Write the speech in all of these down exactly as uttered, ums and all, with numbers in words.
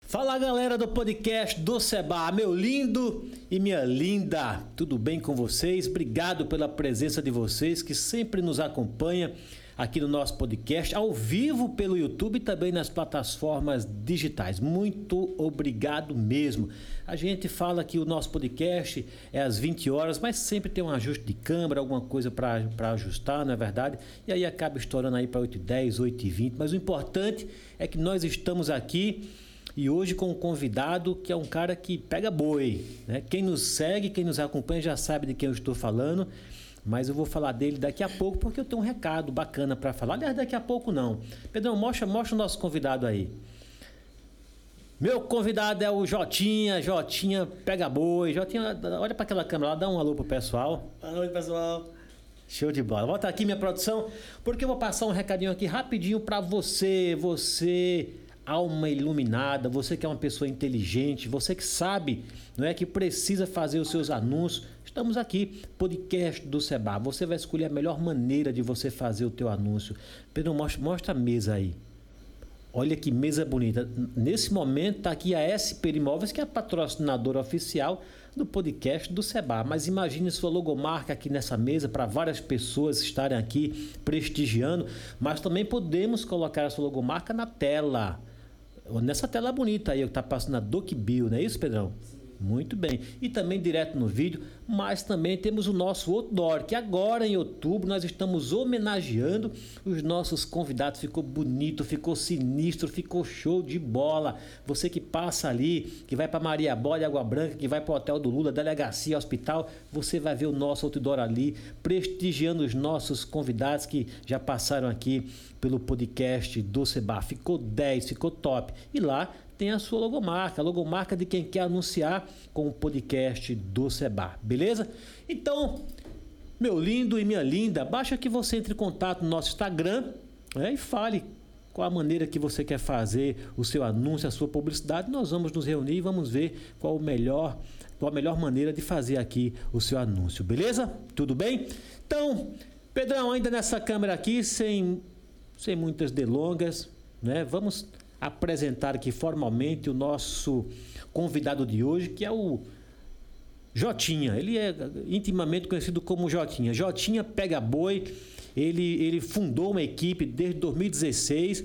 Fala galera do podcast do Seba, meu lindo e minha linda, tudo bem com vocês? Obrigado pela presença de vocês que sempre nos acompanha aqui no nosso podcast, ao vivo pelo YouTube e também nas plataformas digitais. Muito obrigado mesmo. A gente fala que o nosso podcast é às vinte horas, mas sempre tem um ajuste de câmera, alguma coisa para ajustar, não é verdade? E aí acaba estourando aí para oito e dez, oito e vinte, mas o importante é que nós estamos aqui e hoje com um convidado que é um cara que pega boi, né? Quem nos segue, quem nos acompanha já sabe de quem eu estou falando, mas eu vou falar dele daqui a pouco porque eu tenho um recado bacana para falar. Aliás, daqui a pouco não. Pedrão, mostra, mostra o nosso convidado aí. Meu convidado é o Jotinha, Jotinha pega boi. Jotinha, olha para aquela câmera lá, dá um alô pro pessoal. Boa noite, pessoal. Show de bola. Volta aqui minha produção, porque eu vou passar um recadinho aqui rapidinho para você, você... alma iluminada, você que é uma pessoa inteligente, você que sabe, não é, que precisa fazer os seus anúncios. Estamos aqui, podcast do Seba. Você vai escolher a melhor maneira de você fazer o teu anúncio. Pedro, mostra, mostra a mesa aí. Olha que mesa bonita. Nesse momento está aqui a S P Imóveis, que é a patrocinadora oficial do podcast do Seba. Mas imagine sua logomarca aqui nessa mesa para várias pessoas estarem aqui prestigiando. Mas também podemos colocar a sua logomarca na tela. Nessa tela bonita aí que está passando a DocBill, não é isso, Pedrão? Sim. Muito bem. E também direto no vídeo, mas também temos o nosso outdoor, que agora em outubro nós estamos homenageando os nossos convidados. Ficou bonito, ficou sinistro, ficou show de bola. Você que passa ali, que vai para Maria Bola, Água Branca, que vai para o Hotel do Lula, Delegacia, Hospital, você vai ver o nosso outdoor ali, prestigiando os nossos convidados que já passaram aqui pelo podcast do Seba. Ficou dez, ficou top. E lá tem a sua logomarca, a logomarca de quem quer anunciar com o podcast do Seba, beleza? Então, meu lindo e minha linda, basta que você entre em contato no nosso Instagram, né, e fale qual a maneira que você quer fazer o seu anúncio, a sua publicidade. Nós vamos nos reunir e vamos ver qual, o melhor, qual a melhor maneira de fazer aqui o seu anúncio, beleza? Tudo bem? Então, Pedrão, ainda nessa câmera aqui, sem, sem muitas delongas, né, vamos apresentar aqui formalmente o nosso convidado de hoje, que é o Jotinha. Ele é intimamente conhecido como Jotinha. Jotinha pega boi. Ele, ele fundou uma equipe desde dois mil e dezesseis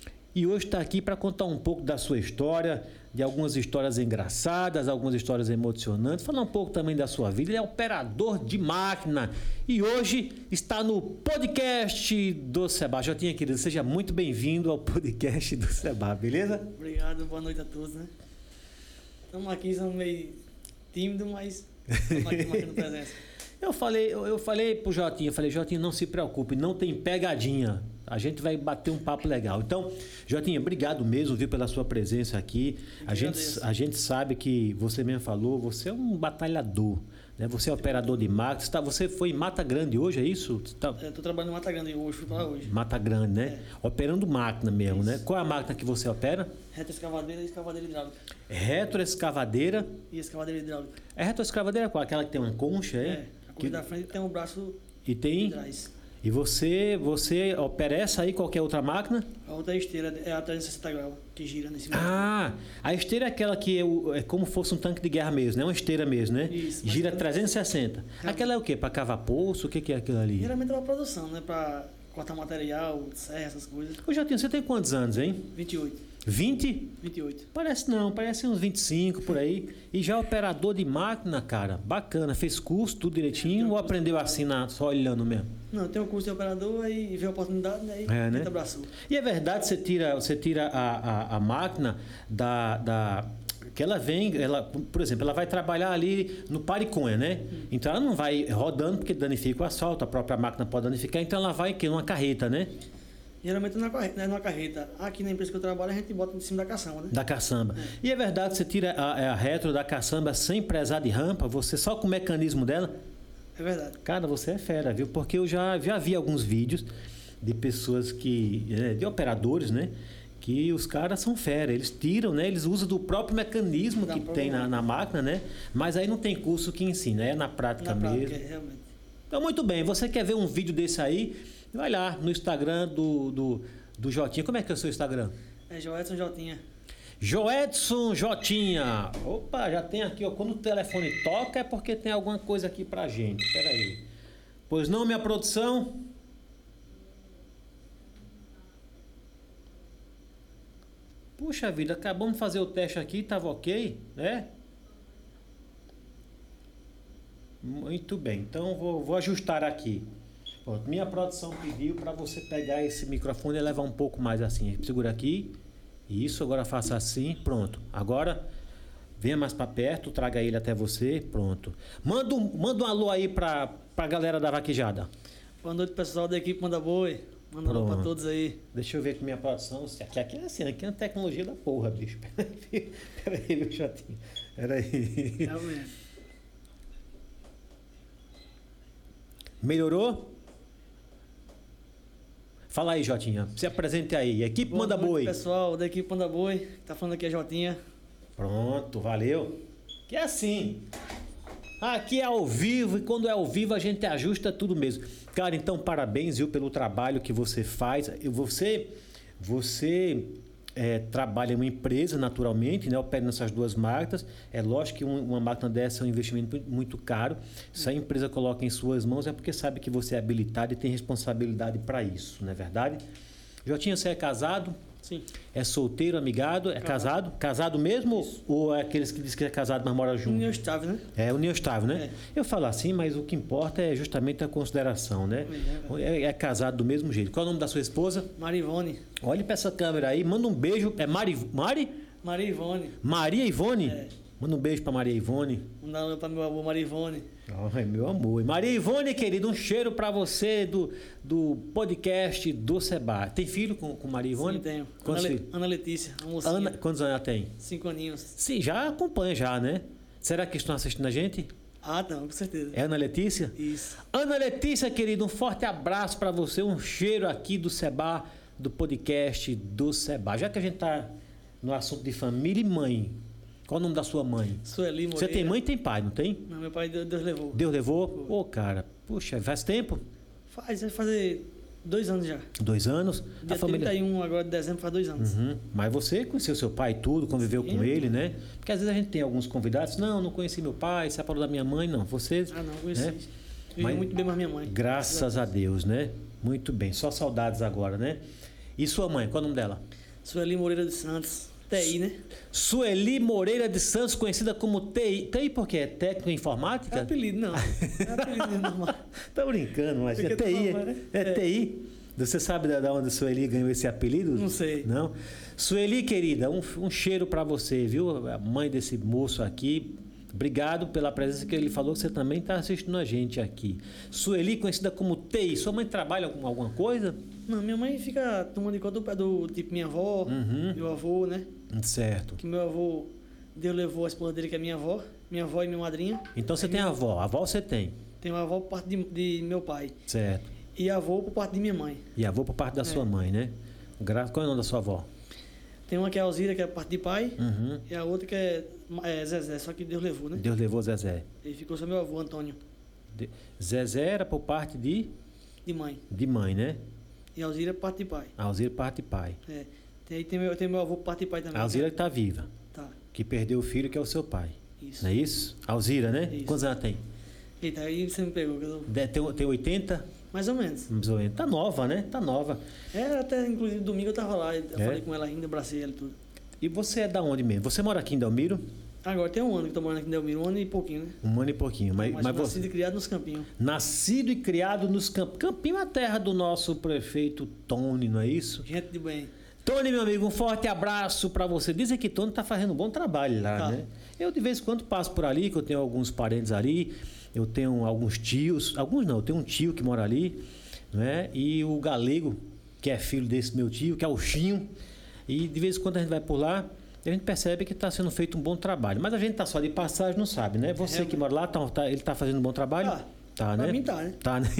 e hoje está aqui para contar um pouco da sua história, de algumas histórias engraçadas, algumas histórias emocionantes, falar um pouco também da sua vida. Ele é operador de máquina e hoje está no podcast do Seba. Jotinha, querido, seja muito bem-vindo ao podcast do Seba, beleza? Obrigado, boa noite a todos, né? Estamos aqui, somos meio tímidos, mas estamos aqui marcando presença. Eu falei, eu, eu falei pro Jotinha, eu falei, Jotinha, não se preocupe, não tem pegadinha. A gente vai bater um papo legal. Então, Jotinha, obrigado mesmo, viu, pela sua presença aqui. A gente, a gente sabe que você mesmo falou, você é um batalhador, né? Você é operador de máquinas. Tá, você foi em Mata Grande hoje, é isso? Tá... Estou trabalhando em Mata Grande hoje, fui para lá hoje. Mata Grande, né? É. Operando máquina mesmo, isso, né? Qual é a máquina que você opera? Retroescavadeira e escavadeira hidráulica. Retroescavadeira? E escavadeira hidráulica. É retroescavadeira qual? Aquela que tem uma concha, é? É, a concha que... da frente tem um braço e tem... de trás. E você, você opera essa aí, qualquer outra máquina? A outra esteira é a trezentos e sessenta graus, que gira nesse momento. Ah, a esteira é aquela que é, o, é como fosse um tanque de guerra mesmo, né? Uma esteira mesmo, né? Isso. Gira trezentos e sessenta. É. Aquela é o quê? Para cavar poço? O que, que é aquilo ali? Geralmente é para produção, né? Para cortar material, serra, essas coisas. Ô, Jotinho, você tem quantos anos, hein? vinte e oito. vinte? vinte e oito. Parece não, parece uns vinte e cinco por aí. E já operador de máquina, cara, bacana. Fez curso, tudo direitinho, é, ou aprendeu assim, na, só olhando mesmo? Não, tem um curso de operador e vê a oportunidade, né? E é, né? abraçou. E é verdade, você tira, você tira a, a, a máquina da... da que ela vem, ela, por exemplo, ela vai trabalhar ali no pariconha, né? Hum. Então ela não vai rodando porque danifica o asfalto, a própria máquina pode danificar, então ela vai que numa carreta, né? Geralmente não é numa carreta. Aqui na empresa que eu trabalho, a gente bota em cima da caçamba, né? Da caçamba. É. E é verdade, você tira a, a retro da caçamba sem prezar de rampa, você só com o mecanismo dela? É verdade. Cara, você é fera, viu? Porque eu já, já vi alguns vídeos de pessoas que... de operadores, né? Que os caras são fera, eles tiram, né? Eles usam do próprio mecanismo da que tem na, na máquina, né? Mas aí não tem curso que ensina, é na prática na mesmo. Prática, realmente. Então, muito bem, você quer ver um vídeo desse aí? Vai lá no Instagram do, do, do Jotinha. Como é que é o seu Instagram? É Joedson Jotinha. Joedson Jotinha. Opa, já tem aqui, ó. Quando o telefone toca é porque tem alguma coisa aqui pra gente. Espera aí. Pois não, minha produção? Puxa vida, acabamos de fazer o teste aqui, tava ok, né? Muito bem, então vou, vou ajustar aqui. Pronto, minha produção pediu para você pegar esse microfone e levar um pouco mais assim. Segura aqui. Isso, agora faça assim, pronto. Agora venha mais para perto, traga ele até você, pronto. Manda um, manda um alô aí para a galera da Vaquejada. Boa noite, pessoal da equipe Manda Boi. Manda alô para todos aí. Deixa eu ver com minha produção. Aqui, aqui é assim, aqui é uma tecnologia da porra, bicho. Pera aí, meu chatinho. Pera aí. Realmente. Melhorou? Fala aí, Jotinha. Se apresente aí. Equipe Boa Manda noite, Boi. pessoal da equipe Manda Boi. Tá falando aqui a Jotinha. Pronto, valeu. Que é assim. Aqui é ao vivo e quando é ao vivo a gente ajusta tudo mesmo. Cara, então parabéns, viu, pelo trabalho que você faz. Você, você é, trabalha em uma empresa, naturalmente, né? Opera nessas duas máquinas. É lógico que um, uma máquina dessa é um investimento muito caro. Se a empresa coloca em suas mãos é porque sabe que você é habilitado e tem responsabilidade para isso, não é verdade? Jotinha, você é casado? Sim. É solteiro, amigado? É casado? Casado, casado mesmo? Isso. Ou é aqueles que dizem que é casado, mas mora junto? União estável, né? É, união estável, né? É. Eu falo assim, mas o que importa é justamente a consideração, né? É, é. é casado do mesmo jeito. Qual é o nome da sua esposa? Marivone. Olhe para essa câmera aí, manda um beijo. É Mari? Mari? Maria Ivone. Maria Ivone? É. Manda um beijo para Maria Ivone. Manda um para meu avô Maria Ivone. Ai, meu amor. E Maria Ivone, querido, um cheiro para você do, do podcast do Seba. Tem filho com, com Maria Ivone? Sim, tenho. Quantos Ana, filhos? Ana Letícia, a mocinha. Ana, quantos anos ela tem? Cinco aninhos. Sim, já acompanha já, né? Será que estão assistindo a gente? Ah, não, com certeza. É Ana Letícia? Isso. Ana Letícia, querido, um forte abraço para você, um cheiro aqui do Seba, do podcast do Seba. Já que a gente tá no assunto de família e mãe, qual o nome da sua mãe? Sueli Moreira. Você tem mãe e tem pai, não tem? Não, meu pai Deus, Deus levou. Deus levou? Ô, oh, cara, puxa, faz tempo? Faz, vai fazer dois anos já. Dois anos? Dia a família... trinta e um agora de dezembro faz dois anos. Uhum. Mas você conheceu seu pai e tudo, conviveu Sim, com ele, né? Porque às vezes a gente tem alguns convidados, não, não conheci meu pai, separou da minha mãe, não. Você... Ah, não, conheci. Né? Vivi Mas, muito bem mais minha mãe. Graças a Deus, né? Muito bem, só saudades agora, né? E sua mãe, qual é o nome dela? Sueli Moreira dos Santos, T I, né? Sueli Moreira de Santos, conhecida como T I. T I por quê? É técnico em informática? É apelido, não. É apelido normal. Tá brincando, mas é T I. Normal, né? É, é T I. Você sabe da onde a Sueli ganhou esse apelido? Não sei. Não? Sueli, querida, um, um cheiro para você, viu? A mãe desse moço aqui. Obrigado pela presença que ele falou que você também está assistindo a gente aqui. Sueli, conhecida como T I. Sua mãe trabalha com alguma coisa? Não, minha mãe fica tomando conta do pé do tipo minha avó, Uhum. meu avô, né? Certo. Que meu avô, Deus levou a esposa dele, que é minha avó, minha avó e minha madrinha. Então você tem a avó. A avó você tem. Tenho uma avó por parte de, de meu pai. Certo. E avô por parte de minha mãe. E avô por parte da É. sua mãe, né? Gra... Qual é o nome da sua avó? Tem uma que é a Alzira, que é por parte de pai. Uhum. E a outra que é, é Zezé, só que Deus levou, né? Deus levou Zezé. Ele ficou só meu avô, Antônio, De... Zezé era por parte de, de mãe. de mãe, né? E a Alzira por parte de pai. A Alzira parte de pai. É. Tem, aí tem meu, tem meu avô por parte de pai também. A Alzira né? que está viva. Tá, Que perdeu o filho, que é o seu pai. isso. Não é isso? Alzira, né? Isso. Quantos anos ela tem? Eita, aí você me pegou. Que eu... De- Tem, tem oitenta? Mais ou menos. Mais ou menos. Tá nova, né? Tá nova. É, até inclusive domingo eu tava lá, eu É? falei com ela ainda, abracei ela e tudo. E você é da onde mesmo? Você mora aqui em Delmiro? Agora tem um ano que eu tô morando aqui em Delmiro, um ano e pouquinho, né? Um ano e pouquinho. Mas, Mas, mas nascido você... e criado nos campinhos. Nascido e criado nos Campos. Campinho é a terra do nosso prefeito Tony, não é isso? Gente de bem. Tony, meu amigo, um forte abraço para você. Dizem que Tony tá fazendo um bom trabalho lá, Tá. né? Eu de vez em quando passo por ali, que eu tenho alguns parentes ali, eu tenho alguns tios, alguns não, eu tenho um tio que mora ali, né? E o Galego, que é filho desse meu tio, que é o Chinho. E de vez em quando a gente vai por lá, a gente percebe que está sendo feito um bom trabalho. Mas a gente tá só de passagem, não sabe, né? Você É, que mora lá, tá, tá- ele tá fazendo um bom trabalho? Tá. Tá, Pra né? mim tá, né? Tá, né?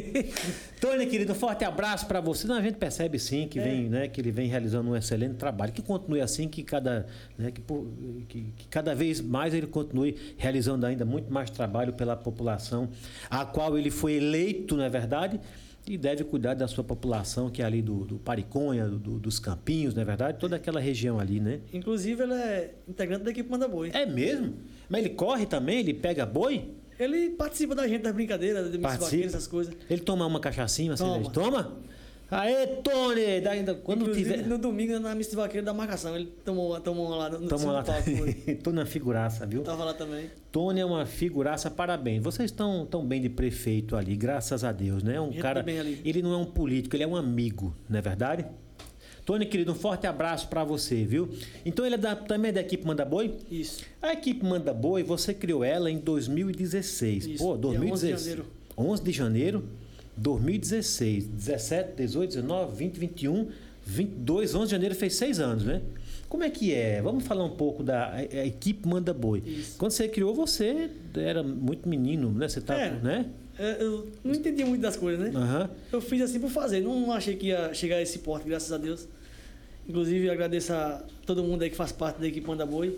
Tony, querido, um forte abraço para você. Não, a gente percebe sim que, É. vem, né, que ele vem realizando um excelente trabalho. Que continue assim, que cada, né, que, por- que- que cada vez mais ele continue realizando ainda muito mais trabalho pela população, a qual ele foi eleito, não é verdade? E deve cuidar da sua população, que é ali do, do Pariconha, do, dos Campinhos, não é verdade? Toda aquela região ali, né? Inclusive, ele é integrante da equipe Manda Boi. É mesmo? Mas ele corre também? Ele pega boi? Ele participa da gente, das brincadeiras, de Participa. vaqueiros, essas coisas. Ele toma uma cachaçinha, uma Toma. cerveja? Toma? Aê, Tony! Da- da- Quando Inclusive, tiver... no domingo, na missa de vaqueiro da marcação, ele tomou, tomou uma lá no, no Toma lá. palco. Foi. Tô na figuraça, viu? Tava lá também. Tony é uma figuraça, parabéns. Vocês estão tão bem de prefeito ali, graças a Deus, né? Um Gente cara, do bem ali. ele não é um político, ele é um amigo, não é verdade? Tony, querido, um forte abraço pra você, viu? Então ele é da, também é da equipe Manda Boi? Isso. A equipe Manda Boi, você criou ela em dois mil e dezesseis. Isso. Pô, dois mil e dezesseis. onze de janeiro. onze de janeiro, dois mil e dezesseis. dezessete, dezoito, dezenove, vinte, vinte e um, vinte e dois, onze de janeiro fez seis anos, né? Como é que é? Vamos falar um pouco da a, a equipe Manda Boi. Isso. Quando você criou, você era muito menino, né? Você tá, É. né? É, Eu não entendi muito das coisas, né? Aham. Eu fiz assim por fazer. Não, não achei que ia chegar a esse porte, graças a Deus. Inclusive, agradeço a todo mundo aí que faz parte da equipe Manda Boi.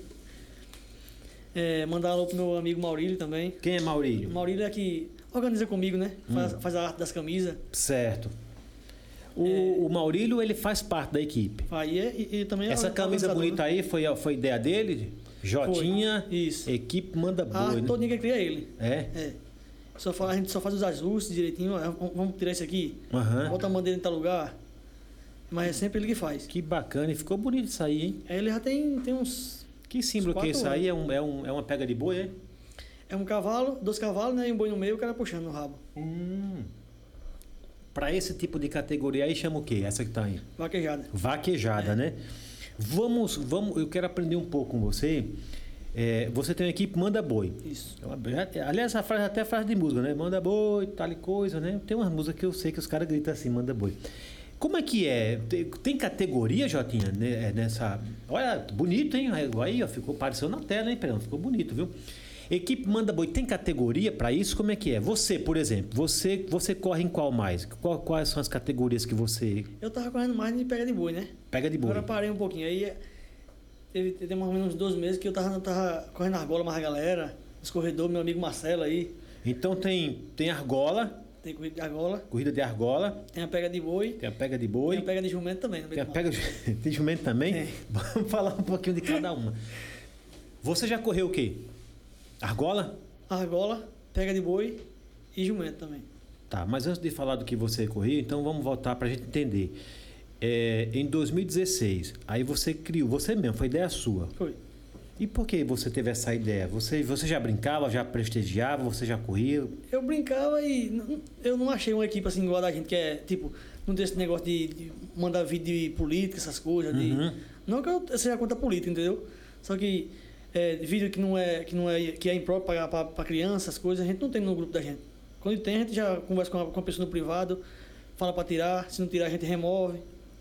É, mandar um alô pro meu amigo Maurílio também. Quem é Maurílio? O Maurílio é que organiza comigo, né? Faz, Hum. faz a arte das camisas. Certo. O, É. o Maurílio, ele faz parte da equipe. Aí é, e, e também é Essa o camisa organizador, bonita né? aí foi, a- foi ideia dele? Jotinha, Isso. equipe Manda A Boi, arte né? todinha que cria ele. É? É. Só faz, a gente só faz os ajustes direitinho. ó, Vamos tirar isso aqui. Aham. Bota a bandeira em tal lugar. Mas é sempre ele que faz. Que bacana, e ficou bonito isso aí, hein? Aí ele já tem, tem uns... Que símbolo Uns que é quatro isso aí? É, um, é, um, é uma pega de boi, é? É um cavalo, dois cavalos, né? E um boi no meio, o cara puxando no rabo. Hum. Para esse tipo de categoria aí chama o quê? Essa que tá aí? Vaquejada. Vaquejada, né? Vamos, vamos, eu quero aprender um pouco com você. É, você tem uma equipe Manda Boi. Isso. É uma- já- Aliás, essa frase é até frase de música, né? Manda boi, tal e coisa, né? Tem uma música que eu sei que os caras gritam assim, manda boi. Como é que é? Tem, tem categoria, Jotinha, né, nessa... Olha, bonito, hein? Aí, ó, ficou, apareceu na tela, hein, Pedrão? Ficou bonito, viu? Equipe Manda Boi, tem categoria para isso? Como é que é? Você, por exemplo, você, você corre em qual mais? Qual- quais são as categorias que você Eu tava correndo mais de pega de boi, né? pega de boi? Agora parei um pouquinho. Aí teve, teve mais ou menos uns dois meses que eu tava, tava correndo argola mais a galera. Os corredores, meu amigo Marcelo aí. Então tem, tem argola, Tem corrida de argola. corrida de argola, Tem a pega de boi. tem a pega de Tem boi, a pega de jumento também. No tem meio a do pega mato. de jumento também? Tem. Vamos falar um pouquinho de cada uma. Você já correu o quê? Argola? Argola, pega de boi e jumento também. Tá, mas antes de falar do que você correu, então vamos voltar para a gente entender. É, em dois mil e dezesseis, aí você criou, você mesmo, foi ideia sua. Foi. E por que você teve essa ideia? Você, você já brincava, já prestigiava, você já corria? Eu brincava e n- eu não achei uma equipe assim igual a da gente, que é tipo, não tem esse negócio de, de mandar vídeo de política, essas coisas. De, Uhum. não que eu seja contra a política, entendeu? Só que é, vídeo que não é, que não é, que é impróprio para criança, essas coisas, a gente não tem no grupo da gente. Quando tem, a gente já conversa com a, com a pessoa no privado, fala para tirar, se não tirar a gente remove.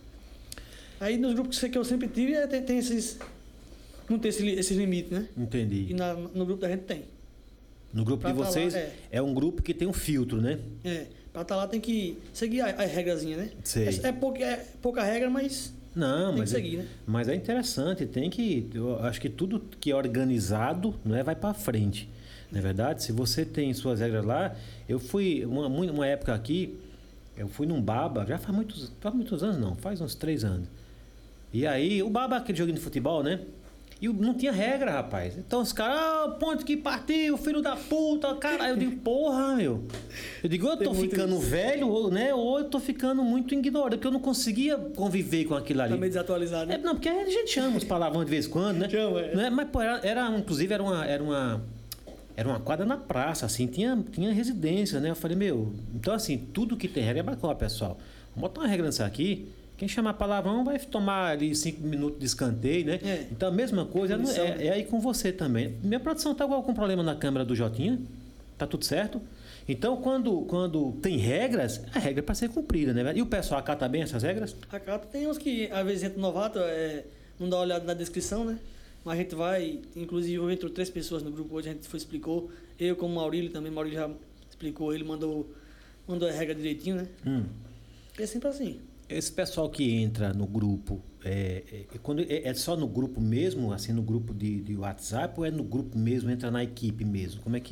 Aí nos grupos que eu sempre tive, é, tem, tem esses. Não tem esse, li- esses limites, né? Entendi. E na- no grupo da gente tem. No grupo Pra de falar, vocês é. é um grupo que tem um filtro, né? É, pra estar lá tem que seguir a, a regrazinha, né? Sei. É, é, pouca, é pouca regra, mas Não, tem mas que é, seguir, né? mas é interessante, tem que, eu acho que tudo que é organizado, não é, vai para frente. Não é verdade? Se você tem suas regras lá, eu fui uma, mu- uma época aqui, eu fui num baba, já faz muitos, faz muitos anos não, faz uns três anos. E aí, o baba é aquele joguinho de futebol, né? E o- não tinha regra, rapaz. Então os caras, ah, ponto que partiu, filho da puta, caralho. Eu digo, porra, meu. Eu digo, eu Tem tô muito ficando isso. velho, ou, né? Ou eu tô ficando muito ignorante, porque eu não conseguia conviver com aquilo ali. Tá meio desatualizado, É, né? não, porque a gente chama os palavrões de vez em quando, né? Chama, é. Não é? Mas, pô, era, era, inclusive, era uma, era uma. Era uma quadra na praça, assim, tinha, tinha residência, né? Eu falei, meu, então assim, tudo que tem regra é bacana, pessoal. Vamos botar uma regra nisso aqui. Quem chamar palavrão vai tomar ali cinco minutos de escanteio, né? É. Então a mesma coisa Punição, é, né? é aí com você também. Minha produção tá igual com problema na câmera do Jotinha. Tá tudo certo? Então, quando, quando tem regras, a regra é para ser cumprida, né? E o pessoal acata bem essas regras? A Cata tem uns que, às vezes, entra novato, é, não dá uma olhada na descrição, né? Mas a gente vai, inclusive, eu entrou três pessoas no grupo hoje, a gente foi, explicou. Eu, como Maurílio também, Maurílio já explicou, ele mandou, mandou a regra direitinho, né? Hum. E é sempre assim. Esse pessoal que entra no grupo, é, é, é quando, é, é só no grupo mesmo, assim, no grupo de, de WhatsApp, ou é no grupo mesmo, entra na equipe mesmo? Como é que é?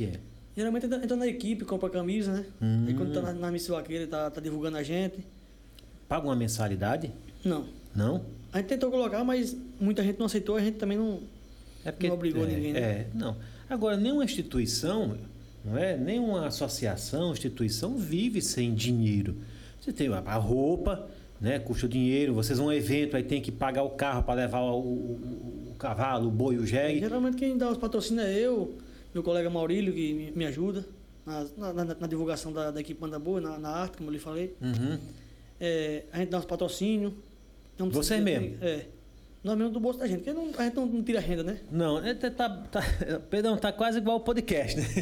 Geralmente entra, entra na equipe, compra camisa, né? Hum. Aí quando tá na, na missão vaqueira, tá, tá divulgando a gente. Paga uma mensalidade? Não. Não? A gente tentou colocar, mas muita gente não aceitou, a gente também não, É porque, não obrigou é, ninguém. Né? É, não. Agora, nenhuma instituição, não é? Nenhuma associação, instituição vive sem dinheiro. Você tem a roupa, né? Custa dinheiro. Vocês vão a um evento, aí tem que pagar o carro para levar o, o, o cavalo, o boi, o jegue. Geralmente quem dá os patrocínios é eu, meu colega Maurílio, que me, me ajuda na, na, na divulgação da, da equipe Manda Boa, na, na arte, como eu lhe falei. Uhum. É, a gente dá os patrocínios. Você mesmo? É. Nós mesmo do bolso da gente, porque não, a gente não, não tira renda, né? Não, é, tá, tá, Pedrão, tá quase igual o podcast, né?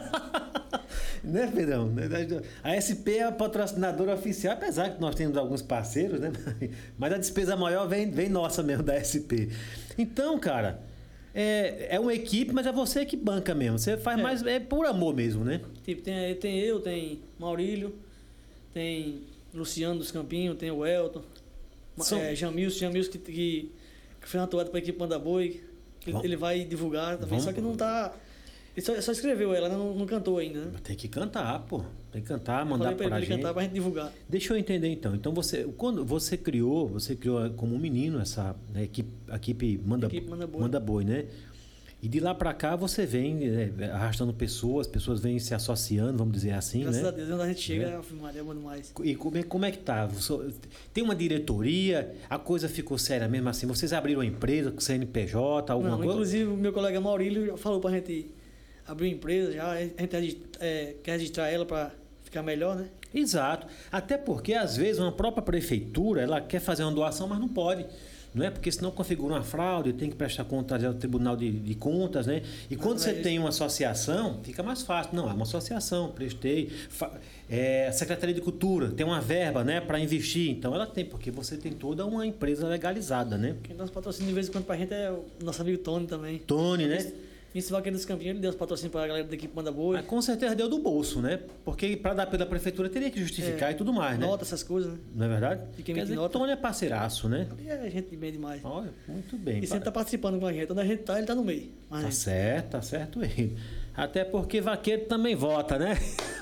Né, Pedrão? A S P é a patrocinadora oficial, apesar que nós temos alguns parceiros, né? Mas a despesa maior vem, vem nossa mesmo, da S P. Então, cara, é, é uma equipe, mas é você que banca mesmo. Você faz É. mais, é por amor mesmo, né? Tipo, tem, tem eu, tem Maurílio, tem Luciano dos Campinhos, tem o Elton, São- é, Jamilson, Jamilson que, que, que foi atuado para a equipe Manda Boi, ele, Vamos- ele vai divulgar também, vamos- só que não tá... Ele só, só escreveu ela, não, não cantou ainda, né? Tem que cantar, pô. Tem que cantar, Eu mandar falei pra ele, pra pra ele gente. cantar pra gente divulgar. Deixa eu entender então. Então você, quando você criou, você criou como um menino essa né, equipe, a equipe Manda, Equipe Manda Boi. Manda Boi, né? E de lá pra cá você vem né, arrastando pessoas, pessoas vêm se associando, vamos dizer assim, Graças né? a Deus, quando a gente chega, É. é filmar, bom demais. E como é, como é que tá? Você- Tem uma diretoria? A coisa ficou séria mesmo assim? Vocês abriram uma empresa com C N P J, alguma Não, coisa? inclusive o meu colega Maurílio já falou pra gente abrir uma empresa já, a gente regist- é, quer registrar ela pra ficar melhor, né? Exato. Até porque, às vezes, uma própria prefeitura ela quer fazer uma doação, mas não pode. Não é? Porque senão configura uma fraude, tem que prestar contas ao Tribunal de, de Contas, né? E quando não você é isso. tem uma associação, fica mais fácil. Não, é uma associação, prestei. Fa- é, a Secretaria de Cultura tem uma verba, né, para investir. Então ela tem, porque você tem toda uma empresa legalizada, né? Quem dá os patrocínios de vez em quando pra gente é o nosso amigo Tony também. Tony, né? Esse vaqueiro dos Campinhos, ele deu os patrocínios pra galera da equipe Manda Boi. Mas com certeza deu do bolso, né? Porque para dar pela prefeitura teria que justificar É, e tudo mais, né? Nota, essas coisas, né? Não é verdade? E quem Quer emite dizer, nota. Tony é parceiraço, né? E é gente de bem demais. Olha, muito bem. E sempre tá participando com a gente. Onde a gente tá, ele tá no meio. Mas Tá certo, tá certo ele. Até porque vaqueiro também vota, né?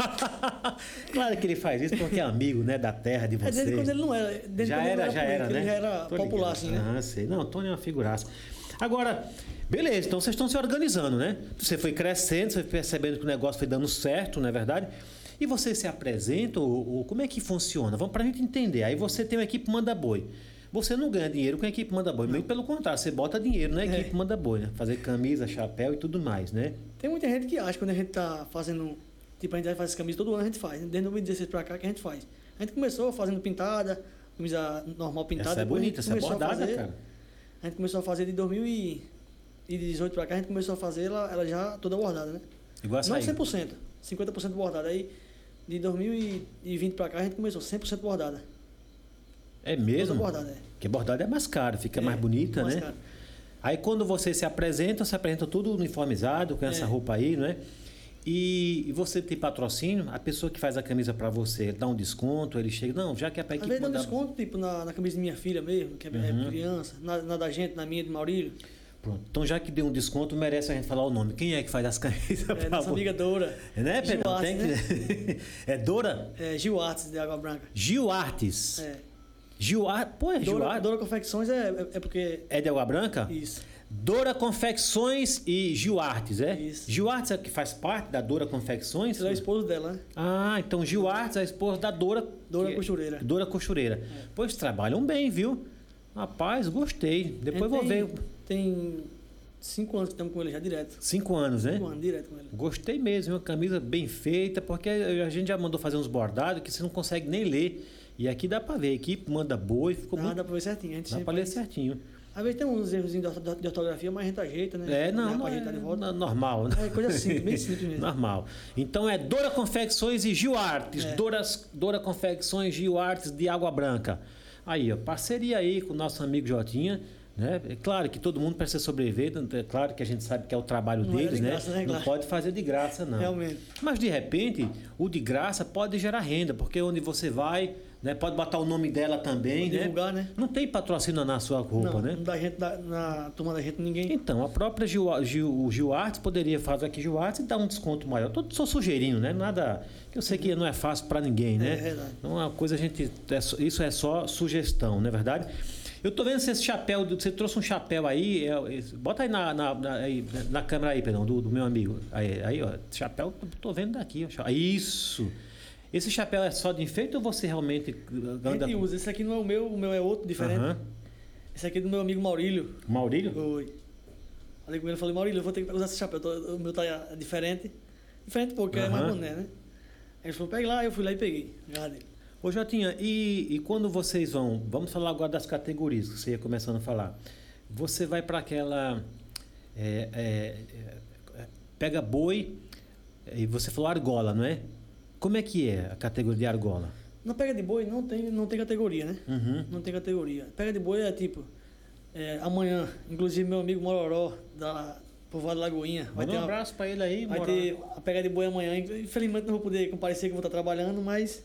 Claro que ele faz isso porque é amigo, né, da terra de é, vocês. desde quando ele não era. Desde já quando ele era, não já era, político, né? Ele já era Tô popular, ligado. assim, né? Ah, sei. Não, Tony é uma figuraça. Agora, beleza, então vocês estão se organizando, né? Você foi crescendo, você foi percebendo que o negócio foi dando certo, não é verdade? E você se apresenta, ou, ou como é que funciona? Vamos pra gente entender. Aí você tem uma equipe Manda Boi. Você não ganha dinheiro com a equipe Manda Boi, muito pelo contrário, você bota dinheiro na equipe É. Manda Boi, né? Fazer camisa, chapéu e tudo mais, né? Tem muita gente que acha que quando a gente tá fazendo. Tipo, a gente vai fazer camisa todo ano, a gente faz. Né? Desde dois mil e dezesseis pra cá que a gente faz. A gente começou fazendo pintada, camisa normal pintada. Essa é depois a gente bonita, essa é começou a bordada, fazer- cara. A gente começou a fazer de dois mil e dezoito pra cá, a gente começou a fazer ela, ela já toda bordada, né? Igual essa Não aí. cem por cento, cinquenta por cento bordada. Aí de dois mil e vinte pra cá a gente começou cem por cento bordada. É mesmo? Toda bordada, é. Porque bordada é mais caro, fica É, mais bonita, mais né? caro. Aí quando você se apresenta, você apresenta tudo uniformizado, com essa É. roupa aí, não é? E, e você tem patrocínio, a pessoa que faz a camisa pra você dá um desconto, ele chega, não, já que é pra Às equipe vezes dá um mandar- desconto, tipo, na, na camisa de minha filha mesmo, que é, Uhum. é criança, na, na da gente, na minha de Maurílio. Pronto. Então já que deu um desconto, merece a gente falar o nome. Quem é que faz as camisas É, pra nossa você? amiga Dora. É, né, Gil Pedro? Artes, Tem que... É Dora? É, Gil Artes, de Água Branca. Gil Artes. É. Gil Artes. Pô, é Gil Dora, Artes? Dora Confecções é, é, é porque... É de Água Branca? Isso. Dora Confecções e Gil Artes, é? Isso. Gil Artes é que faz parte da Dora Confecções? Ele é o esposo dela, né? Ah, então Gil Artes é a esposa da Dora... Dora que- Costureira. Dora Costureira. Pois trabalham bem, viu? Rapaz, gostei. Depois A vou gente ver. tem, Tem cinco anos que estamos com ele já direto. Cinco anos, né? Cinco anos direto com ele. Gostei mesmo, uma camisa bem feita, porque a gente já mandou fazer uns bordados que você não consegue nem ler. E aqui dá pra ver, a equipe Manda Boi, ficou Dá, muito... dá pra ver certinho. A gente Dá sempre pra ler faz- certinho. Às vezes tem uns erros de de ortografia, mas a gente ajeita, né? É, não, Dá não pra é, ajeitar de volta. não, normal, né? É coisa simples, bem simples mesmo. Normal. Então é Dora Confecções e Gil Artes. É. Doras, Dora Confecções Gil Artes de Água Branca. Aí, ó, parceria aí com o nosso amigo Jotinha. Né? É claro que todo mundo precisa sobreviver, é claro que a gente sabe que é o trabalho Não é deles, de né? graça, né, Não claro. pode fazer de graça, não. Realmente. Mas de repente, o de graça pode gerar renda, porque onde você vai, Né? Pode botar o nome dela também, Pode né? divulgar, né? Não tem patrocínio na sua roupa, não, né? Não dá gente da, na turma da gente ninguém. Então, a própria Gil, Gil, o Gil Artes poderia fazer aqui Gil Artes e dar um desconto maior. Tô só sugerindo, né? Nada. Eu sei que não é fácil para ninguém, né? É verdade. Não é uma coisa a gente. É só- isso é só sugestão, não é verdade? Eu tô vendo se esse chapéu. Você trouxe um chapéu aí. é- esse- bota aí na, na, na, aí, na câmera aí, perdão, do, do meu amigo. Aí, aí, ó. Chapéu, tô vendo daqui. Ó, cha- isso! Esse chapéu é só de enfeite ou você realmente A anda. gente usa. Esse aqui não é o meu, o meu é outro, diferente. Aham. Esse aqui é do meu amigo Maurílio. Maurílio? Oi. Falei com ele, falei, Maurílio, eu vou ter que usar esse chapéu. tô- O meu tá diferente. Diferente porque é mais Aham. boné, né? Aí ele falou, pega lá, eu fui lá e peguei. Garra dele. Ô Jotinha, e, e quando vocês vão, vamos falar agora das categorias que você ia começando a falar. Você vai para aquela é, é, é, pega boi e você falou argola, não é? Como é que é a categoria de argola? Na pega de boi não tem, não tem categoria, né? Uhum. Não tem categoria. Pega de boi é tipo, é, amanhã, inclusive meu amigo Mororó, da Povoado Lagoinha, vai Manda ter, um uma- abraço para ele aí, vai Moral. ter a pega de boi amanhã. Infelizmente não vou poder comparecer que eu vou estar trabalhando, mas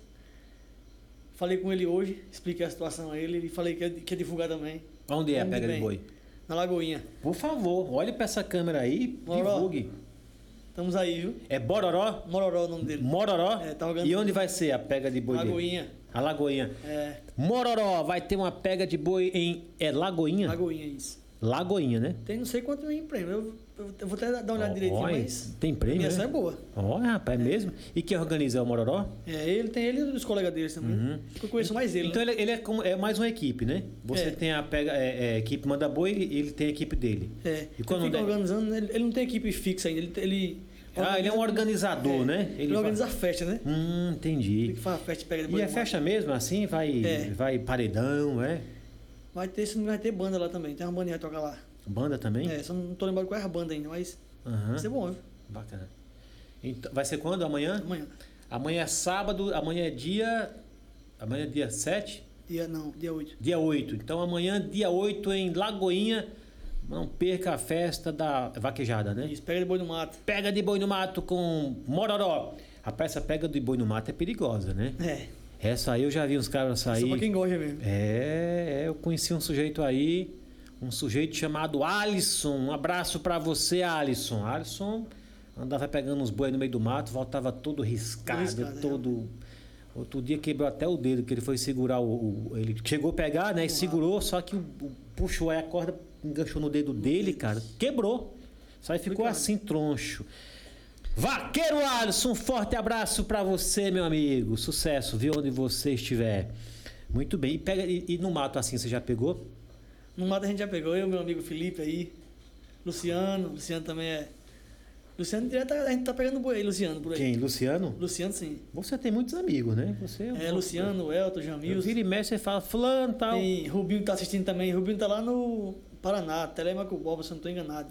falei com ele hoje, expliquei a situação a ele e falei que ia, que ia divulgar também. Onde é a Homem de pega de bem. boi? Na Lagoinha. Por favor, olhe para essa câmera aí, Mororó. divulgue. Estamos aí, viu? É Bororó? Mororó é o nome dele. Mororó? É, tá jogando- E onde vai ser a pega de boi dele? Lagoinha. A Lagoinha. É, Mororó vai ter uma pega de boi em é Lagoinha? Lagoinha, isso. Lagoinha, né? Tem não sei quanto em prêmio. Eu, eu- eu vou até dar uma olhada direitinho, Olha, mas tem prêmio, a minha né? ação é boa. Olha, rapaz, é mesmo? E quem organiza é o Mororó? É, ele tem ele e os colegas deles também. Eu conheço mais ele. Então né? ele, ele é, como, é mais uma equipe, né? Você É. tem a pega, é, é, equipe manda boi e ele tem a equipe dele. É. E quando ele fica der- organizando, ele, ele não tem equipe fixa ainda. Ele, ele Ah, ele é um organizador, é, né? Ele, vai- organiza a festa, né? Hum, Ele entendi. que faz a festa e pega E depois. é do festa mesmo, assim? Vai, É. vai paredão, é? mato. Vai ter, se não vai ter banda lá também. Tem uma bandinha que vai tocar lá. Banda também? É, só não tô lembrando qual é a banda ainda, mas Aham. vai ser bom, viu? Bacana. Então, vai ser quando? Amanhã? Amanhã. Amanhã é sábado, amanhã é dia. Amanhã é dia sete? Dia, não, dia oito. Dia oito. Então amanhã, dia oito, em Lagoinha. Não perca a festa da vaquejada, né? Isso, pega de boi no mato. Pega de boi no mato com Mororó. Rapaz, essa pega de boi no mato é perigosa, né? É. Essa aí eu já vi uns caras Só pra sair. quem gosta mesmo. É, é, eu conheci um sujeito aí, um sujeito chamado Alisson. Um abraço pra você, Alisson. Alisson andava pegando uns boi no meio do mato, voltava todo riscado, riscado, é. todo. Outro dia quebrou até o dedo, que ele foi segurar o. o- ele chegou a pegar, né? E segurou, só que o, o- puxou aí a corda, enganchou no dedo dele, cara. Quebrou. Só aí ficou Complicado. assim, troncho. Vaqueiro Alisson, um forte abraço pra você, meu amigo. Sucesso, viu? Onde você estiver. Muito bem. E, pega, e, e no mato assim, você já pegou? No mato a gente já pegou, eu, meu amigo Felipe aí, Luciano, Luciano também é. Luciano direto a gente tá pegando boi aí, Luciano, por aí. Quem? Luciano? Luciano sim. Você tem muitos amigos, né? Você É, Luciano, Elton, Eu Jamil. vira e mexe, você fala, fulano e tal. Tem Rubinho que tá assistindo também. Rubinho tá lá no Paraná, Telemaco Boba, se eu não tô enganado.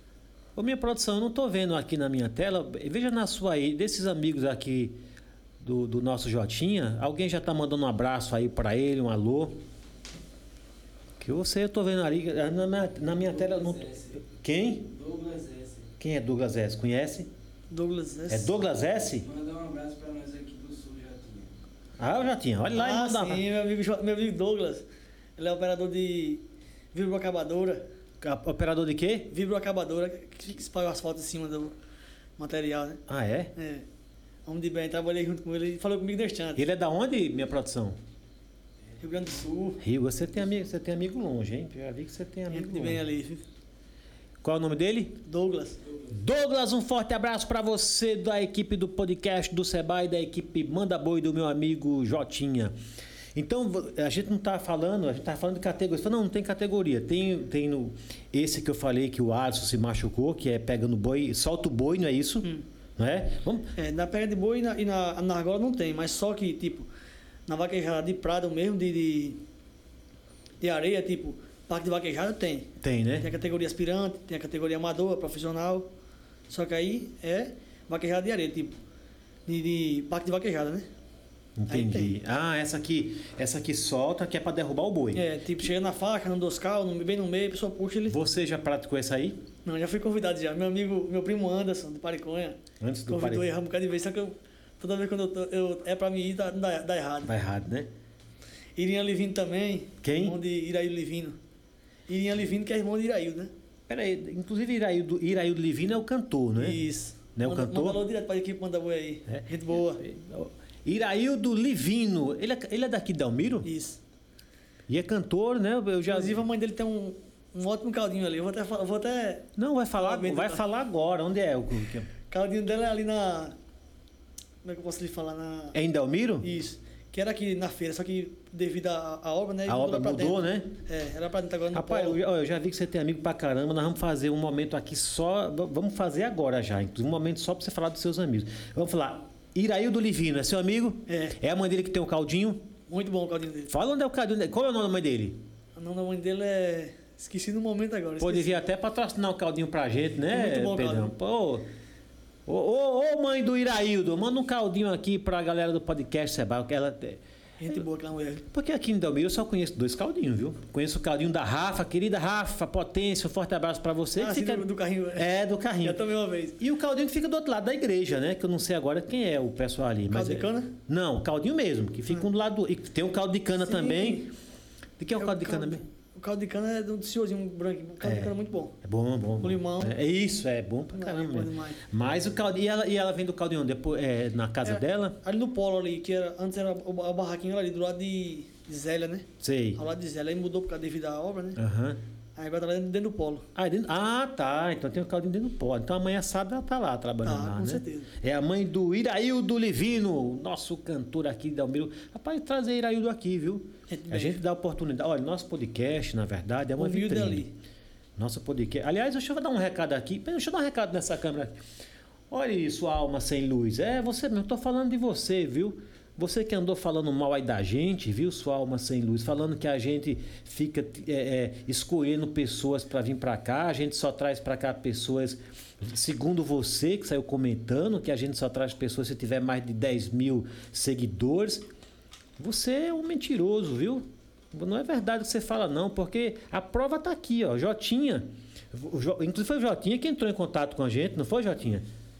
Ô, minha produção, eu não tô vendo aqui na minha tela. Veja na sua aí, desses amigos aqui do, do nosso Jotinha, alguém já tá mandando um abraço aí pra ele, um alô? Que você, eu tô vendo ali, na minha, na minha tela... Não... Quem? Douglas S. Quem é Douglas S? Conhece? Douglas S. É Douglas S? Manda um abraço pra nós aqui do Sul, Jotinha. Ah, eu já tinha. Olha lá e Ah, manda um sim, meu amigo, Jo- meu amigo Douglas. Ele é operador de vibroacabadora. abraço. Operador de quê? Vibroacabadora, que espalha o asfalto em cima do material, né? Ah, é? É. Homem de bem, trabalhei junto com ele e falou comigo neste ano. Ele é da onde, minha produção? Rio Grande do Sul. Rio, você tem amigo, você tem amigo longe, hein? Já vi que você tem amigo Gente de bem longe. ali. viu? Qual é o nome dele? Douglas. Douglas, um forte abraço pra você da equipe do podcast do Seba e da equipe Manda Boi do meu amigo Jotinha. Então, a gente não tá falando, a gente tá falando de categoria. Você fala, não, não tem categoria. Tem, tem no, esse que eu falei que o Alisson se machucou, que é pega no boi, solta o boi, não é isso? Hum. Não é? Vamos, É, na pega de boi e na, e na, na argola não tem, mas só que, tipo, na vaquejada de prada mesmo, de, de, de areia, tipo, parque de vaquejada tem. tem, né? Tem a categoria aspirante, tem a categoria amador, profissional. Só que aí é vaquejada de areia, tipo, de, de parque de vaquejada, né? Aí Entendi. Ah, essa aqui, essa aqui solta, que é pra derrubar o boi. É, tipo, chega na faca, no doscal, no, bem no meio, a pessoa puxa ele. Você já praticou essa aí? Não, já fui convidado já. Meu amigo, meu primo Anderson, de Pariconha, Antes do convidou pare... errar um bocado de vez, só que eu, toda vez quando eu, tô, eu é pra mim ir, dá, dá, dá errado. Vai errado, né? Irinha Livino também. Quem? Irmão de Iraildo Livino. Irinha Livino, que é irmão de Iraildo, né? Peraí, inclusive Iraildo, Iraildo Livino é o cantor, né? Isso. Não é o manda, cantor? Manda alô direto pra equipe Manda Boi aí. É. Gente boa. Iraildo Livino, ele é, ele é daqui de Delmiro? Isso. E é cantor, né? Eu já... Inclusive a mãe dele tem um, um ótimo caldinho ali. Eu vou até... fa- Vou até... Não, vai falar, Fala, vai tá. falar agora. Onde é? o que- O caldinho dela é ali na... Como é que eu posso lhe falar? Na... É em Delmiro? Isso. Que era aqui na feira, só que devido à, à obra, né? A obra pra mudou, dentro. né? É, era pra dentro agora no Rapaz, polo. eu, já- eu já vi que você tem amigo pra caramba. Nós vamos fazer um momento aqui só. v- Vamos fazer agora já. Inclusive, um momento só pra você falar dos seus amigos. Vamos falar. Iraildo Livino, é seu amigo? É. É a mãe dele que tem o caldinho? Muito bom o caldinho dele. Fala onde é o caldinho dele. Qual é o nome da mãe dele? O nome da mãe dele é... Esqueci no momento agora. Pô, esqueci. devia até patrocinar o caldinho pra gente, né, Muito bom, Pedrão? Caldinho. Pô. Ô, ô, ô, mãe do Iraildo, manda um caldinho aqui pra galera do podcast Seba. Que ela... Gente boa aquela mulher. Porque aqui em Delmiro eu só conheço dois caldinhos, viu? Conheço o caldinho da Rafa, querida Rafa, potência, um forte abraço pra você. Ah, que assim, fica... do, do carrinho. É, do carrinho. Já tomei uma vez. E o caldinho que fica do outro lado da igreja, né? Que eu não sei agora quem é o pessoal ali. Mas Caldo de é- cana? Não, o caldinho mesmo, que fica um do lado do... E tem um caldo de cana Sim. também. De que é o caldo de cana mesmo? O caldo de cana é de um senhorzinho branco. O caldo É. de cana é muito bom. É bom, bom. Com bom. limão. É, é isso, é bom pra Não, caramba é bom mesmo. demais. Mas o caldinho... E ela, e ela vem do caldinho onde? Depois, é, na casa É, dela? Ali no polo ali, que era, antes era o, a barraquinha ali do lado de, de Zélia, né? Sei. Ao lado de Zélia. Aí mudou por causa devido à obra, né? Aham. Aí agora tá lá dentro, dentro do polo. Ah, dentro- ah, tá. Então tem o caldinho dentro do pó. Então amanhã sábado ela tá lá trabalhando Tá, lá, com né? certeza. É a mãe do Iraildo Livino, nosso cantor aqui de Delmiro. Rapaz, trazer Iraildo aqui, viu? Gente A bem. gente dá oportunidade. Olha, nosso podcast, na verdade, é uma Humilde vitrine. ali. Nosso podcast. Aliás, deixa eu dar um recado aqui. Deixa eu dar um recado nessa câmera aqui. Olha aí, sua alma sem luz. É você mesmo, eu tô falando de você, viu? Você que andou falando mal aí da gente, viu, sua alma sem luz, falando que a gente fica é, é, escolhendo pessoas para vir para cá, a gente só traz para cá pessoas, segundo você que saiu comentando, que a gente só traz pessoas se tiver mais de dez mil seguidores. Você é um mentiroso, viu? Não é verdade o que você fala, não, porque a prova tá aqui, ó, Jotinha. O Jo- Inclusive foi o Jotinha que entrou em contato com a gente, não foi, Jotinha?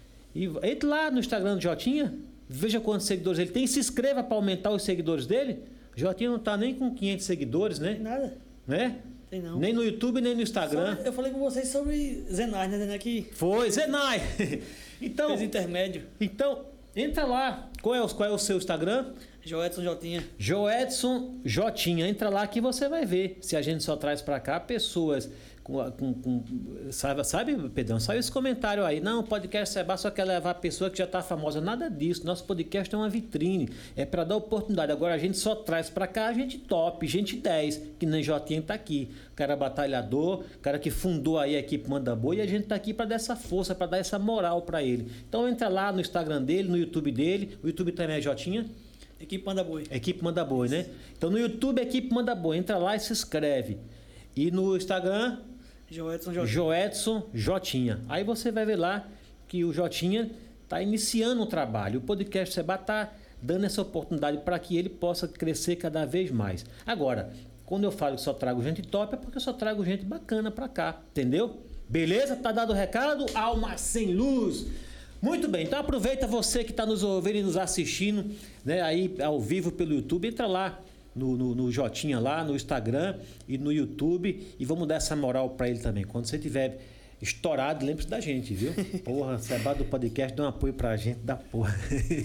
E entre lá no Instagram do Jotinha, veja quantos seguidores ele tem, se inscreva para aumentar os seguidores dele. Jotinha não tá nem com quinhentos seguidores, Tem né? nada. né? Tem não. Nem no YouTube, nem no Instagram. Só- eu falei com vocês sobre Zenai, né? Zenai que Foi, Zenai. Então, fez intermédio. então, entra lá. Qual é, o, qual é o seu Instagram? Joedson Jotinha. Joedson Jotinha. Entra lá que você vai ver se a gente só traz para cá pessoas com, com, com sabe, sabe, Pedrão? Saiu esse comentário aí. Não, o podcast Seba só quer levar a pessoa que já está famosa. Nada disso. Nosso podcast é uma vitrine. É para dar oportunidade. Agora a gente só traz para cá gente top, gente dez, que nem Jotinha tá aqui. Cara batalhador, cara que fundou aí a equipe Manda Boi, e a gente tá aqui para dar essa força, para dar essa moral para ele. Então entra lá no Instagram dele, no YouTube dele. O YouTube também é Jotinha. Equipe Manda Boi. Equipe Manda Boi, né? Então no YouTube, Equipe Manda Boi. Entra lá e se inscreve. E no Instagram, Joedson Jotinha. Joedson Jotinha. Aí você vai ver lá que o Jotinha está iniciando o trabalho. O podcast Seba está dando essa oportunidade para que ele possa crescer cada vez mais. Agora, quando eu falo que só trago gente top, é porque eu só trago gente bacana para cá. Entendeu? Beleza? Tá dado o recado? Alma sem luz. Muito bem, então aproveita você que está nos ouvindo e nos assistindo, né, aí ao vivo pelo YouTube, entra lá no, no, no Jotinha lá, no Instagram e no YouTube e vamos dar essa moral para ele também. Quando você tiver estourado, lembre-se da gente, viu? Porra, Seba do podcast dá um apoio pra gente, da porra.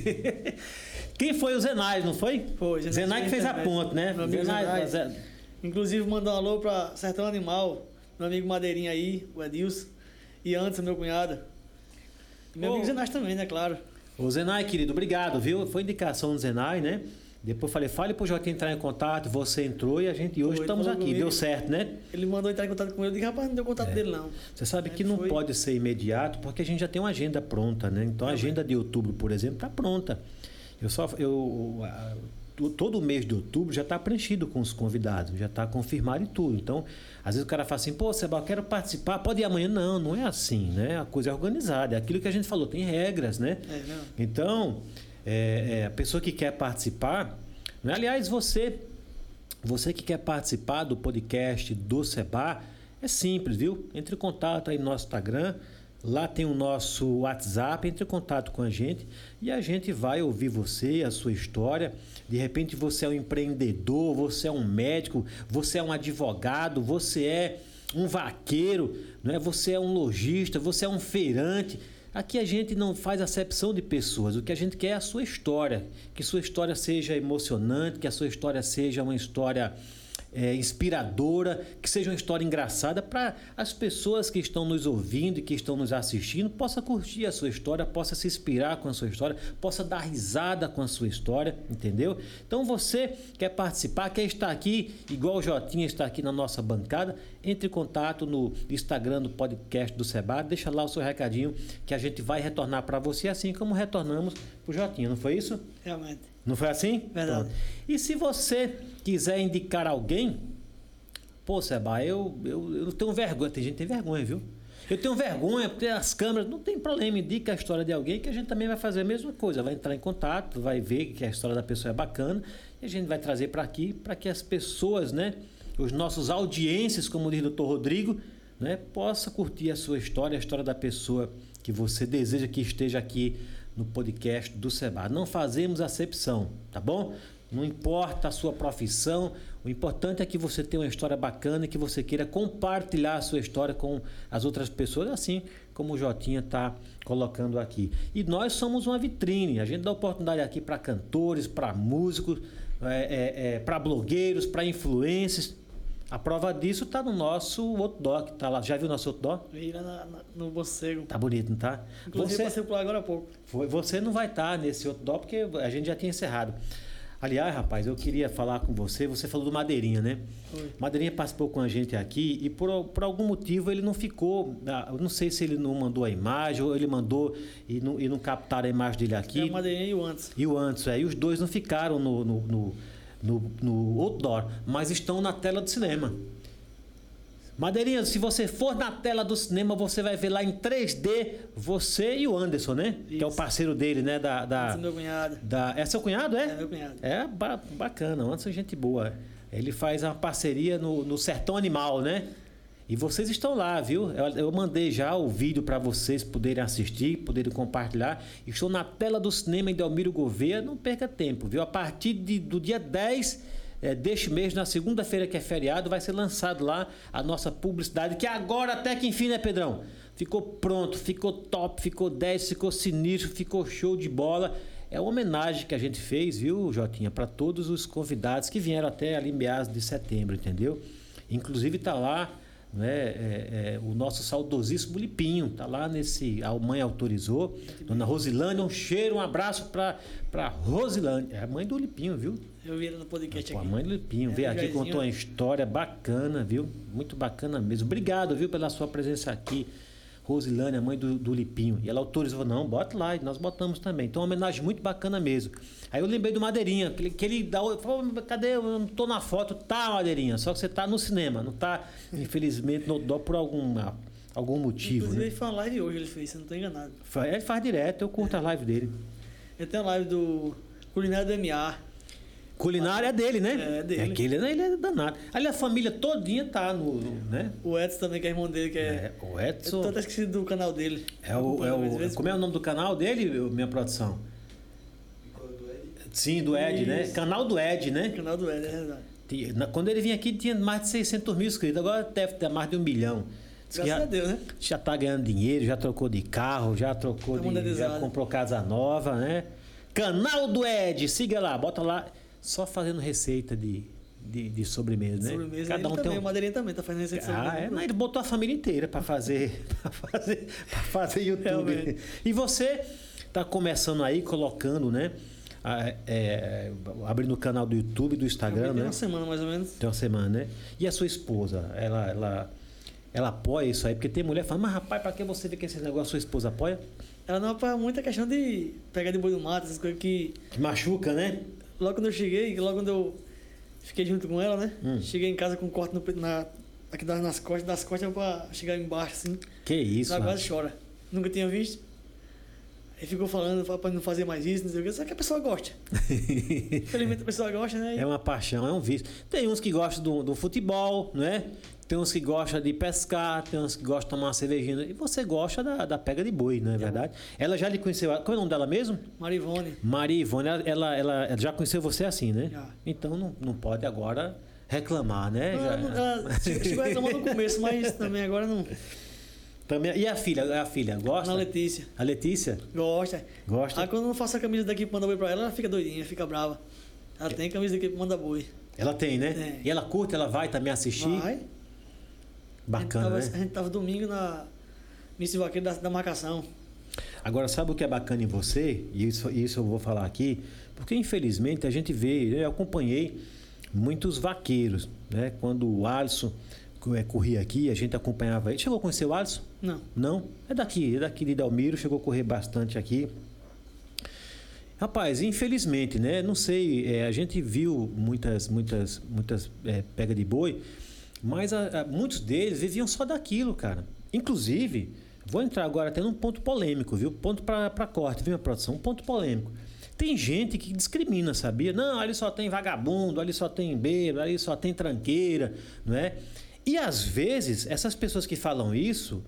Quem foi o Zenai, não foi? Foi, Zenai Zenai que fez a também. ponte, né? Meu amigo Zenai, Zenai. Zé- Inclusive, mandar um alô pra Sertão Animal, meu amigo Madeirinha aí, o Edilson, e Anderson, meu cunhado. E meu Ô. amigo Zenai também, né? Claro. Ô Zenai, querido, obrigado, viu? Foi indicação do Zenai, né? Depois falei, fale pro Joaquim entrar em contato, você entrou e a gente hoje Foi, estamos falou aqui, comigo. deu certo, né? Ele mandou entrar em contato com ele, eu disse, rapaz, não deu É. contato dele não. Você sabe Aí que não foi. pode ser imediato, porque a gente já tem uma agenda pronta, né? Então a agenda de outubro, por exemplo, está pronta. Eu só, eu, a- to- todo o mês de outubro já está preenchido com os convidados, já está confirmado e tudo. Então, às vezes o cara fala assim, pô, Seba, eu quero participar, pode ir amanhã? Não, não é assim, né? A coisa é organizada, é aquilo que a gente falou, tem regras, né? É, não. Então, é, é, a pessoa que quer participar, né? Aliás, você, você que quer participar do podcast do Seba, é simples, viu? Entre em contato aí no nosso Instagram, Lá tem o nosso WhatsApp, entre em contato com a gente e a gente vai ouvir você, a sua história. De repente você é um empreendedor, você é um médico, você é um advogado, você é um vaqueiro, não é? Você é um lojista, você é um feirante. Aqui a gente não faz acepção de pessoas, o que a gente quer é a sua história, que sua história seja emocionante, que a sua história seja uma história é, inspiradora, que seja uma história engraçada para as pessoas que estão nos ouvindo e que estão nos assistindo possa curtir a sua história, possa se inspirar com a sua história, possa dar risada com a sua história, entendeu? Então você quer participar, quer estar aqui, igual o Jotinha está aqui na nossa bancada, entre em contato no Instagram do podcast do Seba, deixa lá o seu recadinho que a gente vai retornar para você, assim como retornamos para o Jotinha, não foi isso? Realmente. Não foi assim? Verdade. Pronto. E se você quiser indicar alguém, pô, Seba, eu, eu, eu tenho vergonha, tem gente que tem vergonha, viu? Eu tenho vergonha, porque as câmeras, não tem problema, indica a história de alguém que a gente também vai fazer a mesma coisa, vai entrar em contato, vai ver que a história da pessoa é bacana e a gente vai trazer para aqui, para que as pessoas, né, os nossos audiências, como diz o doutor Rodrigo, né, possa curtir a sua história, a história da pessoa que você deseja que esteja aqui no podcast do Seba. Não fazemos acepção, tá bom? Não importa a sua profissão, o importante é que você tenha uma história bacana e que você queira compartilhar a sua história com as outras pessoas, assim como o Jotinha está colocando aqui. E nós somos uma vitrine, a gente dá oportunidade aqui para cantores, para músicos, é, é, é, para blogueiros, para influencers. A prova disso está no nosso outdoor, que tá lá. Já viu o nosso outdoor? Vi lá na, na, no Bocego. Tá bonito, não tá? Inclusive você, passei por lá agora há pouco. Foi, você não vai estar nesse outdoor porque a gente já tinha encerrado. Aliás, rapaz, eu queria falar com você. Você falou do Madeirinha, né? Foi. Madeirinha participou com a gente aqui e por, por algum motivo ele não ficou. Eu não sei se ele não mandou a imagem ou ele mandou e não, e não captaram a imagem dele aqui. É o Madeirinha e o Antes. E o Antes, é. E os dois não ficaram no, no, no, no, no outdoor, mas estão na tela do cinema. Madeirinha, se você for na tela do cinema, você vai ver lá em três D você e o Anderson, né? Isso. Que é o parceiro dele, né? Da, da, Esse é meu cunhado. da, é seu cunhado, é? É meu cunhado. É ba- bacana, o Anderson é gente boa. Ele faz uma parceria no, no Sertão Animal, né? E vocês estão lá, viu? Eu, eu mandei já o vídeo para vocês poderem assistir, poderem compartilhar. Estou na tela do cinema em Delmiro Gouveia, não perca tempo, viu? A partir de, do dia dez é, deste mês, na segunda-feira que é feriado, vai ser lançado lá a nossa publicidade, que agora até que enfim, né, Pedrão? Ficou pronto, ficou top, ficou dez, ficou sinistro, ficou show de bola. É uma homenagem que a gente fez, viu, Jotinha, para todos os convidados que vieram até ali em meados de setembro, entendeu? Inclusive está lá, né, é, é, o nosso saudosíssimo Lipinho, está lá nesse. A mãe autorizou. Dona Rosilândia, um cheiro, um abraço para Rosilândia. É a mãe do Lipinho, viu? Eu vi ela no podcast Pô, a aqui. mãe do Lipinho. É, Veio aqui, Jairzinho. contou uma história bacana, viu? Muito bacana mesmo. Obrigado, viu, pela sua presença aqui. Rosilane, a mãe do, do Lipinho. E ela autorizou, não, bota lá. E nós botamos também. Então, uma homenagem muito bacana mesmo. Aí eu lembrei do Madeirinha, que ele, que ele dá. Falou, cadê? Eu não tô na foto. Tá, Madeirinha. Só que você tá no cinema. Não tá, infelizmente, no dó por alguma, algum motivo. Inclusive, Né? ele fez uma live hoje, ele fez, se eu não tô enganado. Ele faz direto, eu curto a live dele. Ele tem uma live do Culinário do M A. Culinária é dele, né? É, dele. É aquele, né? Ele é danado. Ali a família todinha tá no. no- né? O Edson também, que é irmão dele, que é. É, o Eu Edson. tô até esquecido do canal dele. É o, é Às o, vezes- como é o nome do canal dele, minha produção? Sim, do Ed, né? Isso. Canal do Ed, né? O canal do Ed, é verdade. Tinha- na- Quando ele vinha aqui tinha mais de seiscentos mil inscritos, agora deve ter mais de um milhão. Diz que Graças já, a Deus, né? já tá ganhando dinheiro, já trocou de carro, já trocou Tá de. Já monetizado. comprou casa nova, né? Canal do Ed, siga lá, bota lá, só fazendo receita de, de, de sobremesa, né? Sobremesa. Cada um ele tem também, um. o Madeirinha também tá fazendo receita de Ah, sobremesa. é, não, ele botou a família inteira para fazer, para fazer, pra fazer YouTube. Realmente. E você tá começando aí, colocando, né? a- é, abrindo o canal do YouTube, do Instagram, Tem né? uma semana mais ou menos. Tem uma semana, né? E a sua esposa, ela, ela, ela apoia isso aí? Porque tem mulher que fala, mas rapaz, para que você vê que esse negócio sua esposa apoia? Ela não apoia muito a questão de pegar de boi no mato, essas coisas que. Que machuca, né? Logo quando eu cheguei, logo quando eu fiquei junto com ela, né? Hum. Cheguei em casa com um corte no, pe- na, aqui das- nas costas, das costas pra chegar embaixo, assim. Que isso, Ela rapaz. quase chora. Nunca tinha visto. Aí ficou falando pra não fazer mais isso, não sei o que. Só que a pessoa gosta. Infelizmente a pessoa gosta, né? É uma paixão, é um vício. Tem uns que gostam do, do futebol, né? tem uns que gostam de pescar, tem uns que gostam de tomar uma cervejinha. E você gosta da, da pega de boi, não é verdade? Ela já lhe conheceu. Qual é o nome dela mesmo? Marivone. Maria Ivone, ela, ela, ela- ela já conheceu você assim, né? Já. Então não, não pode agora reclamar, né? Ela, Já- ela chegou reclamando no começo, mas também agora não. Também, e a filha? A filha gosta? Na Letícia. A Letícia? Gosta. Gosta? Aí quando eu não faço a camisa da equipe Manda Boi pra ela, ela fica doidinha, fica brava. Ela tem camisa da equipe Manda Boi. Ela tem, né? Tem. E ela curte, ela vai também assistir? Vai. Bacana, a gente tava, né? A gente tava domingo na Miss Vaqueiro da, da marcação. Agora, sabe o que é bacana em você? E isso, isso eu vou falar aqui, porque infelizmente a gente vê, eu acompanhei muitos vaqueiros, né? Quando o Alisson eh, corria aqui, a gente acompanhava ele. Chegou a conhecer o Alisson? Não. Não? É daqui, é daqui de Dalmiro, chegou a correr bastante aqui. Rapaz, infelizmente, né? Não sei, eh, a gente viu muitas, muitas, muitas eh, pega de boi, mas a- a- muitos deles viviam só daquilo, cara. Inclusive, vou entrar agora até num ponto polêmico, viu? Ponto para corte, viu, minha produção? Um ponto polêmico. Tem gente que discrimina, sabia? Não, ali só tem vagabundo, ali só tem bêbado, ali só tem tranqueira, não é? E às vezes, essas pessoas que falam isso,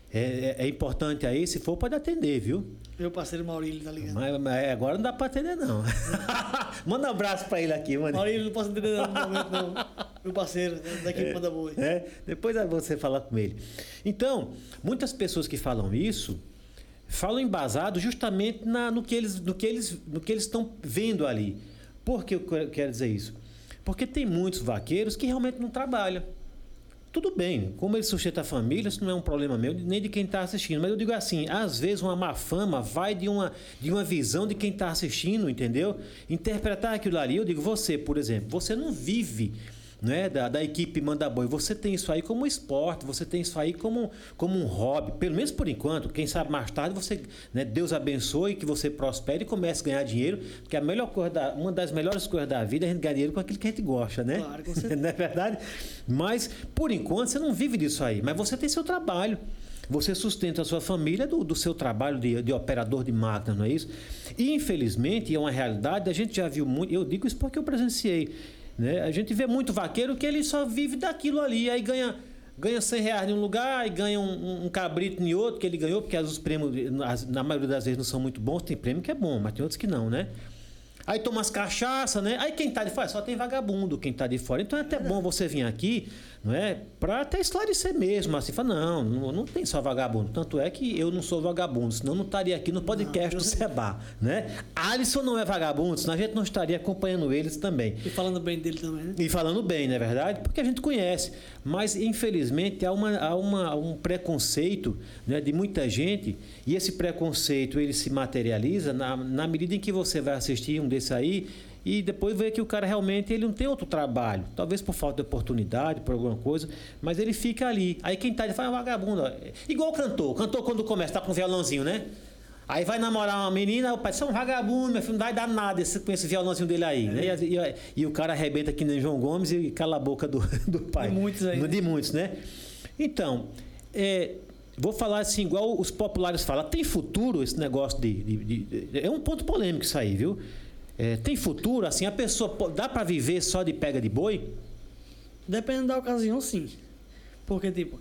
é, é- é importante aí, se for, pode atender, viu? Meu parceiro Maurílio, tá ligado? Mas, mas agora não dá pra atender, não. Manda um abraço pra ele aqui, mano. Maurílio, não posso entender no momento, não. Meu parceiro, da equipe Manda Boi. É, depois você fala com ele. Então, muitas pessoas que falam isso falam embasado justamente na- no que eles no que eles no que eles estão vendo ali. Por que eu quero dizer isso? Porque tem muitos vaqueiros que realmente não trabalham. Tudo bem, como ele sustenta a família, isso não é um problema meu, nem de quem está assistindo. Mas eu digo assim, às vezes uma má fama vai de uma, de uma visão de quem está assistindo, entendeu? Interpretar aquilo ali, eu digo, você, por exemplo, você não vive, né, da, da equipe Manda Boi, você tem isso aí como esporte, você tem isso aí como, como um hobby, pelo menos por enquanto. Quem sabe mais tarde você, né, Deus abençoe, que você prospere e comece a ganhar dinheiro, porque a melhor coisa da, uma das melhores coisas da vida é a gente ganhar dinheiro com aquilo que a gente gosta, né? Claro, com certeza. Não é verdade? Mas, por enquanto, você não vive disso aí. Mas você tem seu trabalho. Você sustenta a sua família do, do seu trabalho de, de operador de máquina, não é isso? E, infelizmente, é uma realidade, a gente já viu muito... Eu digo isso porque eu presenciei. Né? A gente vê muito vaqueiro que ele só vive daquilo ali. Aí ganha, ganha cem reais em um lugar e ganha um, um cabrito em outro que ele ganhou, porque os prêmios, na maioria das vezes, não são muito bons. Tem prêmio que é bom, mas tem outros que não, né? Aí toma as cachaças, né? Aí quem tá de fora, só tem vagabundo quem tá de fora. Então é até bom você vir aqui, não é? Pra até esclarecer mesmo, assim, fala, não, não, não tem só vagabundo. Tanto é que eu não sou vagabundo, senão não estaria aqui no podcast do Seba, né? Alisson não é vagabundo, senão a gente não estaria acompanhando eles também. E falando bem dele também, né? E falando bem, não é verdade? Porque a gente conhece. Mas, infelizmente, há, uma, há uma, um preconceito, né, de muita gente, e esse preconceito ele se materializa na, na medida em que você vai assistir um desse aí e depois vê que o cara realmente ele não tem outro trabalho. Talvez por falta de oportunidade, por alguma coisa, mas ele fica ali. Aí quem tá ali fala, é vagabundo. Ó. Igual o cantor. O cantor, quando começa, tá com um violãozinho, né? Aí vai namorar uma menina, o pai, você é um vagabundo, meu filho, não vai dar nada esse, com esse violãozinho dele aí. É. Né? E, e, e o cara arrebenta aqui nem João Gomes e cala a boca do, do pai. De muitos aí, né? De muitos, né? Então, é, vou falar assim, igual os populares falam, tem futuro esse negócio de... de, de, de é um ponto polêmico isso aí, viu? É, tem futuro, assim, a pessoa... Dá pra viver só de pega de boi? Dependendo da ocasião, sim. Porque, tipo,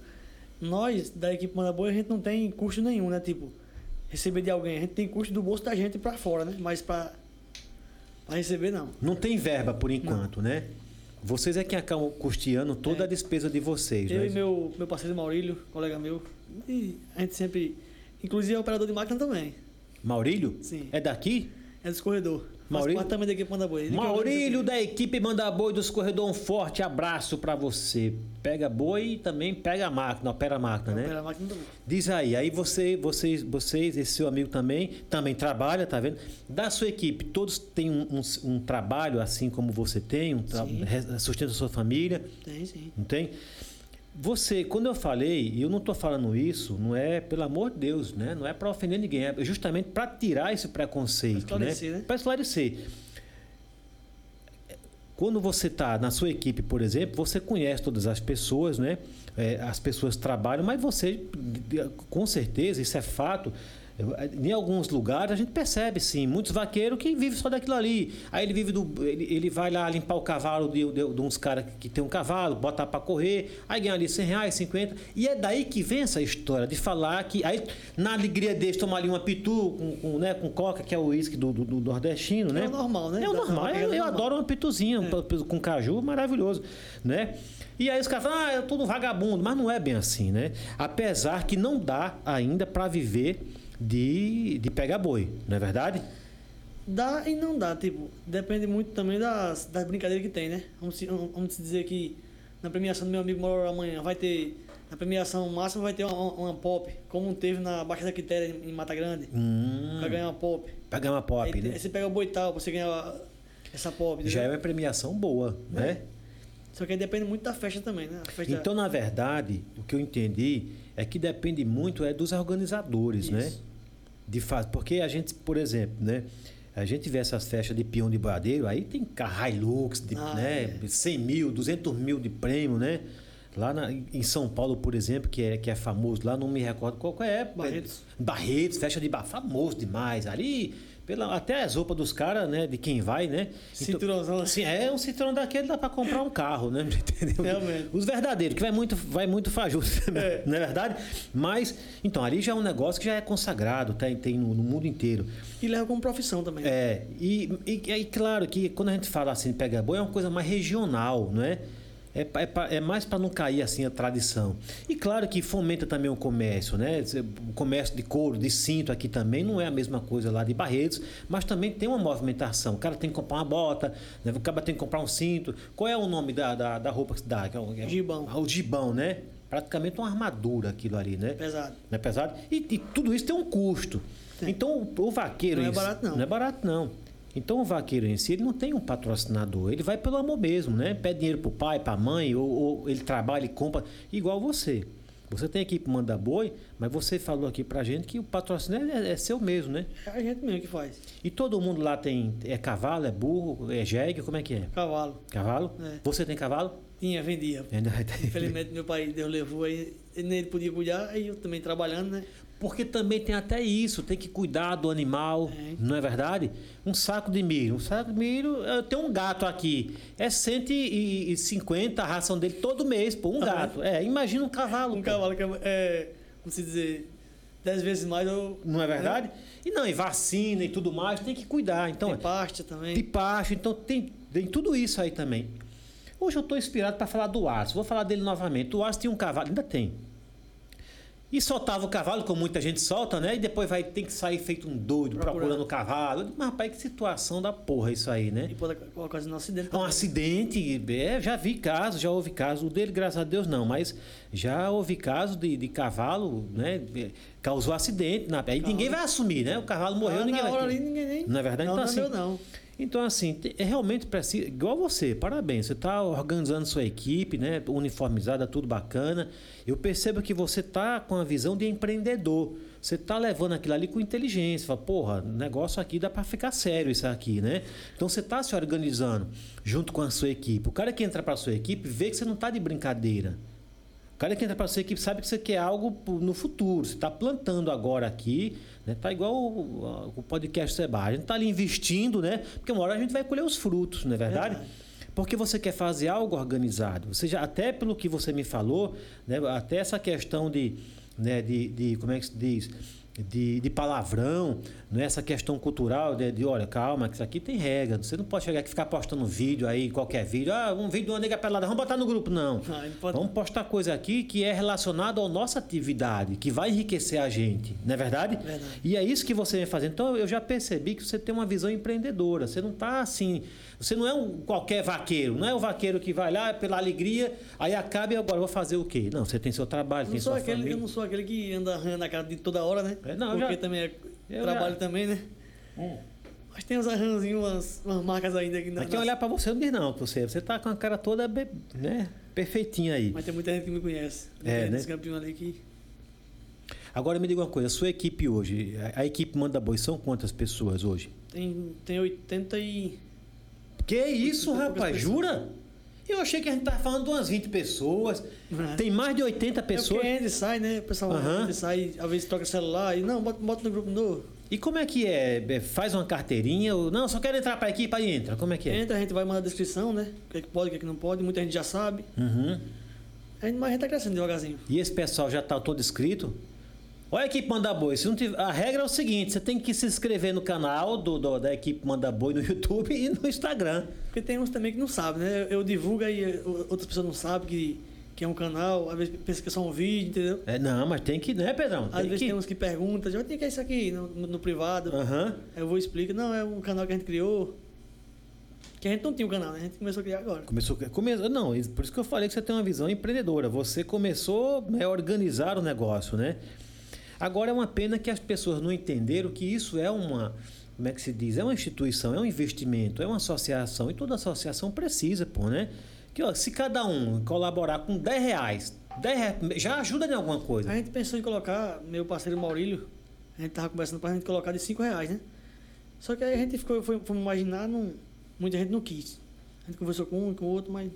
nós, da equipe Manda Boi, a gente não tem custo nenhum, né? Tipo, receber de alguém. A gente tem custo do bolso da gente pra fora, né? Mas pra, pra receber, não. Não tem verba por enquanto, né? Vocês é quem acabam custeando toda É. a despesa de vocês, Eu né? e meu, meu parceiro Maurílio, colega meu, e a gente sempre... Inclusive é operador de máquina também. Maurílio? Sim. É daqui? É dos corredor. Faz Maurílio? parte também da equipe Manda Boi. Ele que Maurílio organiza da equipe Manda Boi dos Corredores, um forte abraço pra você. Pega boi e também pega a máquina, opera a máquina, tudo. né? Opera a máquina também. Diz aí, aí você, vocês, vocês, esse seu amigo também, também trabalha, tá vendo? Da sua equipe, todos têm um, um, um trabalho assim como você tem, um tra... Sim. sustenta a sua família, Tem, sim. não tem? Você, quando eu falei, e eu não estou falando isso, não é, pelo amor de Deus, né? Não é para ofender ninguém, é justamente para tirar esse preconceito, Pra esclarecer, né? Para esclarecer. Quando você está na sua equipe, por exemplo, você conhece todas as pessoas, né? É, as pessoas trabalham, mas você, com certeza, isso é fato, Eu, em alguns lugares a gente percebe, sim, muitos vaqueiros que vivem só daquilo ali. Aí ele vive do. Ele, ele vai lá limpar o cavalo de, de, de uns caras que tem um cavalo, botar para correr, aí ganha ali cem reais, cinquenta. E é daí que vem essa história de falar que. Aí, na alegria deles, tomar ali uma pitu com, com, né, com coca, que é o uísque do, do, do nordestino, né? É o normal, né? É o normal. Eu, eu normal. adoro uma pituzinha É. com caju, maravilhoso, né? E aí os caras falam, ah, é tudo vagabundo. Mas não é bem assim, né? Apesar que não dá ainda para viver de, de pegar boi, não é verdade? Dá e não dá, tipo, depende muito também das, das brincadeiras que tem, né? Vamos, se- vamos dizer que na premiação do meu amigo Moro amanhã vai ter, na premiação máxima vai ter uma, uma pop, como teve na Baixa da Quitéria em, em Mata Grande, Hum, pra ganhar uma pop. pegar uma pop, Aí, né? aí você pega o boi tal, você ganha essa pop. Já é entendeu? uma premiação boa, né? Só que aí depende muito da festa também, né? A festa, Então, na verdade, o que eu entendi é que depende muito é dos organizadores, Isso. né? De fato, porque a gente, por exemplo, né? A gente vê essas festas de peão de boiadeiro, aí tem carro Hilux, de, Ah, né? é. cem mil, duzentos mil de prêmio, né? Lá na- em São Paulo, por exemplo, que é, que é famoso, lá não me recordo qual que é. Barretos. Barretos, festa de bar, famoso demais. Ali, pela, até as roupas dos caras, né? De quem vai, né? Cinturãozão. Assim, é um cinturão daquele dá pra comprar um carro, né? Entendeu? Realmente. Os verdadeiros, que vai muito, vai muito fajuto, É. não é verdade? Mas, então, ali já é um negócio que já é consagrado, tem, tem no, no mundo inteiro. E leva como profissão também. É, e, e, e claro que quando a gente fala assim de pega boi, é uma coisa mais regional, não é? É, pa- é, pa- é mais para não cair assim a tradição. E claro que fomenta também o comércio, né? O comércio de couro, de cinto aqui também não é a mesma coisa lá de Barretos, mas também tem uma movimentação. O cara tem que comprar uma bota, né? O cara tem que comprar um cinto. Qual é o nome da, da, da roupa que se dá? Que é o- é o- Gibão. Ah, o gibão, né? Praticamente uma armadura aquilo ali, né? Pesado. Não é pesado? E, e tudo isso tem um custo. Tem. Então o, o vaqueiro. Não é em si- barato, não. Não é barato, não. Então o vaqueiro em si, ele não tem um patrocinador. Ele vai pelo amor mesmo, né? Pede dinheiro pro pai, pra mãe, ou, ou ele trabalha e compra, igual você. Você tem aqui para mandar boi, mas você falou aqui pra gente que o patrocínio é, é seu mesmo, né? É a gente mesmo que faz. E todo mundo lá tem. É cavalo, é burro, é jegue, como é que é? Cavalo. Cavalo? É. Você tem cavalo? Tinha, vendia. É, né? Infelizmente meu pai Deus levou aí, ele nem podia cuidar, aí eu também trabalhando, né? Porque também tem até isso, tem que cuidar do animal, É. não é verdade? Um saco de milho, um saco de milho, eu tenho um gato aqui, é cento e cinquenta a ração dele todo mês, pô, um Ah, gato. É, imagina um cavalo. Um pô. cavalo que é, é, vamos se dizer, dez vezes mais eu. Não é verdade? E não, e vacina e tudo mais, tem que cuidar. Então, Tem pasta também. de pasto, então tem, tem tudo isso aí também. Hoje eu estou inspirado para falar do Aço, vou falar dele novamente. O Aço tinha um cavalo, ainda tem. E soltava o cavalo, como muita gente solta, né? E depois vai ter que sair feito um doido procurando, Procurando o cavalo. Eu digo, mas rapaz, que situação da porra isso aí, né? E pode ocasionar um acidente. É um também. acidente, é, já vi casos, já houve casos. O dele, graças a Deus, não, mas já houve casos de, de cavalo, né? é, Causou acidente. Na, aí ninguém vai assumir, né? O cavalo morreu, Ah, ninguém na vai. hora ali ninguém nem. Não é verdade? Não, Então, não assim, deu, não. Então, assim, te- é realmente preciso. Igual você, parabéns. Você está organizando sua equipe, né? Uniformizada, tudo bacana. Eu percebo que você está com a visão de empreendedor. Você está levando aquilo ali com inteligência. Fala, porra, negócio aqui dá para ficar sério isso aqui, né? Então você está se organizando junto com a sua equipe. O cara que entra para a sua equipe vê que você não está de brincadeira. O cara que entra para a sua equipe sabe que você quer algo no futuro. Você está plantando agora aqui, né? Tá igual o, o podcast Seba. A gente está ali investindo, né? Porque uma hora a gente vai colher os frutos, não é verdade? Verdade. Porque você quer fazer algo organizado. Você já, até pelo que você me falou, né? Até essa questão de, né? de, de como é que se diz? De, de palavrão, não é essa questão cultural de, de, olha, calma, que isso aqui tem regra. Você não pode chegar aqui e ficar postando vídeo aí, qualquer vídeo. Ah, um vídeo de uma nega pelada, vamos botar no grupo. Não. Ah, não pode- Vamos postar coisa aqui que é relacionada à nossa atividade, que vai enriquecer a gente, não é verdade? Verdade. E é isso que você vem fazendo. Então eu já percebi que você tem uma visão empreendedora. Você não está assim. Você não é um qualquer vaqueiro, não é o vaqueiro que vai lá pela alegria, aí acaba e agora eu vou fazer o quê? Não, você tem seu trabalho, Eu tem não, sou sua aquele, família. eu não sou aquele que anda arranhando a cara de toda hora, né? É, não, eu Porque já- também é eu trabalho já- também, né? Hum. Mas tem uns arranjozinhos, umas, umas marcas ainda aqui na. Mas quem olhar para você não diz não, que você, você tá com a cara toda be- né, perfeitinha aí. Mas tem muita gente que me conhece. É, Tem né? esse campeão ali que. Agora me diga uma coisa, a sua equipe hoje, a, a equipe Manda Boi, são quantas pessoas hoje? Tem, tem oitenta e. Que isso, Tem poucas rapaz, pessoas. jura? Eu achei que a gente tava falando de umas vinte pessoas. É. Tem mais de oitenta pessoas. É porque entra e sai, né? O pessoal Aham. entra e sai, às vezes troca celular e não, bota, bota no grupo novo. E como é que é? É, Faz uma carteirinha? Ou, não, só quero entrar para a equipe, aí entra. Como é que é? Entra, a gente vai mandar a descrição, né? O que é que pode, o que é que não pode, muita gente já sabe. Uhum. A gente, mas a gente tá crescendo devagarzinho. E esse pessoal já tá todo inscrito? Olha a equipe Manda Boi. Se não tiver, a regra é o seguinte: você tem que se inscrever no canal do, do- da equipe Manda Boi no YouTube e no Instagram. Porque tem uns também que não sabem, né? Eu divulgo aí, outras pessoas não sabem que, que é um canal, às vezes pensa que é só um vídeo, entendeu? É, não, mas tem que, né, Pedrão? Às Tem vezes que... tem uns que perguntam, já tem que é isso aqui no, no, no privado. Aham. Aí eu vou explicar, não, é um canal que a gente criou. Que a gente não tinha um canal, né? A gente começou a criar agora. Começou, come, não, por isso que eu falei que você tem uma visão empreendedora. Você começou né, a organizar o negócio, né? Agora é uma pena que as pessoas não entenderam que isso é uma, como é que se diz? É uma instituição, é um investimento, é uma associação e toda associação precisa, pô, né? Que ó, se cada um colaborar com dez reais, dez reais já ajuda em alguma coisa. A gente pensou em colocar, meu parceiro Maurílio, a gente tava conversando pra gente colocar de cinco reais, né? Só que aí a gente ficou, foi, foi imaginar, não, muita gente não quis. A gente conversou com um e com o outro, mas.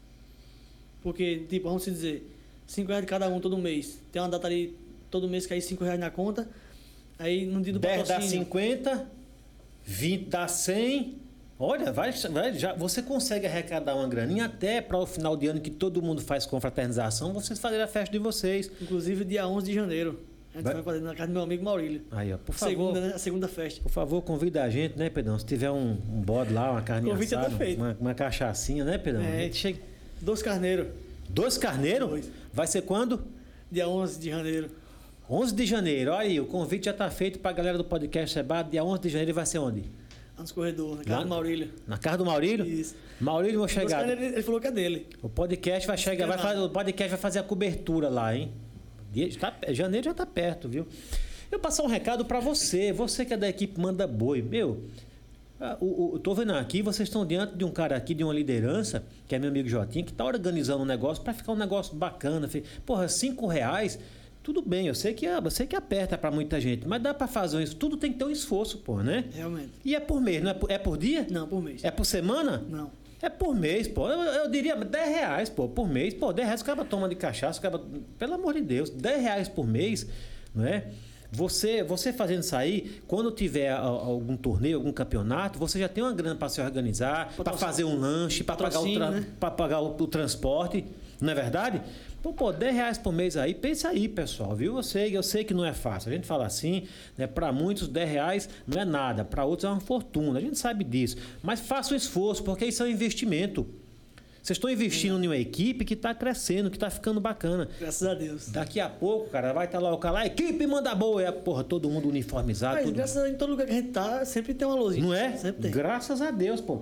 Porque, tipo, vamos se dizer, cinco reais de cada um todo mês. Tem uma data ali, todo mês cai cinco reais na conta. Aí no dia do dez dá patrocínio. cinquenta, vinte dá cem. Olha, vai, vai, já, você consegue arrecadar uma graninha até para o final de ano que todo mundo faz confraternização, vocês fazerem a festa de vocês. Inclusive dia onze de janeiro. A gente Vai- vai fazer na casa do meu amigo Maurílio. Aí, ó, por favor. Segunda, né? A segunda festa. Por favor, convida a gente, né, Pedrão? Se tiver um, um bode lá, uma carne O convite já assada, tá feito. uma, uma cachaçinha, né, Pedrão? É. A gente chega... Dois carneiros. Dois carneiros? Dois. Vai ser quando? Dia onze de janeiro. onze de janeiro. Olha aí, o convite já tá feito pra galera do podcast Seba. Dia onze de janeiro vai ser onde? Lá nos corredores, na Lá- casa do Maurílio. Na casa do Maurílio? Isso. Maurílio, vou Dois chegar. carneiros, ele, ele falou que é dele. O podcast vai chegar, vai fazer, o podcast vai fazer a cobertura lá, hein? Dia- tá- janeiro já tá perto, viu? Eu passar um recado pra você, você que é da equipe Manda Boi, meu. ah, o- o- Eu tô vendo aqui, vocês estão diante de um cara aqui, de uma liderança, que é meu amigo Jotinha, que tá organizando um negócio pra ficar um negócio bacana. Fi- Porra, cinco reais, tudo bem, eu sei que, é- eu sei que aperta pra muita gente, mas dá pra fazer isso. Tudo tem que ter um esforço, pô, né? Realmente. E é por mês, não é por, é por dia? Não, por mês. É por semana? Não. É por mês, pô. Eu, eu diria dez reais, pô, por mês. Pô, dez reais o cara toma de cachaça, o cara, pelo amor de Deus, dez reais por mês, não é? Você, você fazendo isso aí, quando tiver a- algum torneio, algum campeonato, você já tem uma grana para se organizar, para Patrocínio. fazer um lanche, para pagar, o, Patrocínio, tra- né? pra pagar o, o transporte, não é verdade? Pô, pô, dez reais por mês aí, pensa aí, pessoal, viu? Eu sei, eu sei que não é fácil. A gente fala assim, né? Para muitos, dez reais não é nada, para outros é uma fortuna, a gente sabe disso. Mas faça um esforço, porque isso é um investimento. Vocês estão investindo em uma equipe que está crescendo, que está ficando bacana. Graças a Deus. Daqui a pouco, cara, vai estar lá o cara lá, equipe Manda Boa, é, porra, todo mundo uniformizado. Mas tudo... graças a Deus, em todo lugar que a gente tá, sempre tem uma luzinha. Não é? Sempre tem. Graças a Deus, pô.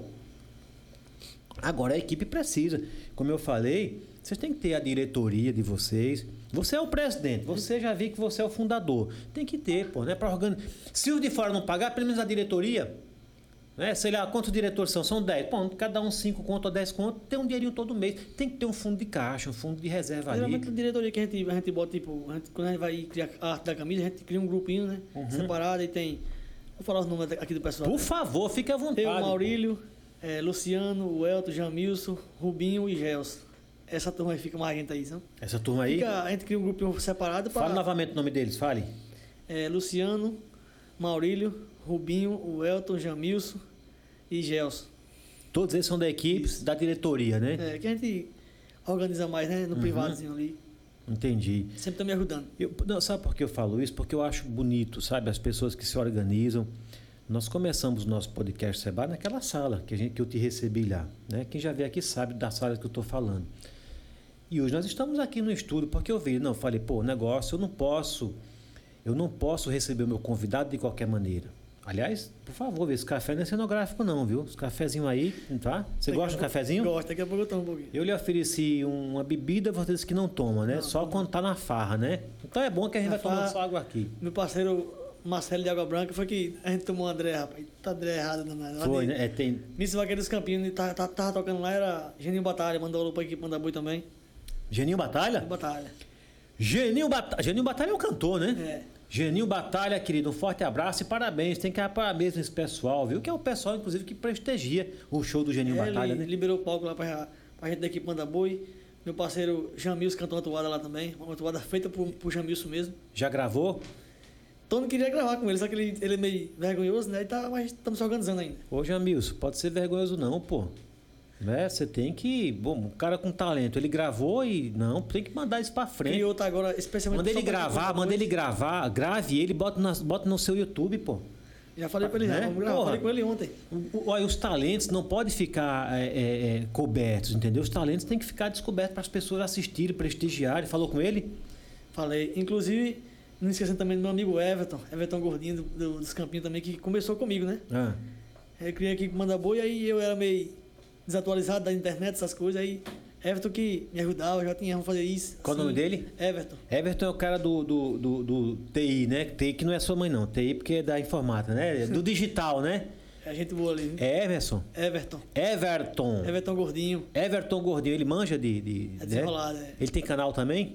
Agora a equipe precisa. Como eu falei, vocês têm que ter a diretoria de vocês. Você é o presidente, você já viu que você é o fundador. Tem que ter, pô, né? Para organizar. Se os de fora não pagar, pelo menos a diretoria, né? Sei lá, quantos diretores são? São dez. Pô, cada um cinco conto ou dez conto, tem um dinheirinho todo mês. Tem que ter um fundo de caixa, um fundo de reserva ali. Geralmente a diretoria que a gente, a gente bota, tipo, a gente- quando a gente vai criar a arte da camisa, a gente cria um grupinho, né? Separado e tem. Vou falar os nomes aqui do pessoal. Por favor, fique à vontade. Eu, pô. Maurílio, eh, Luciano, o Elton, Jamilson, Rubinho e Gels. Essa turma aí fica mais gente aí, sabe? Essa turma aí. Fica, a gente cria um grupinho separado Fala para novamente o nome deles, fale. Luciano, Maurílio, Rubinho, o Elton, Jamilson e Gels. Todos eles são da equipe, da diretoria, né? É, que a gente organiza mais, né? No Uhum. privadozinho ali. Entendi. Sempre tá me ajudando. Eu, não, sabe por que eu falo isso? Porque eu acho bonito, sabe? As pessoas que se organizam. Nós começamos o nosso podcast Seba naquela sala que, a gente, que eu te recebi lá. Né? Quem já veio aqui sabe da sala que eu estou falando. E hoje nós estamos aqui no estúdio porque eu vi, não, falei, pô, negócio, eu não posso, eu não posso receber o meu convidado de qualquer maneira. Aliás, por favor, esse café não é cenográfico não, viu? Os cafezinhos aí, tá? Você Daqui gosta de a um cafezinho? Gosto, daqui a pouco eu tomo um pouquinho. Eu lhe ofereci uma bebida, você disse que não toma, né? Não, Só não. quando tá na farra, né? Então é bom que a gente Na vai tomando farra- só água aqui. Meu parceiro Marcelo de Água Branca foi que a gente tomou o André, rapaz. Tá André errado, danado. Foi, né? É, tem... Miss Vaqueiro dos Campinhos, tá, tá, tava tocando lá, era Geninho Batalha, mandou alô pra equipe Manda Boi também. Geninho Batalha? Geninho Batalha. Geninho Batalha. Geninho Batalha é o cantor, né? É. Geninho Batalha, querido, um forte abraço e parabéns. Tem que dar parabéns nesse pessoal, viu? Que é o pessoal, inclusive, que prestigia o show do Geninho É, Batalha, ele né? liberou o palco lá pra, pra gente da equipe Manda Boi. Meu parceiro Jamilson cantou uma toada lá também, uma toada feita por, por Jamilson mesmo. Já gravou? Tony queria gravar com ele, só que ele, ele é meio vergonhoso, né? E tá, mas estamos se organizando ainda. Ô, Jamilson, pode ser vergonhoso não, pô. Né? Você tem que... Bom, um cara com talento, ele gravou e... Não, tem que mandar isso pra frente. E outra agora, especialmente... Manda ele só pra gravar, manda ele gravar, grave ele, bota, na, bota no seu YouTube, pô. Já falei pra ele, Né? já, vamos gravar, Porra. falei com ele ontem. O- o- Olha, os talentos não podem ficar é, é, é, cobertos, entendeu? Os talentos têm que ficar descobertos para as pessoas assistirem, prestigiarem. Falou com ele? Falei. Inclusive, não esquecendo também do meu amigo Everton, Everton Gordinho do, do- dos Campinhos também, que começou comigo, né? Ah, Eu criei aqui com Manda Boi, aí eu era meio desatualizado da internet, essas coisas, aí Everton que me ajudava, já tinha, vamos fazer isso. Qual o nome dele? Everton. Everton é o cara do, do, do, do T I, né? T I que não é sua mãe, não. T I porque é da informática, né? É do digital, né? É gente boa ali. viu? É Emerson. Everton. Everton. Everton Gordinho. Everton Gordinho, ele manja de. de É né? desenrolado, é. Ele tem canal também?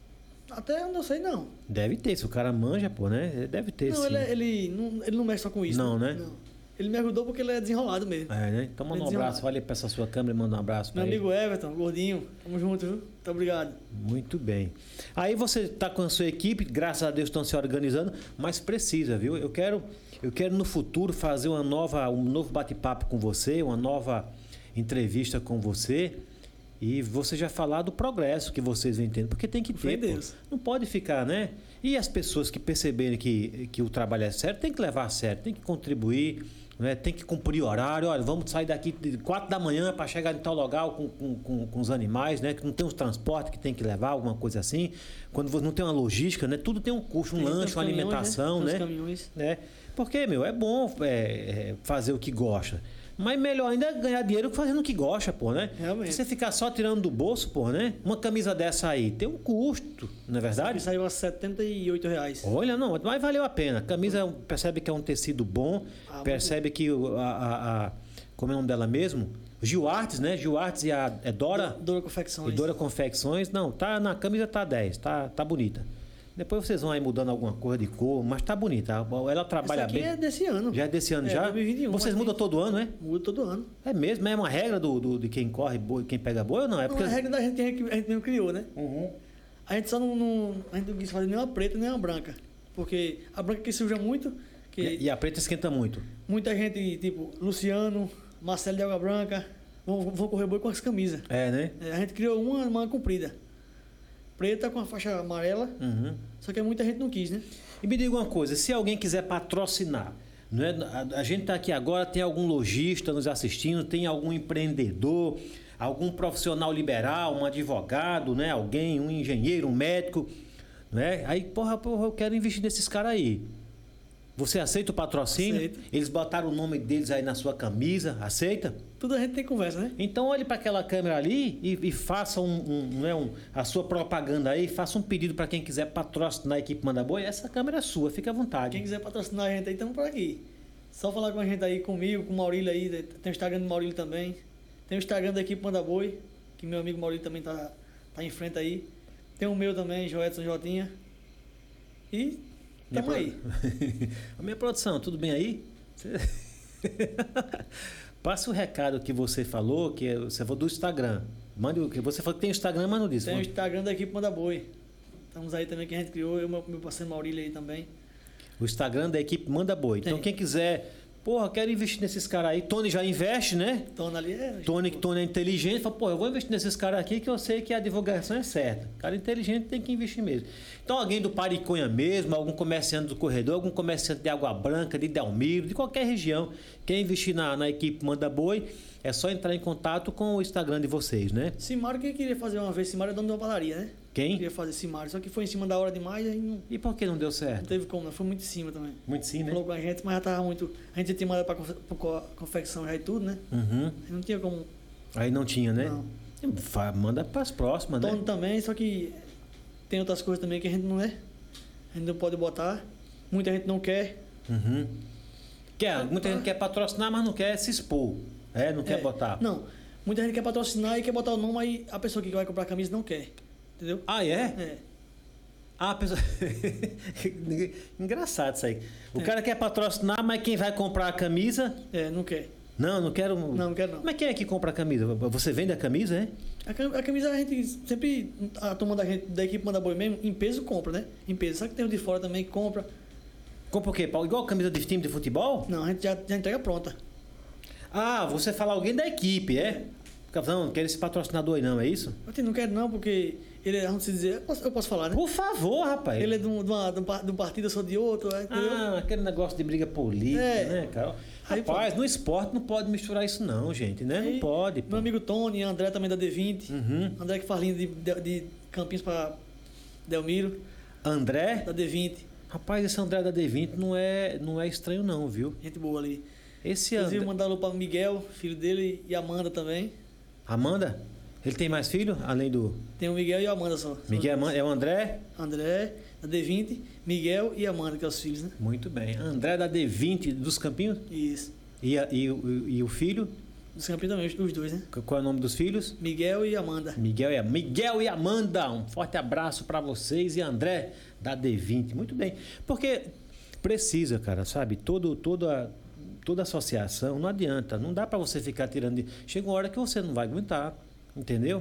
Até eu não sei, não. Deve ter, se o cara manja, pô, né? Deve ter, não, sim. ele, é- ele, não, ele não mexe só com isso. Não, né? Não. Ele me ajudou porque ele é desenrolado mesmo. É, né? Então manda um Ele desenrola. abraço, olha pra essa sua câmera e manda um abraço pra Meu ele. amigo Everton, Gordinho, tamo junto, viu? Muito obrigado. Muito bem. Aí você está com a sua equipe, graças a Deus estão se organizando, mas precisa, viu? Eu quero, eu quero no futuro fazer uma nova, um novo bate-papo com você, uma nova entrevista com você e você já falar do progresso que vocês vêm tendo, porque tem que Fé ter, em pô. Deus. Não pode ficar, né? E as pessoas que perceberem que, que o trabalho é sério, tem que levar a sério, tem que contribuir, né? Tem que cumprir horário. Olha, vamos sair daqui de quatro da manhã para chegar em tal lugar com, com, com, com os animais, né? Que não tem os transportes que tem que levar, alguma coisa assim. Quando você não tem uma logística, né? Tudo tem um custo, um Tem- tem lanche, os uma caminhões, alimentação, Tem os né? caminhões. né? Porque, meu, é bom é, é, fazer o que gosta. Mas melhor ainda é ganhar dinheiro fazendo o que gosta, pô, né? Realmente. Se você ficar só tirando do bolso, pô, né? Uma camisa dessa aí tem um custo, não é Ele verdade? saiu a setenta e oito reais. Olha, não, mas valeu a pena. A camisa é um- percebe que é um tecido bom, Ah, muito percebe que o- a, a, a- como é o nome dela mesmo? Gil Artes, né? Gil Artes e a é Dora, Dora Confecções. e Dora Confecções. Não, tá na camisa tá dez, tá tá bonita. Depois vocês vão aí mudando alguma coisa de cor, mas tá bonita. Ela trabalha Essa aqui bem. é desse ano. Já é desse ano É, já? dois mil e vinte e um, Vocês mas mudam todo ano, né? Muda todo ano. É mesmo? É uma regra do, do- de quem corre boi, quem pega boi ou não? É Não, porque é a regra da gente que a gente a gente mesmo criou, né? Uhum. A gente só não, não, a gente não quis fazer nem uma preta nem uma branca. Porque a branca que suja muito, que E, e a preta esquenta muito. muita gente, tipo, Luciano, Marcelo de Água Branca, vão, vão correr boi com as camisas. É, né? É, a gente criou uma manga comprida. Preta com a faixa amarela, Uhum. só que muita gente não quis, né? E me diga uma coisa, se alguém quiser patrocinar, não é? a, a gente está aqui agora, tem algum lojista nos assistindo, tem algum empreendedor, algum profissional liberal, um advogado, né? Alguém, um engenheiro, um médico, né? Aí, porra, porra, eu quero investir nesses caras aí. Você aceita o patrocínio? Aceito. Eles botaram o nome deles aí na sua camisa, aceita? Tudo a gente tem conversa, né? Então olhe para aquela câmera ali e, e faça um, um, não é um, a sua propaganda aí, faça um pedido para quem quiser patrocinar a equipe Manda Boi. Essa câmera é sua, fique à vontade. Quem quiser patrocinar a gente aí, estamos por aqui. Só falar com a gente aí, comigo, com o Maurílio aí. Tem o Instagram do Maurílio também. Tem o Instagram da equipe Manda Boi, que meu amigo Maurílio também tá, tá em frente aí. Tem o meu também, Joedson Jotinha. E Minha tamo pro- aí. A minha produção, tudo bem aí? Você- Passa o recado que você falou, que você falou do Instagram. Mande o que você falou que tem Instagram, mas não disse. Tem o Instagram da equipe Manda Boi. Estamos aí também que a gente criou, eu e meu, meu parceiro Maurílio aí também. O Instagram da equipe Manda Boi. Então Tem. quem quiser, porra, quero investir nesses caras aí. Tony já investe, né? Tona ali é. Tony, Tony é inteligente, fala, pô, eu vou investir nesses caras aqui que eu sei que a divulgação é certa. Cara inteligente tem que investir mesmo. Então, alguém do Pariconha mesmo, algum comerciante do corredor, algum comerciante de Água Branca, de Delmiro, de qualquer região, quer investir na, na equipe Manda Boi, é só entrar em contato com o Instagram de vocês, né? Simário que queria fazer uma vez, Simário é dono de uma padaria, né? Quem? Queria fazer Simário, só que foi em cima da hora demais, aí não, E por que não deu não certo? teve como, não. Foi muito em cima também. Muito sim, né? Falou com a gente, mas já tava muito. A gente já tinha mandado pra confe- pra co- confecção já e tudo, né? Uhum. Aí não tinha como. Aí não tinha, né? Não. Fa- Manda pras próximas, né? Dono também, só que tem outras coisas também que a gente não é. A gente não pode botar. Muita gente não quer. Uhum. Quer, muita gente quer patrocinar, mas não quer se expor. É, não quer É, botar. Não. Muita gente quer patrocinar e quer botar o nome, aí a pessoa que vai comprar a camisa não quer. Entendeu? Ah, é? É. Ah, a pessoa... Engraçado isso aí. O É. cara quer patrocinar, mas quem vai comprar a camisa É, não quer. Não, não quero. Não, não quero não. Mas quem é que compra a camisa? Você vende a camisa, é? A cam- a camisa a gente sempre, a turma da, gente, da equipe Manda Boi mesmo, em peso compra, né? Em peso. Só que tem o de fora também que compra. Compra o quê, Paulo? Igual camisa de time de futebol? Não, a gente já, já entrega pronta. Ah, você fala alguém da equipe, é? Não, não quero esse patrocinador aí não, é isso? Eu não quero não, porque ele é, vamos dizer, eu posso, eu posso falar, né? Por favor, rapaz. Ele é de um, de, uma, de, um, par- de um partido, eu sou de outro, é, entendeu? Ah, aquele negócio de briga política, É. né, cara? Aí, Rapaz, no esporte não pode misturar isso não, gente, né? Não Aí, pode, pô. Meu amigo Tony, André também da D vinte. Uhum. André que faz linha de, de, de Campinhos para Delmiro, André? da D vinte. Rapaz, esse André da D vinte não é, não é estranho não, viu? Gente boa ali. Esse Inclusive, André... mandar alô para Miguel, filho dele, e Amanda também. Amanda? Ele tem mais filho, além do... Tem o Miguel e a Amanda só. Miguel e Amanda? É o André? André, da D vinte, Miguel e Amanda, que são os filhos, né? Muito bem. André da D vinte dos Campinhos? Isso. E, a- e, o- e o filho? Dos Campinhos também, os dois, né? Qual é o nome dos filhos? Miguel e Amanda. Miguel e, Miguel e Amanda. Um forte abraço para vocês. E André da D vinte. Muito bem. Porque precisa, cara, sabe? Todo, toda, toda associação, não adianta. Não dá para você ficar tirando... De... Chega uma hora que você não vai aguentar. Entendeu?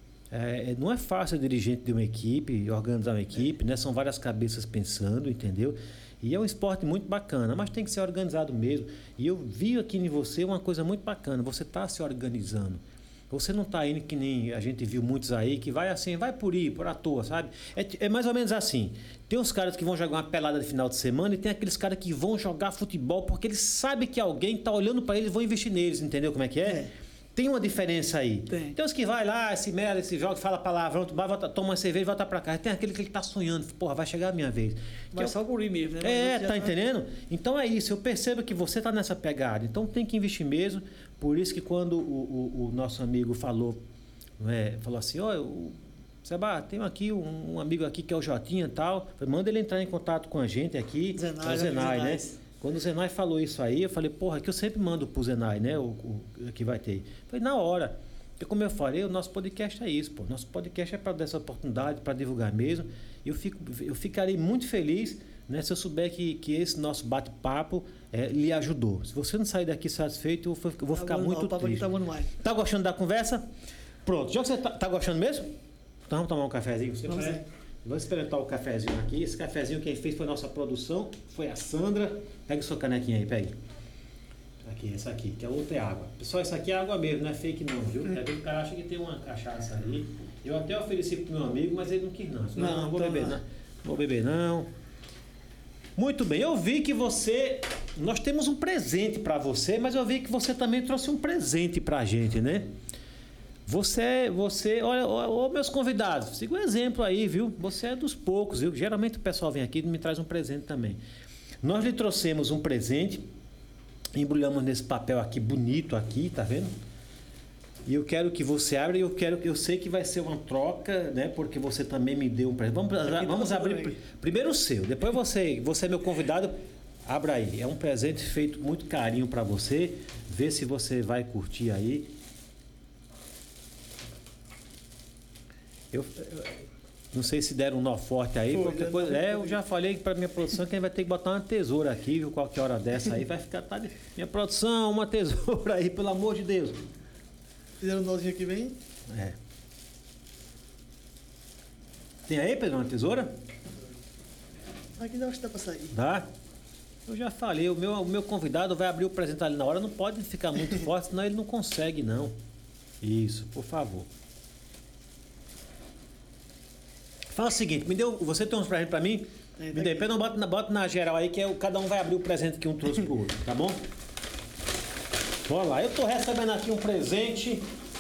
É, não é fácil dirigente de uma equipe, organizar uma equipe, né? São várias cabeças pensando, entendeu? E é um esporte muito bacana, mas tem que ser organizado mesmo. E eu vi aqui em você uma coisa muito bacana, você está se organizando. Você não está indo que nem a gente viu muitos aí, que vai assim, vai por ir, por à toa, sabe? É, é mais ou menos assim. Tem uns caras que vão jogar uma pelada de final de semana e tem aqueles caras que vão jogar futebol porque eles sabem que alguém está olhando para eles e vão investir neles, entendeu como é que é? É. Tem uma diferença aí. Tem. Tem uns que vai lá, se merda, se joga, fala palavrão, vai, volta, toma uma cerveja e volta pra casa. Tem aquele que ele tá sonhando, porra, vai chegar a minha vez. Mas Que só por ir mesmo, né? Mas é, outros já tá entendendo? Então é isso, eu percebo que você tá nessa pegada. Então tem que investir mesmo. Por isso que quando o, o, o nosso amigo falou, não é, falou assim, ó, oh, Seba, tem aqui um, um amigo aqui que é o Jotinha e tal, falei, manda ele entrar em contato com a gente aqui. Zenai, é o Zenai, né? Zenai. Quando o Zenai falou isso aí, eu falei, porra, que eu sempre mando pro Zenai, né? O, o que vai ter. Falei, na hora. Porque como eu falei, o nosso podcast é isso, pô. Nosso podcast é para dar essa oportunidade, para divulgar mesmo. E eu, fico, eu ficarei muito feliz, né, se eu souber que, que esse nosso bate-papo é, lhe ajudou. Se você não sair daqui satisfeito, eu vou, eu vou Tá ficar bom, muito não, o papo aqui triste. tá bom demais. Tá gostando da conversa? Pronto. Já que você tá, tá gostando mesmo? Então vamos tomar um cafezinho. Você Vamos vai- sim. Vamos experimentar o cafezinho aqui. Esse cafezinho quem fez foi a nossa produção, foi a Sandra. Pega sua canequinha aí, pegue. Aqui, essa aqui, que a outra é água. Pessoal, essa aqui é água mesmo, não é fake não, viu? Às vezes o cara acha que tem uma cachaça ali. Eu até ofereci pro meu amigo, mas ele não quis não. Não, Não, não vou então beber não. não. Vou beber não. Muito bem, eu vi que você... Nós temos um presente para você, mas eu vi que você também trouxe um presente pra gente, né? Você, você, olha, olha, meus convidados, siga o exemplo aí, viu? Você é dos poucos, viu? Geralmente o pessoal vem aqui e me traz um presente também. Nós lhe trouxemos um presente, embrulhamos nesse papel aqui bonito aqui, tá vendo? E eu quero que você abra e eu quero que eu sei que vai ser uma troca, né? Porque você também me deu um presente. Vamos, Aqui vamos dá abrir também. pr- primeiro o seu, depois você, você é meu convidado. Abra aí. É um presente feito com muito carinho para você. Vê se você vai curtir aí. Eu, eu não sei se deram um nó forte aí. Foi, Qualquer já coisa, não- é, eu já falei para minha produção que a gente vai ter que botar uma tesoura aqui, viu? Qualquer hora dessa aí vai ficar. Tá, de- minha produção, uma tesoura aí, pelo amor de Deus. Fizeram um nozinho aqui bem. É. Tem aí, Pedro, uma tesoura? Aqui não acho que dá pra sair. Dá? Eu já falei, o meu, o meu convidado vai abrir o presente ali na hora, não pode ficar muito forte, senão ele não consegue, não. Isso, por favor. Fala o seguinte, me deu, você tem uns presentes pra mim? É, me tá dê, aqui. Pedro, bota na, bota na geral aí, que é, o- cada um vai abrir o presente que um trouxe pro outro, tá bom? Olha lá, eu tô recebendo aqui um presente.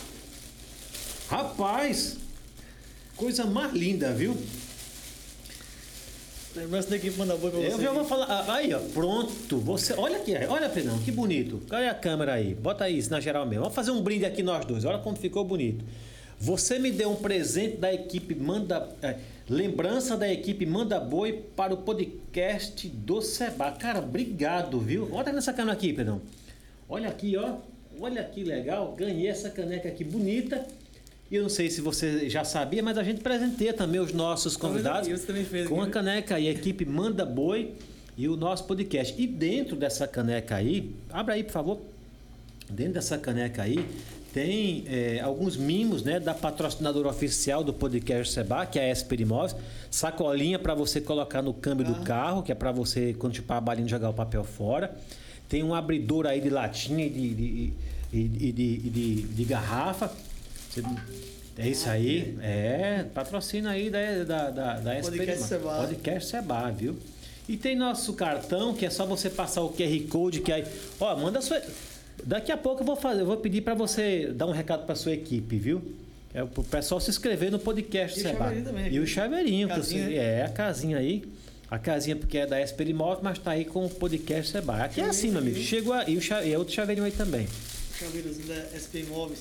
Rapaz, coisa mais linda, viu? Lembrança da equipe Manda Boi pra você. Eu já vou falar. ah, Aí, ó, pronto. Você, olha aqui, olha, Pedrão, que bonito. Olha a câmera aí. Bota isso na geral mesmo. Vamos fazer um brinde aqui nós dois. Olha como ficou bonito. Você me deu um presente da equipe Manda. É, lembrança da equipe Manda Boi para o podcast do Seba. Cara, obrigado, viu? Olha nessa câmera aqui, Pedrão. Olha aqui, ó. Olha que legal. Ganhei essa caneca aqui bonita. E eu não sei se você já sabia, mas a gente presenteia também os nossos convidados Você também fez com a aqui, né? caneca aí, a equipe Manda Boi e o nosso podcast. E dentro dessa caneca aí, abra aí, por favor. dentro dessa caneca aí, tem é, alguns mimos, né, da patrocinadora oficial do podcast Seba, que é a Esper Imóveis. Sacolinha para você colocar no câmbio ah. do carro, que é para você, quando chupar a balinha, jogar o papel fora. Tem um abridor aí de latinha e de, de, de, de, de, de, de garrafa. Você, é isso aí. É, patrocina aí da, da, da, da Esper Imóveis. Seba. Podcast Seba, viu? E tem nosso cartão, que é só você passar o Q R Code, que aí... Ó, manda a sua... Daqui a pouco eu vou fazer, eu vou pedir para você dar um recado para sua equipe, viu? É o pessoal se inscrever no podcast e Seba. O também, e o chaveirinho, casinha, você, é a casinha aí. A casinha porque é da Esper Imóveis, mas tá aí com o podcast Seba. Aqui é assim, meu amigo. Chegou aí, e é outro chaveirinho aí também. O chaveirozinho da Esper Imóveis.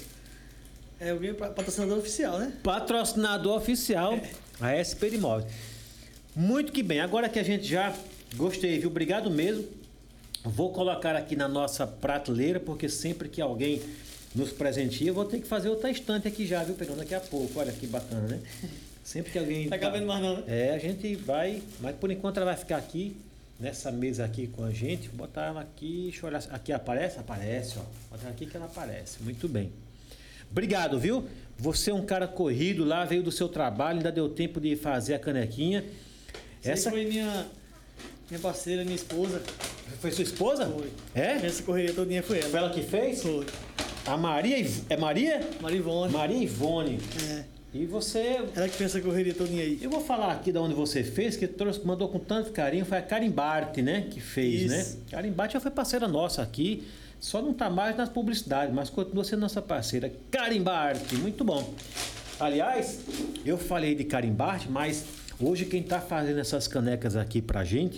É o patrocinador oficial, né? Patrocinador oficial, é. A Esper Imóveis. Muito que bem. Agora que a gente já gostei, viu? Obrigado mesmo. Vou colocar aqui na nossa prateleira, porque sempre que alguém nos presenteia, eu vou ter que fazer outra estante aqui já, viu? Pegando daqui a pouco. Olha que bacana, né? Sempre que alguém... Tá cabendo mais não, né? É, a gente vai... Mas por enquanto ela vai ficar aqui, nessa mesa aqui com a gente. Vou botar ela aqui, deixa eu olhar. Aqui aparece? Aparece, ó. Vou botar aqui que ela aparece. Muito bem. Obrigado, viu? Você é um cara corrido lá, veio do seu trabalho, ainda deu tempo de fazer a canequinha. Você Essa foi minha... Minha parceira, minha esposa. Foi sua esposa? Foi. É? Essa correria todinha foi ela. Foi ela que fez? Foi. A Maria... É Maria? Maria Ivone. Maria Ivone. É. E você... Ela que fez essa correria todinha aí. Eu vou falar aqui de onde você fez, que trouxe, mandou com tanto carinho. Foi a Carimbarte, né? Que fez, Isso. né? Carimbarte já foi parceira nossa aqui. Só não tá mais nas publicidades, mas continua sendo nossa parceira. Carimbarte. Muito bom. Aliás, eu falei de Carimbarte, mas hoje quem tá fazendo essas canecas aqui pra gente...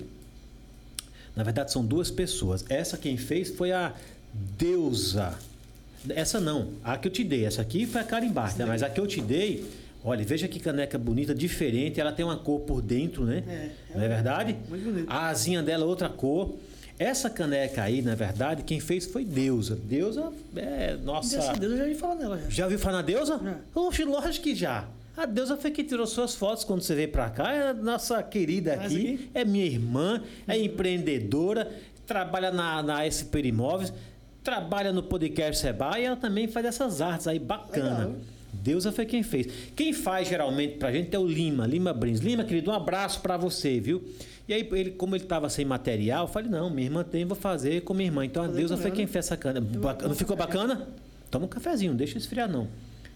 Na verdade, são duas pessoas. Essa quem fez foi a Deusa. Essa não, a que eu te dei. Essa aqui foi a Carimbarte, né? Mas a que eu te dei, olha, veja que caneca bonita, diferente. Ela tem uma cor por dentro, né? É, não é verdade? Muito bonito. A asinha dela é outra cor. Essa caneca aí, na verdade, quem fez foi Deusa. Deusa é nossa... Essa Deusa eu já ouvi falar nela. Já, já ouviu falar na Deusa? Já. Oxe, lógico que já. A Deusa foi que tirou suas fotos quando você veio pra cá. É a nossa querida aqui, aqui, é minha irmã, é empreendedora, trabalha na, na Esper Imóveis, trabalha no podcast Seba e ela também faz essas artes aí bacana. Legal. Deusa foi quem fez. Quem faz geralmente pra gente é o Lima, Lima Brins. Lima, querido, um abraço pra você, viu? E aí, ele, como ele tava sem material, eu falei, não, minha irmã tem, vou fazer com minha irmã. Então a Deusa foi quem fez essa cana. Não ficou bacana? Toma um cafezinho, não deixa esfriar não.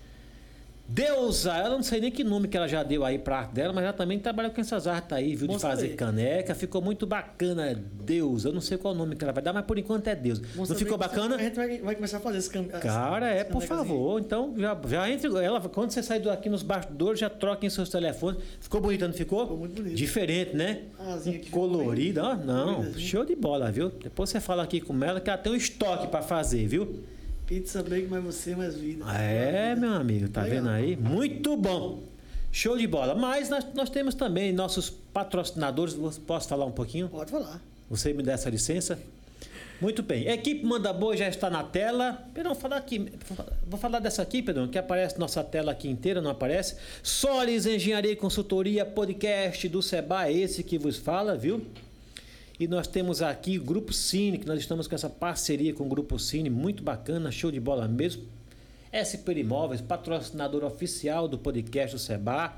Deusa, ela não sei nem que nome que ela já deu aí pra arte dela, mas ela também trabalha com essas artes aí, viu? Mostra de fazer aí. Caneca, ficou muito bacana. Deusa, eu não sei qual nome que ela vai dar, mas por enquanto é Deusa. Mostra não ficou bacana? A gente vai, vai começar a fazer esse can... Cara, é, por favor. Aí. Então, já, já entre ela, quando você sair aqui nos bastidores, já troquem seus telefones. Ficou bonita, não ficou? Ficou muito bonito. Diferente, né? Um colorida, ó. Não, bonito, show de bola, viu? Depois você fala aqui com ela que ela tem um estoque pra fazer, viu? Pizza, bacon, mais você, mais vida. É, meu amigo, tá Legal. Vendo aí? Muito bom. Show de bola. Mas nós, nós temos também nossos patrocinadores. Posso falar um pouquinho? Pode falar. Você me dá essa licença? Muito bem. Equipe Manda Boa já está na tela. Pedrão, falar aqui. Vou falar dessa aqui, Pedrão, que aparece nossa tela aqui inteira, não aparece? Solis Engenharia e Consultoria, podcast do Seba, é esse que vos fala, viu? E nós temos aqui o Grupo Cine, que nós estamos com essa parceria com o Grupo Cine, muito bacana, show de bola mesmo. Esper Imóveis, patrocinador oficial do podcast do Seba.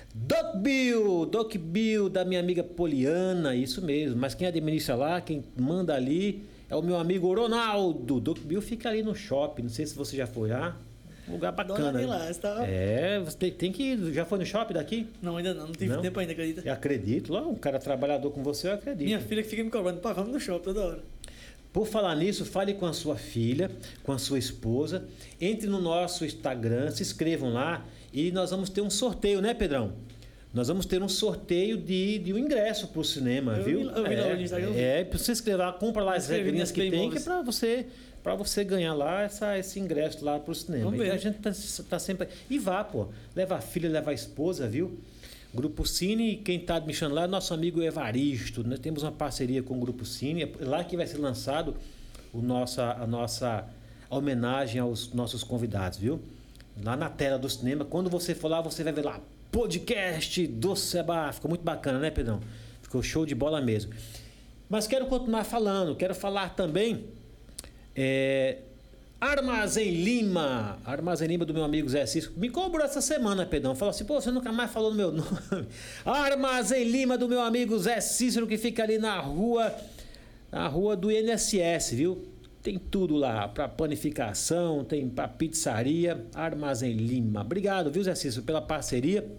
Doc Bill, Doc Bill da minha amiga Poliana, isso mesmo. Mas quem administra lá, quem manda ali é o meu amigo Ronaldo. Doc Bill fica ali no shopping, não sei se você já foi lá. Um lugar bacana. Lá, está... É, você tem, tem que ir. Já foi no shopping daqui? Não, ainda não. Não tive não? tempo ainda, acredita? Eu acredito. Lá, um cara trabalhador com você, eu acredito. Minha filha que fica me cobrando. Pá, vamos no shopping toda hora. Por falar nisso, fale com a sua filha, com a sua esposa. Entre no nosso Instagram, se inscrevam lá e nós vamos ter um sorteio, né, Pedrão? Nós vamos ter um sorteio de, de um ingresso para o cinema, eu viu? Vi, eu vi é, no Instagram. É, para você inscrever lá, compra lá as regrinhas que tem, que é para você... para você ganhar lá essa, esse ingresso lá pro cinema. Vamos ver. E a gente tá, tá sempre... E vá, pô. Leva a filha, leva a esposa, viu? Grupo Cine, quem tá me chamando lá é nosso amigo Evaristo. Nós temos uma parceria com o Grupo Cine. É lá que vai ser lançado o nossa, a nossa homenagem aos nossos convidados, viu? Lá na tela do cinema. Quando você for lá, você vai ver lá podcast do Seba. Ficou muito bacana, né, Pedrão? Ficou show de bola mesmo. Mas quero continuar falando. Quero falar também... É, Armazém Lima, Armazém Lima do meu amigo Zé Cisco, me cobrou essa semana, Pedrão, falou assim, pô, você nunca mais falou no meu nome. Armazém Lima do meu amigo Zé Cícero, que fica ali na rua, na rua do I N S S, viu? Tem tudo lá, para panificação, tem para pizzaria, Armazém Lima. Obrigado, viu, Zé Cícero, pela parceria.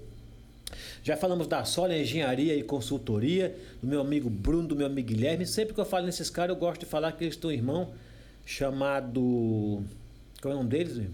Já falamos da Sola Engenharia e Consultoria, do meu amigo Bruno, do meu amigo Guilherme. Sempre que eu falo nesses caras, eu gosto de falar que eles têm um irmão chamado... Qual é o nome deles? É,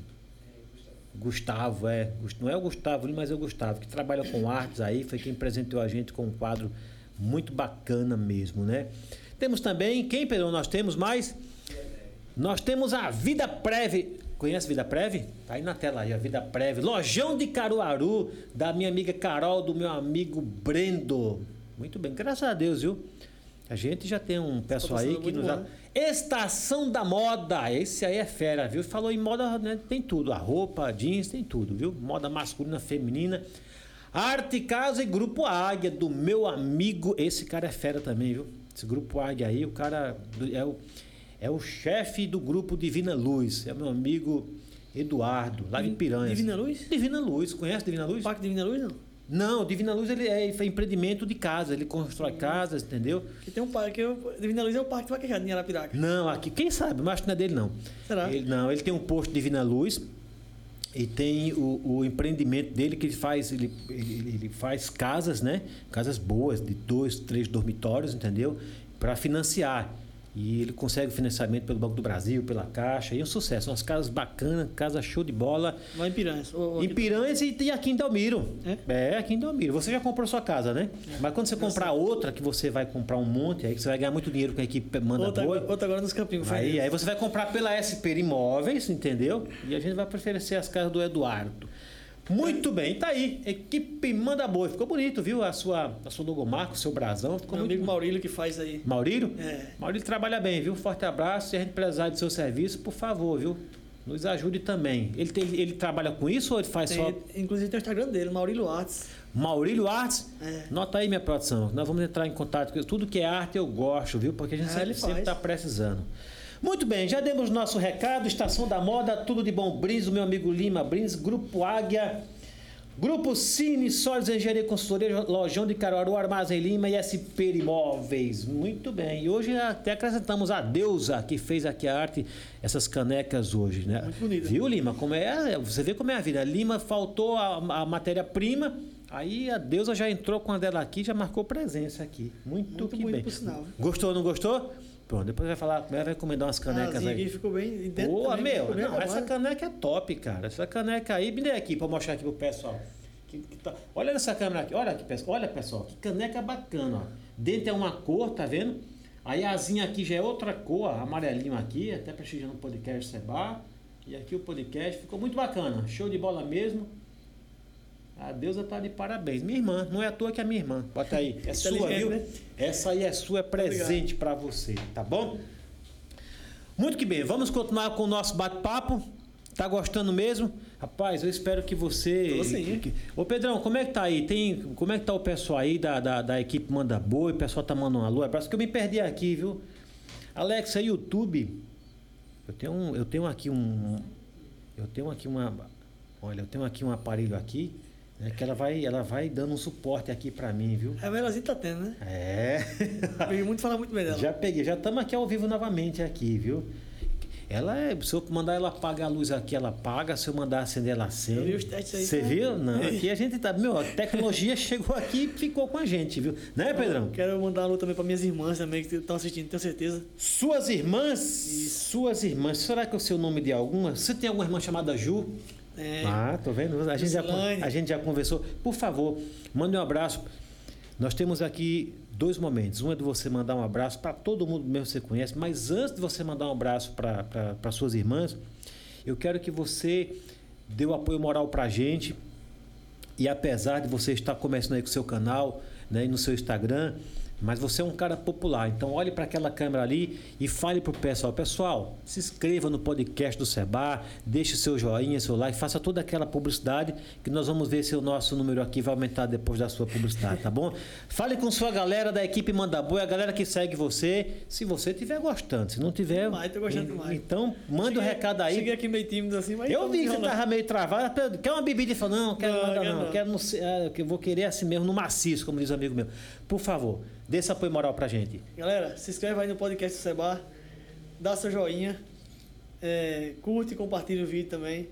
Gustavo. Gustavo, é. Não é o Gustavo, mas é o Gustavo, que trabalha com artes aí, foi quem presenteou a gente com um quadro muito bacana mesmo, né? Temos também, quem, Pedro, nós temos mais? Nós temos a Vida Prev. Conhece a Vida Prev? Tá aí na tela aí, a Vida Prev. Lojão de Caruaru, da minha amiga Carol, do meu amigo Brendo. Muito bem, graças a Deus, viu? A gente já tem um pessoal aí que nos... Bom, Estação da Moda, esse aí é fera, viu? Falou em moda, né? Tem tudo, a roupa, jeans, tem tudo, viu? Moda masculina, feminina. Arte Casa e Grupo Águia, do meu amigo, esse cara é fera também, viu? Esse Grupo Águia aí, o cara é o, é o chefe do grupo Divina Luz, é meu amigo Eduardo, lá de Piranhas. Divina Luz? Divina Luz, conhece Divina Luz? O Parque Divina Luz, não? Não, Divina Luz ele é, é empreendimento de casa, ele constrói hum. casas, entendeu? Que tem um parque, eu, Divina Luz é o parque vaquejado em Arapiraca. Não, aqui, quem sabe, mas acho que não é dele não. Será? Ele, não, ele tem um posto Divina Luz e tem o, o empreendimento dele que ele faz, ele, ele, ele faz casas, né? Casas boas, de dois, três dormitórios, entendeu? Para financiar. E ele consegue financiamento pelo Banco do Brasil, pela Caixa, e é um sucesso. Umas casas bacanas, casa show de bola. Lá em Piranhas. Ou, ou em Piranhas e, e aqui em Delmiro. É? É, aqui em Delmiro. Você já comprou sua casa, né? É. Mas quando você comprar outra, que você vai comprar um monte, aí você vai ganhar muito dinheiro com a equipe manda outra, boa. Outra agora nos campinhos. Aí, aí você vai comprar pela S P Imóveis, entendeu? E a gente vai oferecer as casas do Eduardo. Muito bem, tá aí. Equipe manda boa. Ficou bonito, viu? A sua, a sua logomarca, o seu brasão. Ficou Meu muito... amigo Maurílio que faz aí. Maurílio? É. Maurílio trabalha bem, viu? Forte abraço. Se a gente precisar do seu serviço, por favor, viu? Nos ajude também. Ele, tem, ele trabalha com isso ou ele faz tem, só... Inclusive tem o Instagram dele, Maurílio Artes. Maurílio Artes? É. Nota aí, minha produção. Nós vamos entrar em contato com isso. Tudo que é arte eu gosto, viu? Porque a gente é, sempre está precisando. Muito bem, já demos nosso recado. Estação da Moda, tudo de bom brinde. O meu amigo Lima Brins, Grupo Águia... Grupo Cine, Sólidos Engenharia e Consultoria, Lojão de Caruaru, Armazém Lima e S P Imóveis. Muito bem. E hoje até acrescentamos a Deusa, que fez aqui a arte, essas canecas hoje, né? Muito bonita. Viu, Lima? Como é, você vê como é a vida. Lima faltou a, a matéria-prima, aí a Deusa já entrou com a dela aqui, já marcou presença aqui. Muito, Muito que bonito, bem. por sinal. Gostou ou não gostou? Pronto, depois vai falar, vai recomendar umas canecas ah, aí. Aqui ficou bem. Boa, meu. Bem Não, essa caneca é top, cara. Essa caneca aí, me dê aqui pra mostrar aqui pro pessoal. Que, que tá... Olha nessa câmera aqui, olha aqui, pessoal. Olha, pessoal, que caneca bacana, ó. Dentro é uma cor, tá vendo? Aí a asinha aqui já é outra cor, ó, amarelinho aqui, até prestigiando o podcast Seba. E aqui o podcast ficou muito bacana. Show de bola mesmo. A Deusa tá de parabéns. Minha irmã, não é à toa que é minha irmã. Bota aí. É sua, viu? Né? Essa aí é sua, é presente para você, tá bom? Muito que bem, vamos continuar com o nosso bate-papo. Tá gostando mesmo? Rapaz, eu espero que você... Tô sim. Que... Ô Pedrão, como é que tá aí? Tem... Como é que tá o pessoal aí da, da, da equipe Manda Boa? O pessoal tá mandando um alô? É parece que eu me perdi aqui, viu? Alexa, YouTube. Eu tenho, um, eu tenho aqui um... Eu tenho aqui uma... Olha, eu tenho aqui um aparelho aqui... É que ela vai, ela vai dando um suporte aqui pra mim, viu? É, a melhorzinha tá tendo, né? É. Peguei muito falar muito bem dela. Já peguei, já estamos aqui ao vivo novamente aqui, viu? Ela é, se eu mandar ela apagar a luz aqui, ela apaga. Se eu mandar acender, ela acende. Eu vi os testes aí. Você tá? viu? Não, aqui a gente tá... Meu, a tecnologia chegou aqui e ficou com a gente, viu? Né, Pedrão? Quero mandar um alô também para minhas irmãs também, que estão assistindo, tenho certeza. Suas irmãs? E suas irmãs. Será que é o seu nome de alguma? Você tem alguma irmã chamada Ju? É. Ah, tô vendo. A gente, já, a gente já conversou. Por favor, mande um abraço. Nós temos aqui dois momentos. Um é de você mandar um abraço para todo mundo mesmo que você conhece, mas antes de você mandar um abraço para suas irmãs, eu quero que você dê o apoio moral para a gente. E apesar de você estar começando aí com o seu canal, né, e no seu Instagram, mas você é um cara popular. Então olhe para aquela câmera ali e fale pro pessoal. Pessoal, se inscreva no podcast do Seba, deixe seu joinha, seu like, faça toda aquela publicidade que nós vamos ver se o nosso número aqui vai aumentar depois da sua publicidade, tá bom? Fale com sua galera da equipe Manda Boi, a galera que segue você, se você estiver gostando. Se não tiver, Demais, tô gostando demais. então manda o um recado aí. Cheguei aqui meio tímido assim, mas... Eu vi que você tava meio travado. Quer uma bebida? E falou, não, quero Não, nada quero não. não. Quero no, é, que eu vou querer assim mesmo, no maciço, como diz um amigo meu. Por favor, dê esse apoio moral pra gente. Galera, se inscreve aí no podcast do Seba, dá seu joinha, é, curte e compartilha o vídeo também.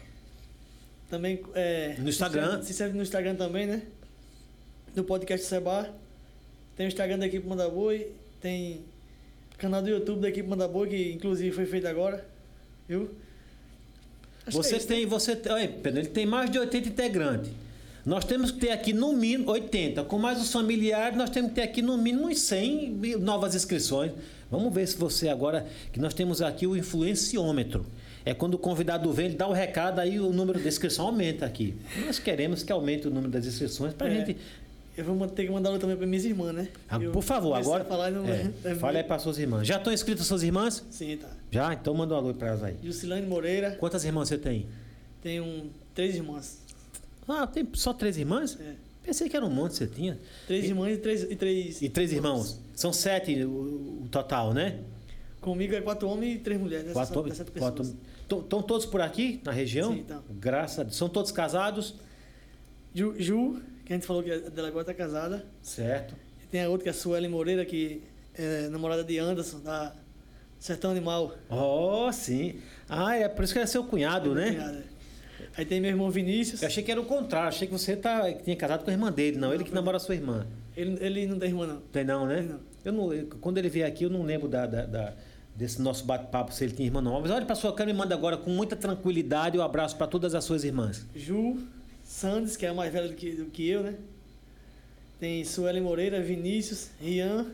Também é, No Instagram. Se inscreve no Instagram também, né? No podcast do Seba. Tem o Instagram da equipe Manda Boi, tem canal do YouTube da equipe Manda Boi, que inclusive foi feito agora, viu? Acho Você que é isso, tem, né? você tem, olha, Pedro, ele tem mais de oitenta integrantes. Nós temos que ter aqui no mínimo oitenta. Com mais os familiares, nós temos que ter aqui no mínimo uns cem novas inscrições. Vamos ver se você agora, que nós temos aqui o influenciômetro. É quando o convidado vem, ele dá o recado, aí o número de inscrição aumenta aqui. Nós queremos que aumente o número das inscrições para a É. gente... Eu vou ter que mandar ela também para minhas irmãs, né? Ah, Eu por favor, comecei agora. a falar e não é, é, fale aí para suas irmãs. Já estão inscritas suas irmãs? Sim, tá. Já? Então manda um alô para elas aí. Jusilane Moreira, Quantas irmãs você tem? tenho três irmãs. Ah, tem só três irmãs? É. Pensei que era um monte que você tinha. Três irmãs e três, e três... E três irmãos? São sete o, o total, né? Comigo é quatro homens e três mulheres. Né? Quatro, São sete pessoas. quatro, estão todos por aqui na região? Sim, então. Graças a Deus. São todos casados? Ju, Ju, que a gente falou que a dela agora tá casada. Certo. E tem a outra que é a Suelen Moreira, que é namorada de Anderson, da Sertão Animal. Oh, sim. Ah, é por isso que era seu cunhado, né? Cunhada. Aí tem meu irmão Vinícius. Eu achei que era o contrário. Achei que você tá, que tinha casado com a irmã dele. Não, Não, ele que foi- namora a sua irmã. Ele, ele não tem irmã, não. Tem não, né? Tem não. Eu não, eu- quando ele vier aqui, eu não lembro da, da- da- desse nosso bate-papo, se ele tinha irmã não. Mas olha para sua câmera e manda agora com muita tranquilidade um abraço para todas as suas irmãs. Ju, Sandes, que é a mais velha do que, do que eu, né? Tem Suelen Moreira, Vinícius, Rian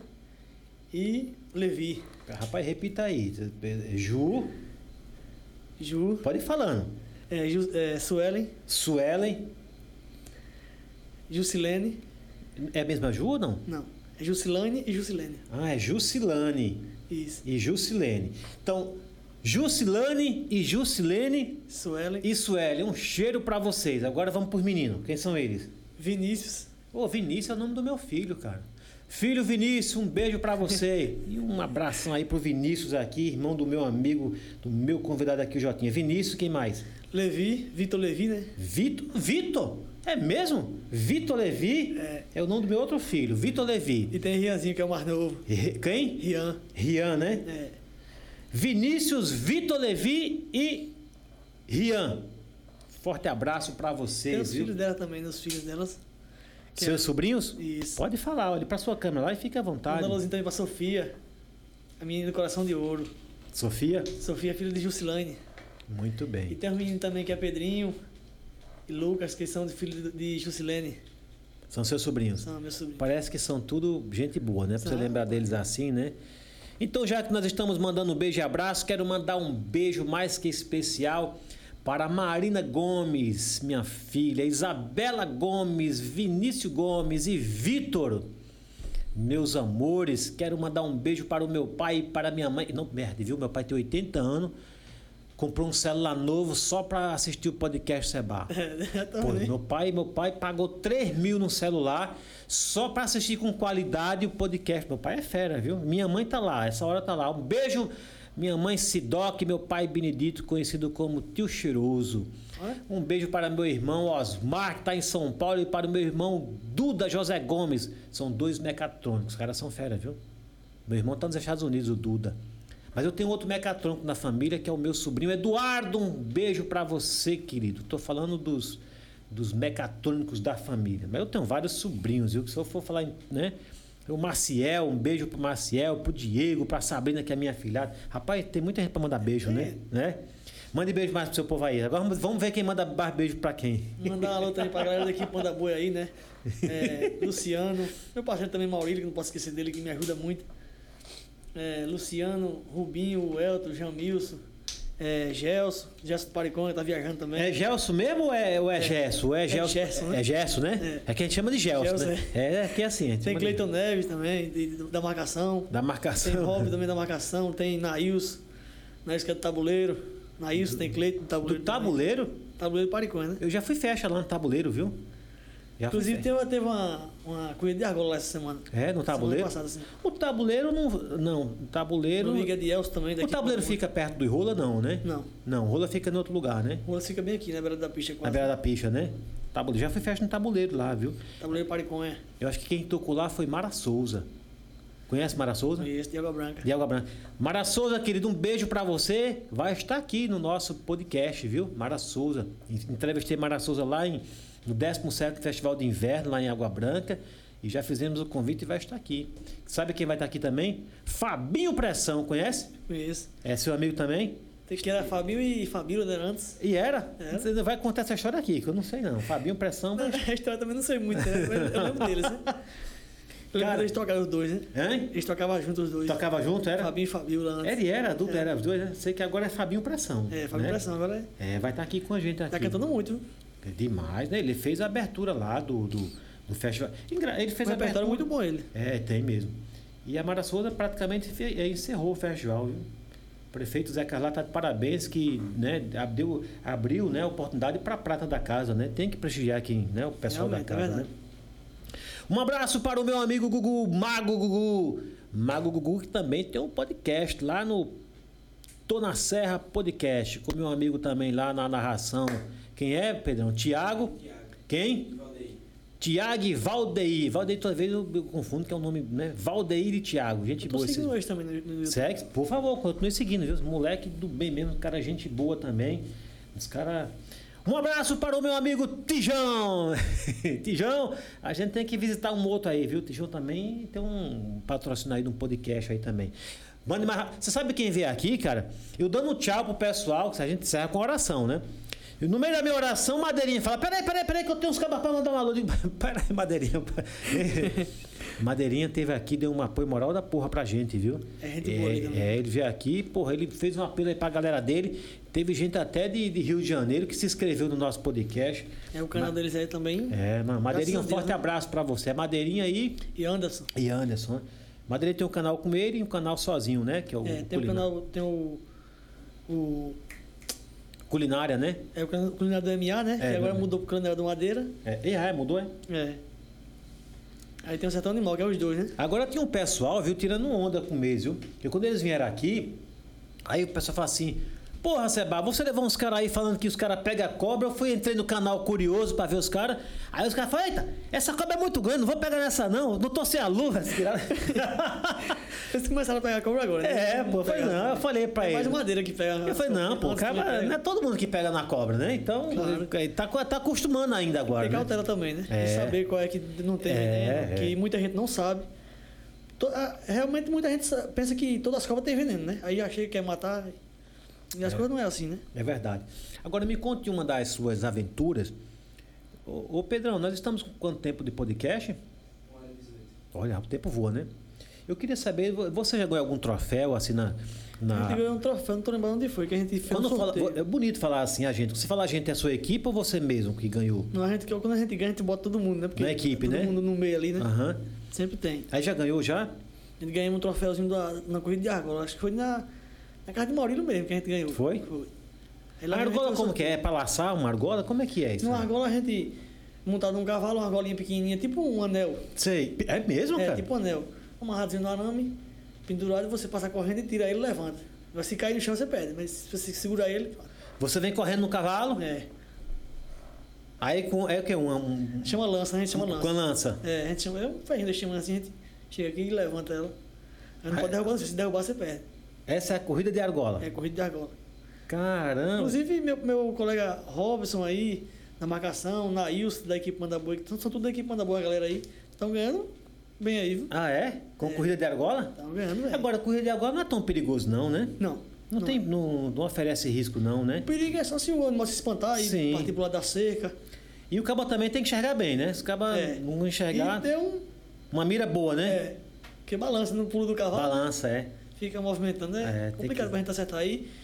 e Levi. Rapaz, repita aí. Ju, Ju, pode ir falando. é, Ju, é, Suelen, Suelen. Jusilene. É a mesma Ju ou não? Não, é Jusilane e Jusilene. Ah, é Jusilane Isso. e Jusilene. Então, Jusilane e Jusilene Suelen, e Sueli, um cheiro para vocês. Agora vamos pros meninos. Quem são eles? Vinícius. Ô, Vinícius é o nome do meu filho, cara. Filho Vinícius, um beijo pra você. E um abração aí pro Vinícius aqui, irmão do meu amigo, do meu convidado aqui, o Jotinha. Vinícius, quem mais? Levi, Vitor Levi, né? Vitor? Vitor? É mesmo? Vitor Levi É. é o nome do meu outro filho, Vitor Levi. E tem Rianzinho, que é o mais novo. Ri- Quem? Rian. Rian, né? É. Vinícius, Vitor Levi e Rian. Forte abraço pra Tem vocês, os viu? filhos dela também, os filhos delas. que Seus é- sobrinhos? Isso. Pode falar, olhe pra sua câmera lá e fique à vontade. Manda um alôzinho também pra Sofia, a menina do coração de ouro. Sofia? Sofia, filha de Jusilane. Muito E bem. tem um menino também que é Pedrinho e Lucas, que são de filho de Jusilene. São seus sobrinhos. São meus sobrinhos. Parece que são tudo gente boa, né? Pra você São. lembrar deles assim, né? Então, já que nós estamos mandando um beijo e abraço, quero mandar um beijo mais que especial para Marina Gomes, minha filha, Isabela Gomes, Vinícius Gomes e Vitor. Meus amores, quero mandar um beijo para o meu pai e para a minha mãe. Não, merda, viu? Meu pai tem oitenta anos, comprou um celular novo só para assistir o podcast Seba. É, Pô, também. meu pai, meu pai pagou três mil no celular só para assistir com qualidade o podcast. Meu pai é fera, viu? Minha mãe tá lá, essa hora tá lá. Um beijo, minha mãe Sidoc, meu pai Benedito, conhecido como Tio Cheiroso. Olha. Um beijo para meu irmão Osmar, que tá em São Paulo, e para o meu irmão Duda José Gomes. São dois mecatrônicos, os caras são fera, viu? Meu irmão tá nos Estados Unidos, o Duda. Mas eu tenho outro mecatrônico na família, que é o meu sobrinho Eduardo. Um beijo para você, querido. Tô falando dos, dos mecatrônicos da família. Mas eu tenho vários sobrinhos, viu? Que se eu for falar, em- né? O Maciel, um beijo pro Maciel, pro Diego, pra Sabrina, que é minha filhada. Rapaz, tem muita gente pra mandar beijo, né? né? Mande beijo mais pro seu povo aí. Agora vamos- vamos ver quem manda mais beijo pra quem. Mandar um alô também pra galera da equipe Manda Boi aí, né? É, Luciano, meu parceiro também Maurílio, que não posso esquecer dele, que me ajuda muito. É, Luciano, Rubinho, Elton, Jamilson, É, Gelson, Gelson do Paricônia, tá viajando também. É Gelson mesmo ou é, ou é, É. Gesso? Ou é, É Gelson, Gerson, né? É Gerson, né? É. É. que a gente chama de Gelson, Gelson, né? É, que é assim. a gente Tem chama de- Cleiton Neves também, de- de- da marcação. Da Tem marcação. Rob também da marcação. Tem Nails, Nails que é do tabuleiro. Nails, tem Cleiton do Do tabuleiro. também. tabuleiro? Tabuleiro do Paricônia, né? Eu já fui fecha lá no tabuleiro, viu? Já fui Inclusive fecha. teve, teve uma, uma corrida de argola lá essa semana. É, no tabuleiro? Semana passada, assim. O tabuleiro não. Não, o tabuleiro. Meu amigo Edielso também. O daqui tabuleiro do- fica perto do Rola, não, né? Não. Não, o Rola fica em outro lugar, né? O outro fica bem aqui, na beira da pista. Na Quase. beira da picha, né? Tabuleiro. Já fui festa no tabuleiro lá, viu? Tabuleiro Paricônia. Eu acho que quem tocou lá foi Mara Souza. Conhece Mara Souza? E esse de Água Branca. De Água Branca. Mara Souza, querido, um beijo pra você. Vai estar aqui no nosso podcast, viu? Mara Souza. Entrevistei Mara Souza lá em, no décimo sétimo Festival de Inverno, lá em Água Branca. E já fizemos o convite e vai estar aqui. Sabe quem vai estar aqui também? Fabinho Pressão, conhece? Conheço. É seu amigo também? Tem que era Fabinho e Fabíola, né, antes. E era? Era. Você não vai contar essa história aqui, que eu não sei não. Fabinho Pressão, mas... A história também não sei muito, né? Mas eu lembro deles, né? Eu lembro Cara- deles tocaram os dois, né? Hein? Eles tocavam juntos os dois. Tocava junto, era? Fabinho e Fabíola antes. Era e era, adulto, É. era os dois, né? Sei que agora é Fabinho Pressão. É, Fabinho né? Pressão, agora é. É, vai estar aqui com a gente aqui. Tá cantando muito, viu? É demais, né? Ele fez a abertura lá do, do, do festival. Engra- Ele fez Um a abertura. repertório muito bom ele. É, tem mesmo. E a Mara Souza praticamente fe- eh, encerrou o festival, viu? O prefeito Zé Carlos tá de parabéns que né, abriu, abriu né, a oportunidade para a prata da casa, né? Tem que prestigiar quem, né, o pessoal Realmente, da é casa, né? verdade. Um abraço para o meu amigo Gugu, Mago Gugu. Mago Gugu que também tem um podcast lá no Tô na Serra Podcast, com meu amigo também lá na narração. Quem é, Pedrão? Tiago? Quem? Valdeir. Tiago e Valdeir. Valdeir, toda vez eu, eu confundo, que é o nome, né? Valdeir e Tiago. Gente Eu tô boa. seguindo esses- eles também no, no YouTube. Segue, por favor, continue seguindo, viu? Moleque do bem mesmo, cara, gente boa também. Os caras. Um abraço para o meu amigo Tijão. Tijão, a gente tem que visitar um outro aí, viu? Tijão também tem um patrocínio aí de um podcast aí também. Mande mais. Você sabe quem veio aqui, cara? Eu dando tchau pro pessoal, que a gente encerra com oração, né? E no meio da minha oração, Madeirinha fala: peraí, peraí, peraí, que eu tenho uns cabas pra mandar um alô. Eu digo: peraí, Madeirinha. Madeirinha teve aqui, deu um apoio moral da porra pra gente, viu? É gente boa ali também. É, ele veio aqui, porra, ele fez um apelo aí pra galera dele. Teve gente até de, de Rio de Janeiro que se inscreveu no nosso podcast. É o canal deles aí também. É, mano, Madeirinha, um Graças a forte Deus, né? abraço pra você. É Madeirinha aí E Anderson. e Anderson. Né? Madeirinha tem um canal com ele e um canal sozinho, né? Que é o É, tem o Culinária. canal, tem o. O. Culinária, né? É o canal culinário do M A, né? É, que agora né? mudou pro culinário do Madeira. É, e ah, é, mudou, é? É. Aí tem o Sertão Animal, que é os dois, né? Agora tinha um pessoal, viu, tirando onda com o mês, viu? Porque quando eles vieram aqui, aí o pessoal fala assim: porra, Seba, você levou uns caras aí falando que os caras pegam a cobra. Eu fui, entrei no canal curioso pra ver os caras. Aí os caras falam: eita, essa cobra é muito grande, não vou pegar nessa não, não tô sem a luva. Eles tiraram- Eles começaram a pegar a cobra agora, né? É, pô, eu falei: não, eu falei pra É ele. mais o Madeira que pega. Eu falei: não, pô, o Antes que ele cara, pega. não é todo mundo que pega na cobra, né? Então, Claro. ele tá, tá acostumando ainda agora. Tem Né? cautela também, né? É. De saber qual é que não tem É, veneno, é. que muita gente não sabe. To- ah, Realmente muita gente sa- pensa que todas as cobras têm veneno, né? Aí achei que quer matar. E as É. coisas não é assim, né? É verdade. Agora me conte uma das suas aventuras. Ô, ô Pedrão, nós estamos com quanto tempo de podcast? uma hora e dezoito. Olha, o tempo voa, né? Eu queria saber, vo- você já ganhou algum troféu assim na. A na... gente ganhou um troféu, não tô lembrando onde foi, que a gente fez Quando um fala, sorteio. é bonito falar assim, a gente. Você fala a gente é a sua equipe ou você mesmo que ganhou? Não, a gente, quando a gente ganha, a gente bota todo mundo, né? Porque Na equipe, todo né? mundo no meio ali, né? Aham. Sempre tem. Aí já ganhou já? A gente ganhou um troféuzinho da, na corrida de argola. Acho que foi na, na casa de Maurílio mesmo que a gente ganhou. Foi? Foi. Aí A lá a gente argola fez como sorteio. que é? É pra laçar uma argola? Como é que é isso? Numa argola a gente montado num cavalo, uma argolinha pequenininha, tipo um anel. Sei. É mesmo, É, cara? tipo um anel. Amarradozinho no arame, pendurado, você passa correndo e tira ele e levanta. Mas se cair no chão, você perde. Mas se você segurar ele, Você vem correndo no cavalo, é. aí com. É o que? Um, um, Chama lança, né? A gente chama com lança. a lança. É, a gente chama. É um ferrinho desse tamanho assim, a gente chega aqui e levanta ela. Aí não Aí- pode derrubar, se derrubar, você perde. Essa é a corrida de argola. É corrida de argola. Caramba. Inclusive, meu, meu colega Robson aí, na marcação, Nailson, da equipe Mandaboa, que são tudo da equipe Mandaboa, a galera aí, estão ganhando bem aí, viu? Ah, é? Com É. corrida de argola? Estão ganhando bem. Agora, corrida de argola não é tão perigoso, não, né? Não. Não, tem, não, não oferece risco, não, né? O perigo é só se o animal se espantar e Sim. partir pro lado da cerca. E o cabo também tem que enxergar bem, né? Se o cabo É. não enxergar, E tem um. uma mira boa, né? É, que balança no pulo do cavalo, Balança, é. fica movimentando, É, é, tem complicado que- pra gente acertar aí.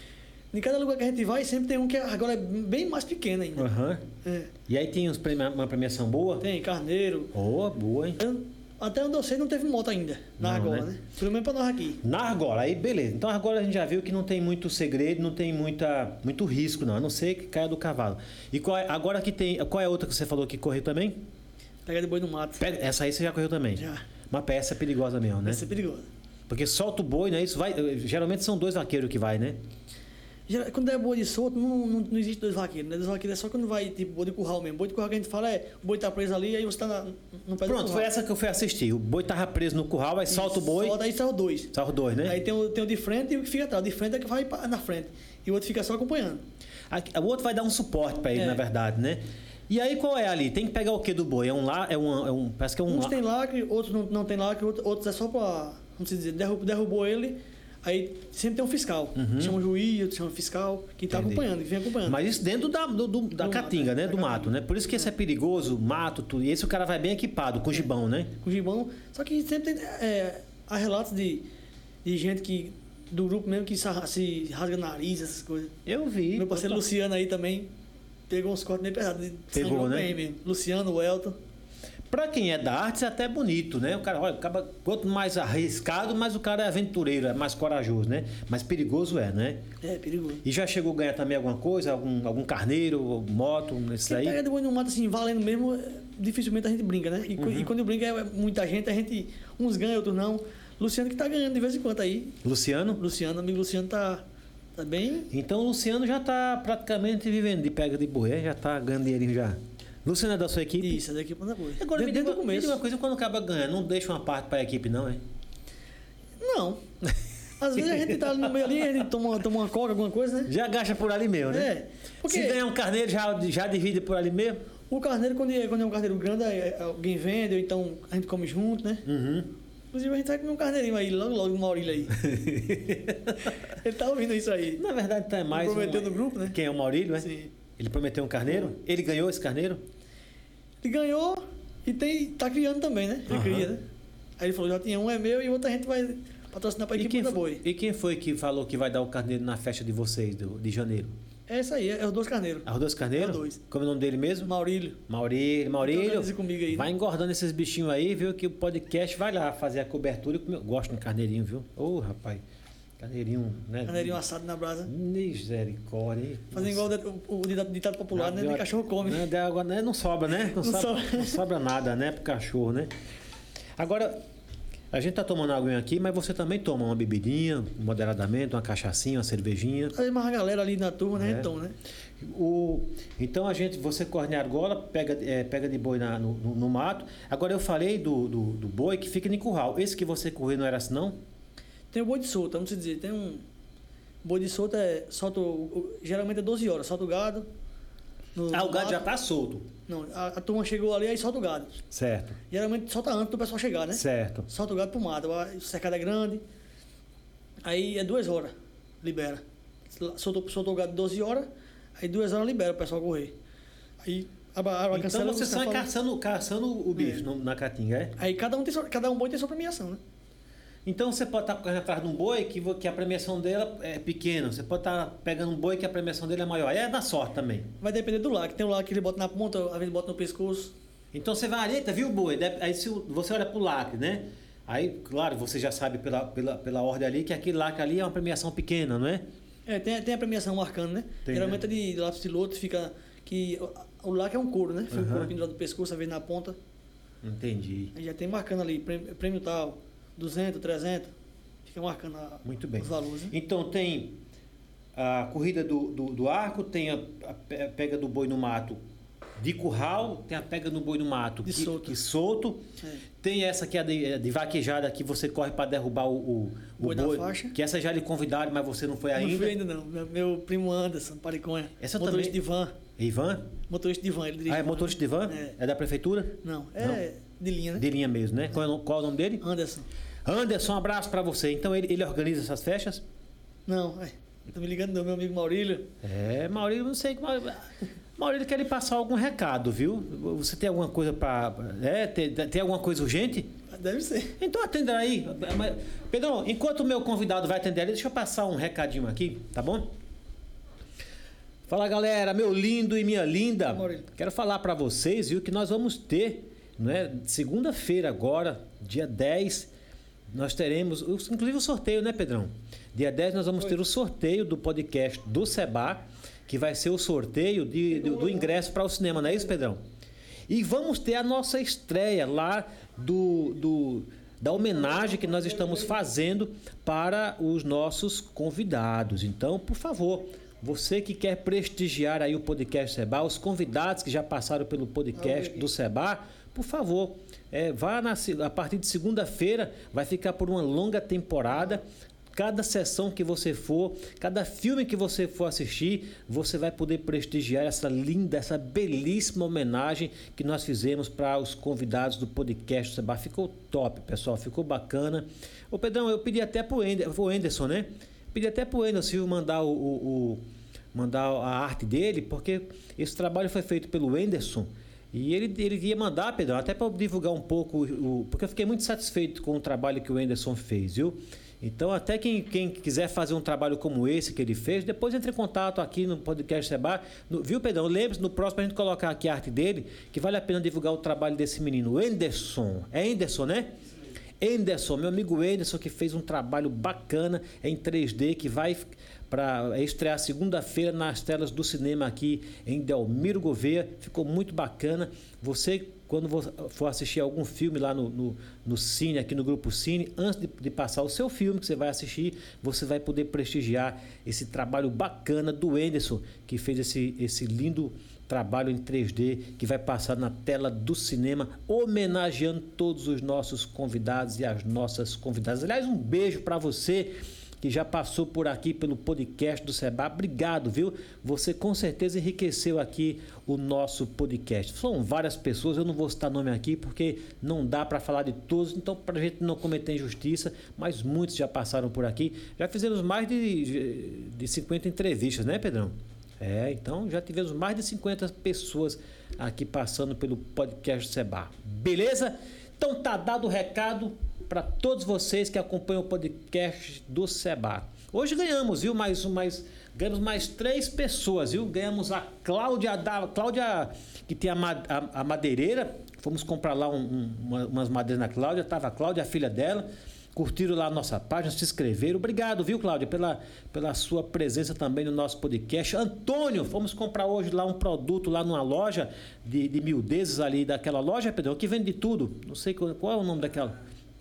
Em cada lugar que a gente vai, sempre tem um que agora é bem mais pequeno ainda. Aham. É, E aí tem uns premi- uma premiação boa? tem carneiro. Boa, boa, hein? Eu- até onde eu sei não teve moto ainda, na Não, argola, né? né? Pelo menos pra nós aqui. Na argola, aí beleza. Então agora a gente já viu que não tem muito segredo, não tem muita, muito risco, não. A não ser que caia do cavalo. E qual é- agora que tem. Qual é a outra que você falou que correu também? Pega de boi no mato. Pega- essa aí você já correu também. Já. Uma peça perigosa mesmo, né? Vai ser perigoso. Porque solta o boi, né? Isso vai. Geralmente são dois vaqueiros que vai, né? Geral- Quando é boi de solto, não, não, não existe dois vaqueiros, né? Dois vaqueiros é só quando vai, tipo, boi de curral mesmo. Boi de curral que a gente fala é, o boi tá preso ali, aí você tá na, no pé do Pronto, curral. foi essa que eu fui assistir. O boi tava preso no curral, aí solta o boi. Solta, aí sai os dois. Salva os dois, né? Aí tem o, tem o de frente e o que fica atrás. O de frente é que vai pra- na frente. E o outro fica só acompanhando. Aqui- o outro vai dar um suporte pra ele, É. na verdade, né? E aí qual é ali? Tem que pegar o que do boi? É um lá, é um, é um parece que é um Uns lá. tem lacre, outros não, não tem lacre, outros, outros é só pra, vamos dizer, derrubou, derrubou ele, aí sempre tem um fiscal. Chama o juiz, outro chama o fiscal, que tá Entendi. acompanhando, que vem acompanhando. Mas isso dentro da, do, do- da Do caatinga, mato, né? é, Do da mato, caatinga. né? Por isso que esse é perigoso, mato, tudo. E esse o cara vai bem equipado, com gibão, né? Com gibão. Só que sempre tem é, há relatos de, de gente que, do grupo mesmo, que se, se rasga nariz, essas coisas. Eu vi. Meu parceiro Luciano aí também pegou uns cortes meio pesados. de Pegou, sangue né? bem mesmo. Luciano, o Elton. Pra quem é da arte, isso é até bonito, né? O cara, olha, acaba, quanto mais arriscado, mais o cara é aventureiro, é mais corajoso, né? Mas perigoso é, né? É, perigoso. E já chegou a ganhar também alguma coisa? Algum, algum carneiro, moto, nesses Quem aí? pega de boi no mato assim, valendo mesmo, é, dificilmente a gente brinca, né? E, cu- Uhum. e quando brinca é muita gente, a gente, uns ganham, outros não. Luciano que tá ganhando de vez em quando aí. Luciano? Luciano, amigo Luciano tá, tá bem. Então o Luciano já tá praticamente vivendo de pega de boi, é? Já tá ganhando dinheirinho já. Luciano é da sua equipe? Isso, é da equipe da boi. Agora, me desde, diga, desde o me diga começo. uma coisa, quando acaba ganhando, não deixa uma parte para a equipe, não, é? Não. Às vezes a gente tá ali no meio ali, a gente toma, toma uma coca, alguma coisa, né? Já gasta por ali mesmo, né? É. Porque Se ganhar um carneiro, já, já divide por ali mesmo? o carneiro, quando é, quando é um carneiro grande, é- é- alguém vende, ou então a gente come junto, né? Uhum. Inclusive a gente vai comer um carneirinho aí, logo, logo no Maurílio aí. Ele tá ouvindo isso aí. Na verdade, tá mais. Prometeu um- no grupo, né? Quem é o Maurílio, é? Sim. Ele prometeu um carneiro? Ele ganhou esse carneiro? Ele ganhou e tem, tá criando também, né? Ele Aham. cria, né? Aí ele falou, já tinha um é meu e outra a gente vai patrocinar pra E equipe quem, da foi, boi. e quem foi que falou que vai dar o carneiro na festa de vocês, do- de janeiro? É isso aí, é, é os dois carneiros. Ah, os dois carneiros? É os dois. Como é o nome dele mesmo? Maurílio. Maurílio. Então, Maurílio, organize comigo aí, né? vai engordando esses bichinhos aí, viu? Que o podcast vai lá fazer a cobertura. Eu gosto de carneirinho, viu? Ô, rapaz. Carneirinho, né? Carneirinho assado na brasa. Misericórdia, hein? Fazendo igual o, det- o, o ditado, ditado popular, né? Não, Nem cachorro come. Não, de água, né? Não sobra, né? Não, Não sobra, sobra. não sobra nada, né? Pro cachorro, né? Agora, a gente tá tomando água aqui, mas você também toma uma bebidinha, moderadamente, uma cachaçinha, uma cervejinha. Aí mais a galera ali na turma, né? É. Então, né? O, então a gente, você corre na argola, pega, é, pega de boi na- no, no- no mato. Agora eu falei do, do, do boi que fica em curral. Esse que você correu não era assim, não? Tem o boi de solta, vamos dizer, tem um. Boi de solta é. Solta o, o- geralmente é doze horas, solta o gado. no- Ah, o no gado já mato. tá solto. Não, a, a turma chegou ali, aí solta o gado. Certo, Geralmente solta antes do pessoal chegar, né? certo. Solta o gado pro mato. O cercado é grande. Aí é duas horas, libera. Soltou, soltou o gado doze horas, aí duas horas libera o pessoal correr. Aí a, a, a Então cancela, você o sai pessoal- caçando, caçando o bicho É. no- na caatinga, é? Aí cada um, tem sua, cada um boi tem sua premiação, né? Então você pode estar correndo atrás de um boi que, vo- que a premiação dela é pequena. Você pode estar pegando um boi que a premiação dele é maior. Aí é da sorte também. Vai depender do lacre. Tem um lacre que ele bota na ponta, às vezes bota no pescoço. Então você vai ali, tá, viu o boi? Deve- Aí se o- você olha pro lacre, né? Aí, claro, você já sabe pela, pela, pela ordem ali que aquele lacre ali é uma premiação pequena, não é? É, tem, tem a premiação marcando, né? Tem, Geralmente é de lápis piloto, fica. Que o, o lacre é um couro, né? Fica Aham. o couro pendurado no pescoço, às vezes na ponta. Entendi. Aí já tem marcando ali, prêmio, prêmio tal, duzentos, trezentos. Fica marcando a- Muito bem. os valores, né? Então tem a corrida do, do, do arco, tem a, a pe- a pega do boi no mato de curral, tem a pega no boi no mato De que, solto. que solto. É. Tem essa que é de, é de vaquejada que você corre para derrubar o, o, o Boi boi. da faixa. Que essa já lhe convidaram, mas você não foi Não ainda. fui ainda não. Meu, meu primo Anderson, Pariconha. Essa motorista também- de van. Ivan? Motorista de van, ele dirige. Ah, é van, motorista de van? É. É da prefeitura? Não, é Não. de linha, né? De linha mesmo, né? Qual é, o- qual é o nome dele? Anderson. Anderson, um abraço para você. Então ele, ele organiza essas festas? Não, é. Tô me ligando, não, meu amigo Maurílio. É, Maurílio, não sei como. Maurílio quer lhe passar algum recado, viu? Você tem alguma coisa para. É, tem, tem alguma coisa urgente? Deve ser. Então atenda aí. Mas, Pedrão, enquanto o meu convidado vai atender ali, deixa eu passar um recadinho aqui, tá bom? Fala, galera, meu lindo e minha linda. Maurílio. Quero falar para vocês, viu, que nós vamos ter, não é, segunda-feira agora, dia dez, nós teremos, inclusive o sorteio, né, Pedrão? Dia dez nós vamos ter o sorteio do podcast do Seba, que vai ser o sorteio de, do, do ingresso para o cinema, não é isso, Pedrão? E vamos ter a nossa estreia lá do, do, da homenagem que nós estamos fazendo para os nossos convidados. Então, por favor, você que quer prestigiar aí o podcast Seba, os convidados que já passaram pelo podcast do Seba, por favor, é, vá na, a partir de segunda-feira, vai ficar por uma longa temporada. Cada sessão que você for, cada filme que você for assistir, você vai poder prestigiar essa linda, essa belíssima homenagem que nós fizemos para os convidados do podcast do Seba. Ficou top, pessoal, ficou bacana. Ô Pedrão, eu pedi até pro Anderson, né? Pedi até pro Anderson mandar o, o, o mandar a arte dele, porque esse trabalho foi feito pelo Anderson. E ele, ele ia mandar, Pedro, até para divulgar um pouco, o, porque eu fiquei muito satisfeito com o trabalho que o Anderson fez, viu? Então, até quem, quem quiser fazer um trabalho como esse que ele fez, depois entre em contato aqui no podcast Seba, no, viu, Pedrão? Lembre-se, no próximo a gente colocar aqui a arte dele, que vale a pena divulgar o trabalho desse menino, Anderson. É Anderson, né? Anderson, meu amigo Anderson, que fez um trabalho bacana em três D, que vai para estrear segunda-feira nas telas do cinema aqui em Delmiro Gouveia. Ficou muito bacana. Você, quando for assistir algum filme lá no, no, no Cine, aqui no Grupo Cine, antes de, de passar o seu filme que você vai assistir, você vai poder prestigiar esse trabalho bacana do Anderson, que fez esse, esse lindo trabalho em três D, que vai passar na tela do cinema, homenageando todos os nossos convidados e as nossas convidadas. Aliás, um beijo para você que já passou por aqui pelo podcast do Seba. Obrigado, viu? Você com certeza enriqueceu aqui o nosso podcast. São várias pessoas, eu não vou citar nome aqui porque não dá para falar de todos, então para a gente não cometer injustiça, mas muitos já passaram por aqui. Já fizemos mais de, de cinquenta entrevistas, né, Pedrão? É, então já tivemos mais de cinquenta pessoas aqui passando pelo podcast do Seba. Beleza? Então tá dado o recado para todos vocês que acompanham o podcast do Seba. Hoje ganhamos, viu? Mais, mais, ganhamos mais três pessoas, viu? Ganhamos a Cláudia, da, Cláudia que tem a, a, a madeireira. Fomos comprar lá um, um, uma, umas madeiras na Cláudia. Estava a Cláudia, a filha dela. Curtiram lá a nossa página, se inscreveram. Obrigado, viu, Cláudia, pela, pela sua presença também no nosso podcast. Antônio, fomos comprar hoje lá um produto lá numa loja de, de miudezas ali daquela loja, Pedro, que vende de tudo. Não sei qual, qual é o nome daquela.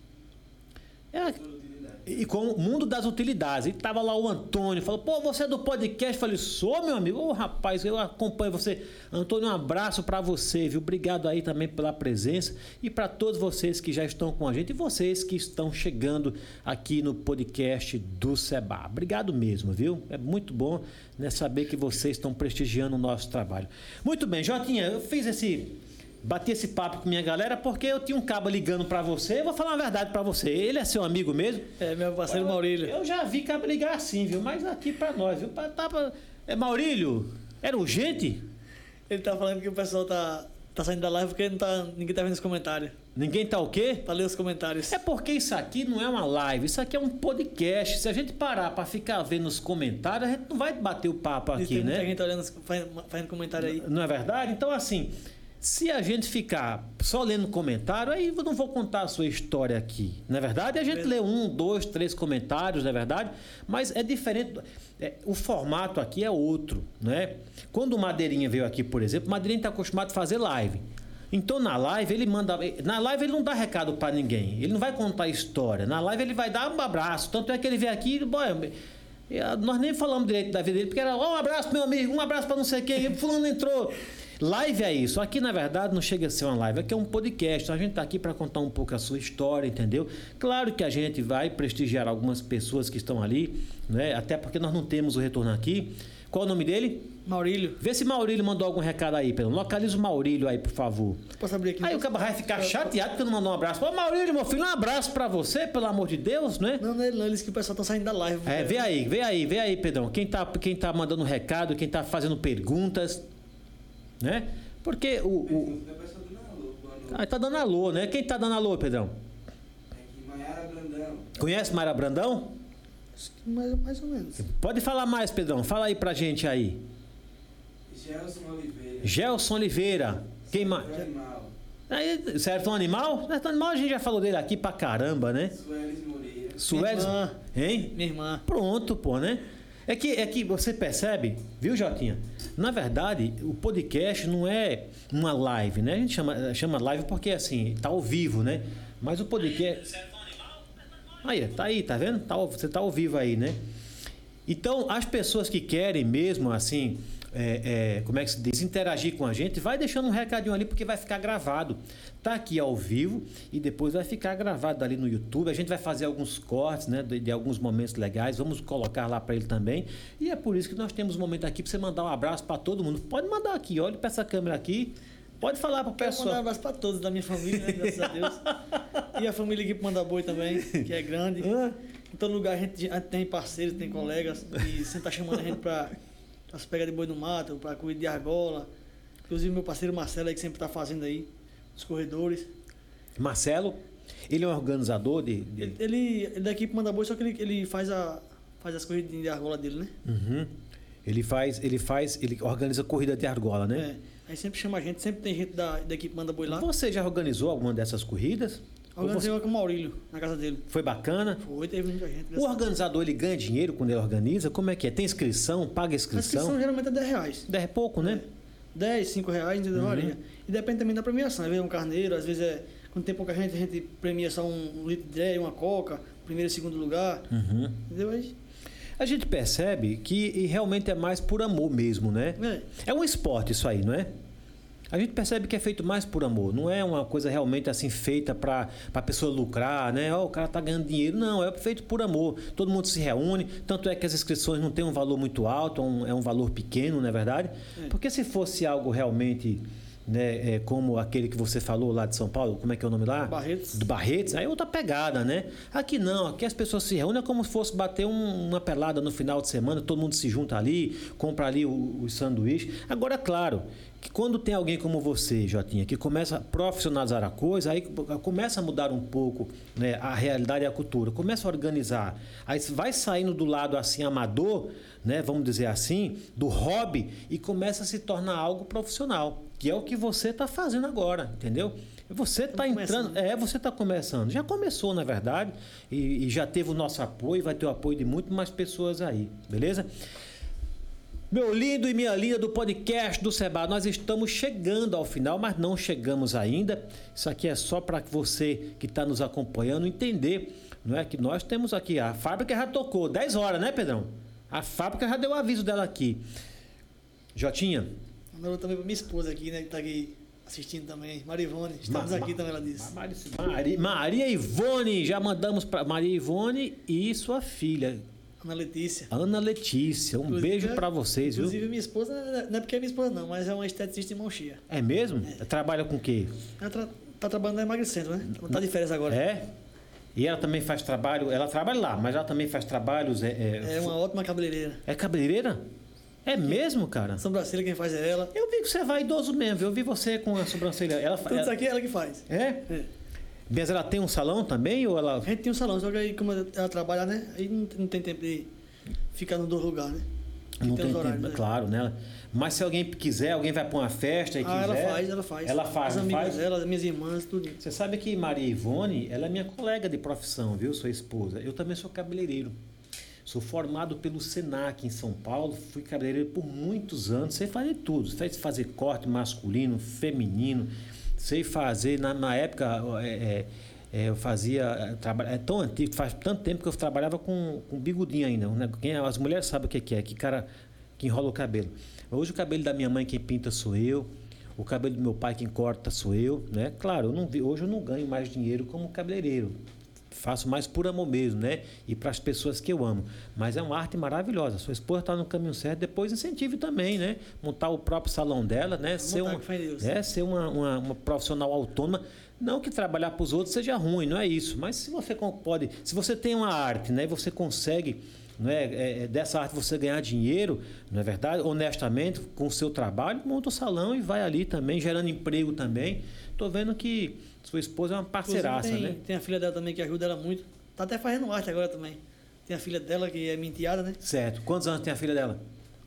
É, e com o Mundo das Utilidades. E tava lá o Antônio, falou, pô, você é do podcast? Eu falei, sou, meu amigo. Ô, rapaz, eu acompanho você. Antônio, um abraço para você, viu? Obrigado aí também pela presença e para todos vocês que já estão com a gente e vocês que estão chegando aqui no podcast do Seba. Obrigado mesmo, viu? É muito bom, né, saber que vocês estão prestigiando o nosso trabalho. Muito bem, Jotinha, eu fiz esse... Bati esse papo com minha galera porque eu tinha um cabo ligando pra você. Eu vou falar uma verdade pra você. Ele é seu amigo mesmo? É, meu parceiro Maurílio. Eu já vi cabo ligar assim, viu? Mas aqui pra nós, viu? Pra, tá pra... É Maurílio? Era urgente? Ele tá falando que o pessoal tá, tá saindo da live porque não tá, ninguém tá vendo os comentários. Ninguém tá o quê? Pra ler os comentários. É porque isso aqui não é uma live, isso aqui é um podcast. Se a gente parar pra ficar vendo os comentários, a gente não vai bater o papo aqui, tem né? Tem muita gente olhando, fazendo, fazendo comentário aí. Não é verdade? Então, assim... Se a gente ficar só lendo comentário, aí eu não vou contar a sua história aqui, não é verdade? A gente lê um, dois, três comentários, não é verdade? Mas é diferente, é, o formato aqui é outro, né? Quando o Madeirinha veio aqui, por exemplo, o Madeirinha está acostumado a fazer live. Então na live ele manda, na live ele não dá recado para ninguém, ele não vai contar história. Na live ele vai dar um abraço, tanto é que ele veio aqui, boy, nós nem falamos direito da vida dele, porque era oh, um abraço meu amigo, um abraço para não sei quem, fulano entrou. Live é isso. Aqui, na verdade, não chega a ser uma live. Aqui é um podcast. Então, a gente está aqui para contar um pouco a sua história, entendeu? Claro que a gente vai prestigiar algumas pessoas que estão ali, né? Até porque nós não temos o retorno aqui. Qual o nome dele? Maurílio. Vê se Maurílio mandou algum recado aí, Pedro. Localiza o Maurílio aí, por favor. Posso abrir aqui? Aí o cara vai ficar chateado porque não mandou um abraço. Ô, Maurílio, meu filho, um abraço para você, pelo amor de Deus, né? Não, não é ele, não. Ele disse que o pessoal tá saindo da live. É, vê aí, vê aí, vê aí, Pedrão. Quem tá, quem tá mandando recado, quem tá fazendo perguntas, né? Porque o... o... Ah, tá dando alô, né? Quem tá dando alô, Pedrão? É aqui, Maiara Brandão. Conhece Mara Brandão? Mais, mais ou menos. Pode falar mais, Pedrão. Fala aí pra gente aí. Gelson Oliveira. Gelson Oliveira. Quem mais? Sertão Animal. Aí, Sertão Animal? Sertão Animal a gente já falou dele aqui pra caramba, né? Sueles Moreira. Sueles. Minha irmã. Hein? Minha irmã. Pronto, pô, né? É que, é que você percebe, viu, Jotinha? Na verdade, o podcast não é uma live, né? A gente chama, chama live porque, assim, tá ao vivo, né? Mas o podcast... Aí, tá aí, tá vendo? Tá, você tá ao vivo aí, né? Então, as pessoas que querem mesmo, assim... É, é, como é que se diz? Interagir com a gente, vai deixando um recadinho ali porque vai ficar gravado. Tá aqui ao vivo e depois vai ficar gravado ali no YouTube. A gente vai fazer alguns cortes, né, de, de alguns momentos legais. Vamos colocar lá para ele também. E é por isso que nós temos um momento aqui para você mandar um abraço para todo mundo. Pode mandar aqui, olhe para essa câmera aqui. Pode falar para o pessoal. Quero mandar um abraço para todos da minha família, né, graças a Deus. E a família aqui para Manda Boi também, que é grande. Em todo lugar a gente, a gente tem parceiros, tem colegas e sempre tá chamando a gente para as pegas de boi no mato, para corrida de argola. Inclusive meu parceiro Marcelo aí que sempre está fazendo aí os corredores. Marcelo, ele é um organizador de... de... Ele, ele, ele daqui para Manda Boi, só que ele, ele faz, a, faz as corridas de argola dele, né? Uhum. Ele faz, ele faz, ele organiza corrida de argola, né? É. Aí sempre chama a gente, sempre tem gente da, da equipe Manda Boi lá. Você já organizou alguma dessas corridas? Organizei você... uma com o Maurílio, na casa dele. Foi bacana? Foi, teve muita gente. O organizador, ele ganha dinheiro quando ele organiza? Como é que é? Tem inscrição? Paga A inscrição? inscrição geralmente é dez reais. dez é pouco, né? dez, cinco reais, entendeu? Uhum. Varia. E depende também da premiação. Às vezes é um carneiro, às vezes é... Quando tem pouca gente, a gente premia só um, um litro de dreia, uma coca, primeiro e segundo lugar. Uhum. Entendeu? Aí, A gente percebe que realmente é mais por amor mesmo, né? é. É um esporte isso aí, não é? A gente percebe que é feito mais por amor, não é uma coisa realmente assim feita para a pessoa lucrar, né? Oh, o cara tá ganhando dinheiro. Não, é feito por amor. Todo mundo se reúne, tanto é que as inscrições não têm um valor muito alto, é um, é um valor pequeno, não é verdade? É. Porque se fosse algo realmente, né, é, como aquele que você falou lá de São Paulo, como é que é o nome lá? Barretos. Do Barretos, aí é outra pegada, né? Aqui não, aqui as pessoas se reúnem como se fosse bater um, uma pelada no final de semana, todo mundo se junta ali, compra ali os sanduíches. Agora, claro, que quando tem alguém como você, Jotinha, que começa a profissionalizar a coisa, aí começa a mudar um pouco, né, a realidade e a cultura, começa a organizar, aí vai saindo do lado assim amador, né, vamos dizer assim, do hobby e começa a se tornar algo profissional, que é o que você está fazendo agora, entendeu? Você está entrando, é, você está começando, já começou na verdade e, e já teve o nosso apoio, vai ter o apoio de muito mais pessoas aí, beleza? Meu lindo e minha linda do podcast do Seba, nós estamos chegando ao final, mas não chegamos ainda. Isso aqui é só para você que está nos acompanhando entender, não é? Que nós temos aqui, a fábrica já tocou, dez horas, né, Pedrão? A fábrica já deu o aviso dela aqui. Jotinha. Mandou também para minha esposa aqui, né, que está aqui assistindo também, Marivone. Estamos Ma- aqui Ma- também, ela disse. Maria, Maria Ivone, já mandamos para Maria Ivone e sua filha. Ana Letícia. Ana Letícia, um Inclusive, beijo é- para vocês, viu? Inclusive, minha esposa, não é porque é minha esposa não, mas é uma esteticista de mão cheia. É mesmo? Trabalha com o quê? Ela tra- tá trabalhando na emagrecendo, né? Ela tá de férias agora. É? E ela também faz trabalho, ela trabalha lá, mas ela também faz trabalhos. É, é, É uma ótima cabeleireira. é cabeleireira? É mesmo, cara? A sobrancelha quem faz é ela. Eu vi que você vai idoso mesmo, eu vi você com a sobrancelha. Ela, Tudo isso ela, aqui é ela que faz. é? É. Mas ela tem um salão também ou ela. A gente tem um salão, só que aí como ela trabalha, né? Aí não, não tem tempo de ficar nos dois lugares, né? Não tem os tempo, horários, né? claro, né? Mas se alguém quiser, alguém vai para uma festa e Ah, quiser. ela faz, ela faz. Ela faz, As não amigas faz? dela, as minhas irmãs, tudo. Você sabe que Maria Ivone, ela é minha colega de profissão, viu? Sua esposa. Eu também sou cabeleireiro. Sou formado pelo Senac em São Paulo, fui cabeleireiro por muitos anos, sei fazer tudo, sei fazer corte masculino, feminino, sei fazer, na, na época é, é, é, eu fazia, é tão antigo, faz tanto tempo que eu trabalhava com, com bigodinho ainda, né? Quem, as mulheres sabem o que, que é, que cara que enrola o cabelo. Hoje o cabelo da minha mãe quem pinta sou eu, o cabelo do meu pai quem corta sou eu, né? Claro, eu não, hoje eu não ganho mais dinheiro como cabeleireiro. Faço mais por amor mesmo, né? E para as pessoas que eu amo. Mas é uma arte maravilhosa. Sua esposa está no caminho certo, depois incentive também, né? Montar o próprio salão dela, né? Ser, montar, uma, com fé em Deus. é, ser uma, uma, uma profissional autônoma. Não que trabalhar para os outros seja ruim, não é isso. Mas se você pode, se você tem uma arte, né? E você consegue, não é, é, dessa arte você ganhar dinheiro, não é verdade? Honestamente, com o seu trabalho, monta o salão e vai ali também, gerando emprego também. Estou vendo que sua esposa é uma parceiraça, tem, né? Tem a filha dela também que ajuda ela muito. Tá até fazendo arte agora também. Tem a filha dela que é minha enteada, né? Certo. Quantos anos tem a filha dela? Acho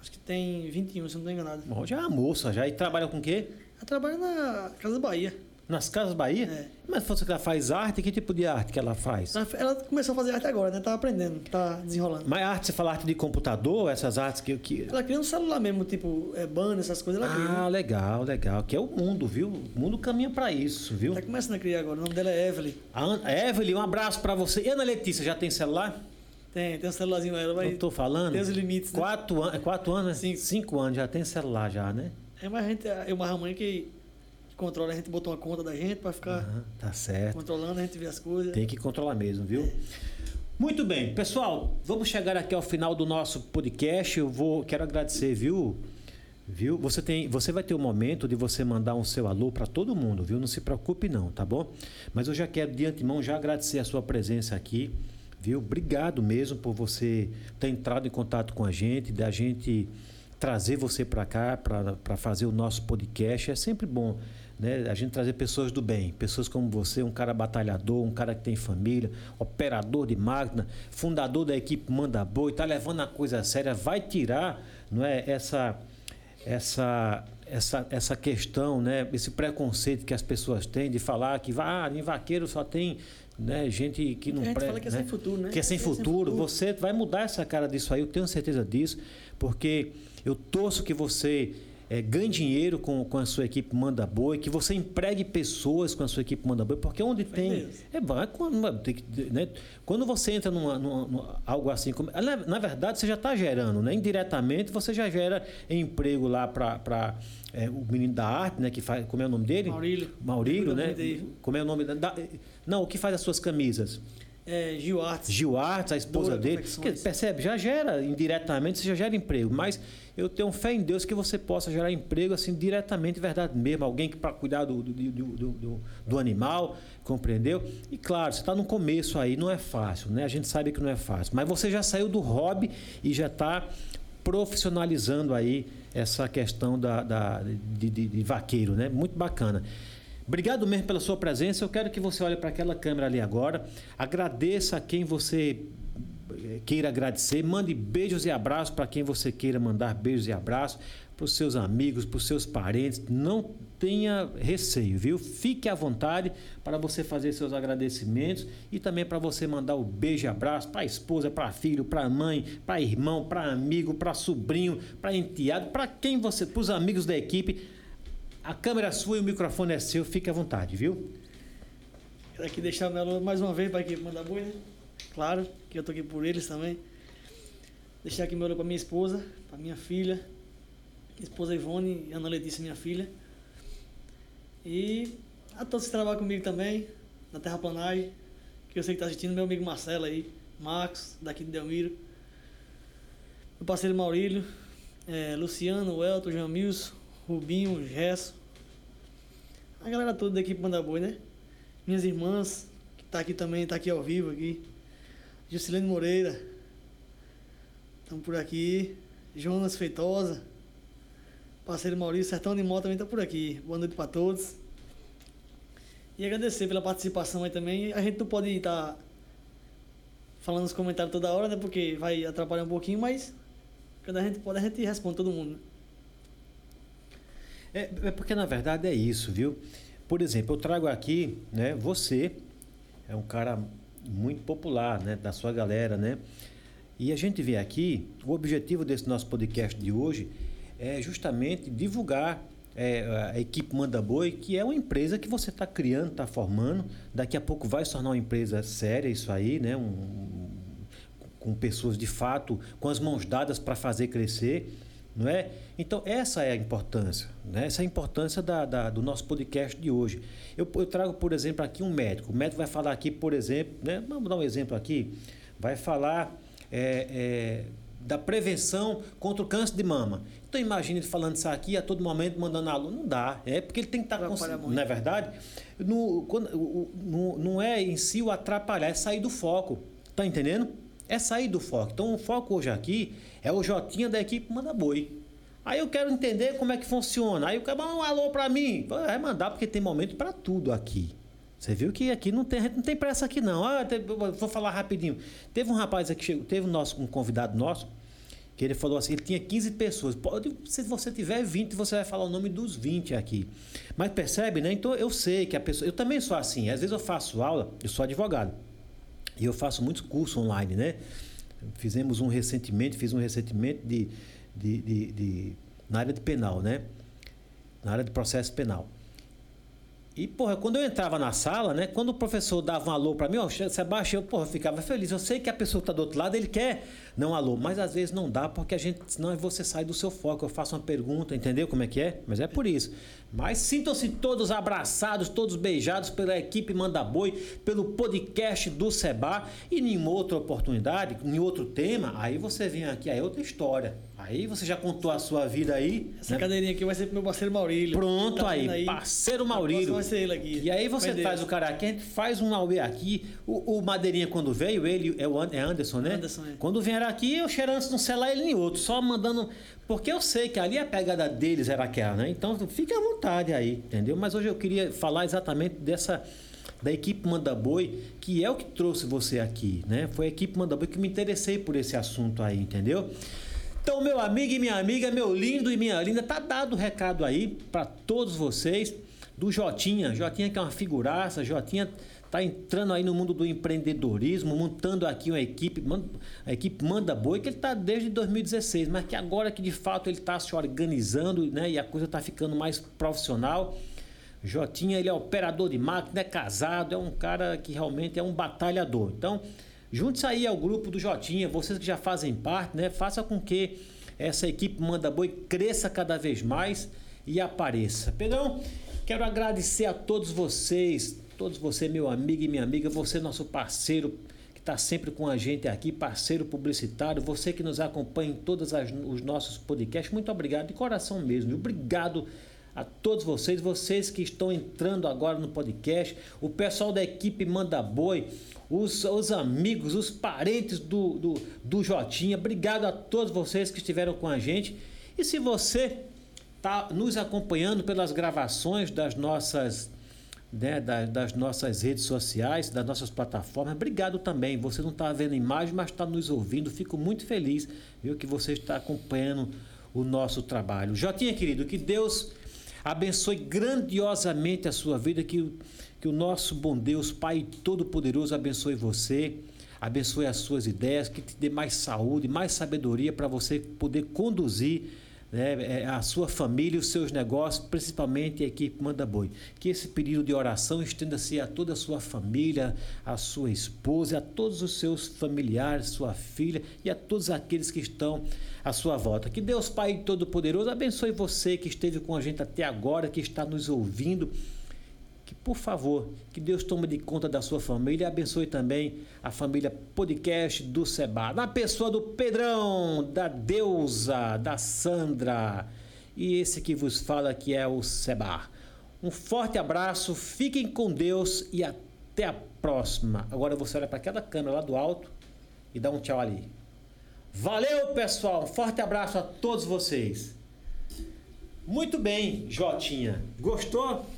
Acho que tem vinte e um, se eu não estou enganado. Bom, já é uma moça já. E trabalha com o quê? Ela trabalha na Casa Bahia. Nas Casas Bahia? É. Mas se você que ela faz arte, que tipo de arte que ela faz? Ela, ela começou a fazer arte agora, né? Tá aprendendo, tá desenrolando. Mas arte, você fala arte de computador, essas artes que... que... Ela cria um celular mesmo, tipo, é, banner, essas coisas, ela cria. Ah, né? legal, legal. Que é o mundo, viu? O mundo caminha pra isso, viu? Tá começando a criar agora. O nome dela é Evelyn. A An- Evelyn, um abraço pra você. E Ana Letícia, já tem celular? Tem, tem um celularzinho ela, mas Eu tô falando. tem os limites, né? Quatro, an... quatro anos, né? Cinco. Cinco anos, já tem celular já, né? É, mas a gente, eu uma mãe que controla, a gente botou uma conta da gente pra ficar Aham, tá certo. controlando, a gente vê as coisas. Tem que controlar mesmo, viu? Muito bem, pessoal, vamos chegar aqui ao final do nosso podcast. Eu vou, quero agradecer, viu? Viu? Você tem, você vai ter o momento de você mandar um seu alô para todo mundo, viu? Não se preocupe não, tá bom? Mas eu já quero de antemão já agradecer a sua presença aqui, viu? Obrigado mesmo por você ter entrado em contato com a gente, da gente trazer você para cá para fazer o nosso podcast. É sempre bom, né? A gente trazer pessoas do bem, pessoas como você, um cara batalhador, um cara que tem família, operador de máquina, fundador da equipe Manda Boi, tá levando a coisa séria, vai tirar, não é, essa essa essa essa questão, né, esse preconceito que as pessoas têm de falar que ah, em vaqueiro só tem, né, gente que não A gente pre- fala que é né? sem futuro, né? Que é sem É sem futuro. futuro. Você vai mudar essa cara disso aí, eu tenho certeza disso, porque eu torço que você é, ganhe dinheiro com, com a sua equipe Manda Boi, que você empregue pessoas com a sua equipe Manda Boi, porque onde tem... Deus. É, vai, quando, tem que, né, quando você entra numa, numa, numa- algo assim, como, na, na verdade você já está gerando, né? Indiretamente você já gera emprego lá para é, o menino da arte, né? Que faz, como é o nome dele? Maurílio. Maurílio, né? Dave. Como é o nome da, da- não, o que faz as suas camisas? É, Gil Artes. Gil Artes, a esposa Doura dele. Confecções. Que, percebe? Já gera indiretamente, você já gera emprego. Mas eu tenho fé em Deus que você possa gerar emprego assim diretamente, verdade mesmo. Alguém que para cuidar do, do, do, do, do- do animal, compreendeu? E claro, você está no começo aí, não é fácil, né? A gente sabe que não é fácil. Mas você já saiu do hobby e já está profissionalizando aí essa questão da, da- de, de- de vaqueiro, né? Muito bacana. Obrigado mesmo pela sua presença. Eu quero que você olhe para aquela câmera ali agora. Agradeça a quem você eh, queira agradecer. Mande beijos e abraços para quem você queira mandar beijos e abraços. Para os seus amigos, para os seus parentes. Não tenha receio, viu? Fique à vontade para você fazer seus agradecimentos e também para você mandar o beijo e abraço para a esposa, para filho, para mãe, para irmão, para amigo, para sobrinho, para enteado, para quem você, para os amigos da equipe. A câmera é sua e o microfone é seu, fique à vontade, viu? Quero aqui deixar meu alô mais uma vez para a equipe Manda Boi, né? Claro, que eu tô aqui por eles também. Deixar aqui meu alô para minha esposa, para minha filha, minha esposa Ivone e Ana Letícia, minha filha. E a todos que trabalham comigo também, na Terraplanagem, que eu sei que está assistindo, meu amigo Marcelo aí, Marcos, daqui de Delmiro, meu parceiro Maurílio, eh, Luciano, Elton, João Milson, Rubinho, Gesso, a galera toda da equipe Manda Boi, né? Minhas irmãs, que tá aqui também, tá aqui ao vivo aqui. Juscelene Moreira, estão por aqui. Jonas Feitosa, parceiro Maurício, Sertão de Mó também tá por aqui. Boa noite para todos. E agradecer pela participação aí também. A gente não pode estar falando nos comentários toda hora, né? Porque vai atrapalhar um pouquinho, mas quando a gente pode, a gente responde todo mundo, né? É, é porque na verdade é isso, viu? Por exemplo, eu trago aqui, né? Você é um cara muito popular, né? Da sua galera, né? E a gente vê aqui, o objetivo desse nosso podcast de hoje é justamente divulgar é, a equipe Manda Boi, que é uma empresa que você está criando, está formando. Daqui a pouco vai se tornar uma empresa séria, isso aí, né? Um, com pessoas de fato, com as mãos dadas para fazer crescer, não é? Então, essa é a importância, né? Essa é a importância da, da- do nosso podcast de hoje. Eu, eu trago, por exemplo, aqui um médico. O médico vai falar aqui, por exemplo, né? Vamos dar um exemplo aqui. Vai falar é, é, da prevenção contra o câncer de mama. Então, imagine ele falando isso aqui a todo momento, mandando aluno. Não dá. É porque ele tem que estar... Atrapalha Consci... muito. Não é verdade? No, quando, o- o- no- não é em si o atrapalhar, é sair do foco. Tá entendendo? É sair do foco. Então, o foco hoje aqui é o Jotinha da equipe Manda Boi. Aí eu quero entender como é que funciona. Aí o cara manda um alô pra mim. Vai mandar, porque tem momento para tudo aqui. Você viu que aqui não tem, a gente não tem pressa aqui não. Ah, te- vou falar rapidinho. Teve um rapaz aqui, chegou, teve um, nosso, um convidado nosso, Que ele falou assim, ele tinha quinze pessoas. Pode, se você tiver vinte, você vai falar o nome dos vinte aqui. Mas percebe, né? Então eu sei que a pessoa... Eu também sou assim. Às vezes eu faço aula, eu sou advogado. E eu faço muitos cursos online, né? Fizemos um recentemente, fiz um recentemente de, de, de, de, na área de penal, né? Na área de processo penal. E, porra, quando eu entrava na sala, né? Quando o professor dava um alô pra mim, ó, Sebastião, eu, porra, ficava feliz. Eu sei que a pessoa que tá do outro lado, ele quer não alô, mas às vezes não dá, porque a gente, senão você sai do seu foco. Eu faço uma pergunta, entendeu como é que é? Mas é por isso. Mas sintam-se todos abraçados, todos beijados pela equipe Manda Boi, pelo podcast do Seba. E em outra oportunidade, em outro tema, aí você vem aqui, aí é outra história. Aí você já contou a sua vida aí. Essa né? cadeirinha aqui vai ser pro meu parceiro Maurílio. Pronto, Tá aí, aí, parceiro Maurílio. Vai ser ele aqui. E aí você Vai traz Deus. o cara aqui, a gente faz um auê aqui. O, o Madeirinha, quando veio, ele é o é Anderson, né? Anderson, é. Quando vieram aqui, eu cheirando não selar ele nem outro, só mandando. Porque eu sei que ali a pegada deles era aquela, né? Então fique à vontade aí, entendeu? Mas hoje eu queria falar exatamente dessa. Da equipe Manda Boi, que é o que trouxe você aqui, né? Foi a equipe Manda Boi que me interessei por esse assunto aí, entendeu? Então, meu amigo e minha amiga, meu lindo e minha linda, tá dado o recado aí para todos vocês do Jotinha. Jotinha que é uma figuraça, Jotinha tá entrando aí no mundo do empreendedorismo, montando aqui uma equipe, a equipe Manda Boi, que ele tá desde dois mil e dezesseis, mas que agora que de fato ele tá se organizando, né, e a coisa tá ficando mais profissional. Jotinha, ele é operador de máquina, é casado, é um cara que realmente é um batalhador. Então, junte-se aí ao grupo do Jotinha, vocês que já fazem parte, né? Faça com que essa equipe Manda Boi cresça cada vez mais e apareça. Pedrão, quero agradecer a todos vocês, todos você, meu amigo e minha amiga, você nosso parceiro que está sempre com a gente aqui, parceiro publicitário, você que nos acompanha em todos as, os nossos podcasts, muito obrigado, de coração mesmo, obrigado a todos vocês, vocês que estão entrando agora no podcast, o pessoal da equipe Manda Boi, os, os amigos, os parentes do, do, do Jotinha, obrigado a todos vocês que estiveram com a gente. E se você está nos acompanhando pelas gravações das nossas, né, das, das nossas redes sociais, das nossas plataformas, obrigado também. Você não está vendo imagem, mas está nos ouvindo. Fico muito feliz, viu, que você está acompanhando o nosso trabalho. Jotinha, querido, que Deus abençoe grandiosamente a sua vida, que, que o nosso bom Deus, Pai Todo-Poderoso, abençoe você, abençoe as suas ideias, que te dê mais saúde, mais sabedoria para você poder conduzir, né, a sua família, os seus negócios, principalmente a equipe Manda Boi. Que esse período de oração estenda-se a toda a sua família, a sua esposa, a todos os seus familiares, sua filha e a todos aqueles que estão à sua volta. Que Deus Pai Todo-Poderoso abençoe você que esteve com a gente até agora, que está nos ouvindo. Que, por favor, que Deus tome de conta da sua família e abençoe também a família podcast do Seba, na pessoa do Pedrão, da Deusa, da Sandra e esse que vos fala que é o Seba. Um forte abraço, fiquem com Deus e até a próxima. Agora você olha para aquela câmera lá do alto e dá um tchau ali. Valeu, pessoal, um forte abraço a todos vocês. Muito bem, Jotinha, gostou?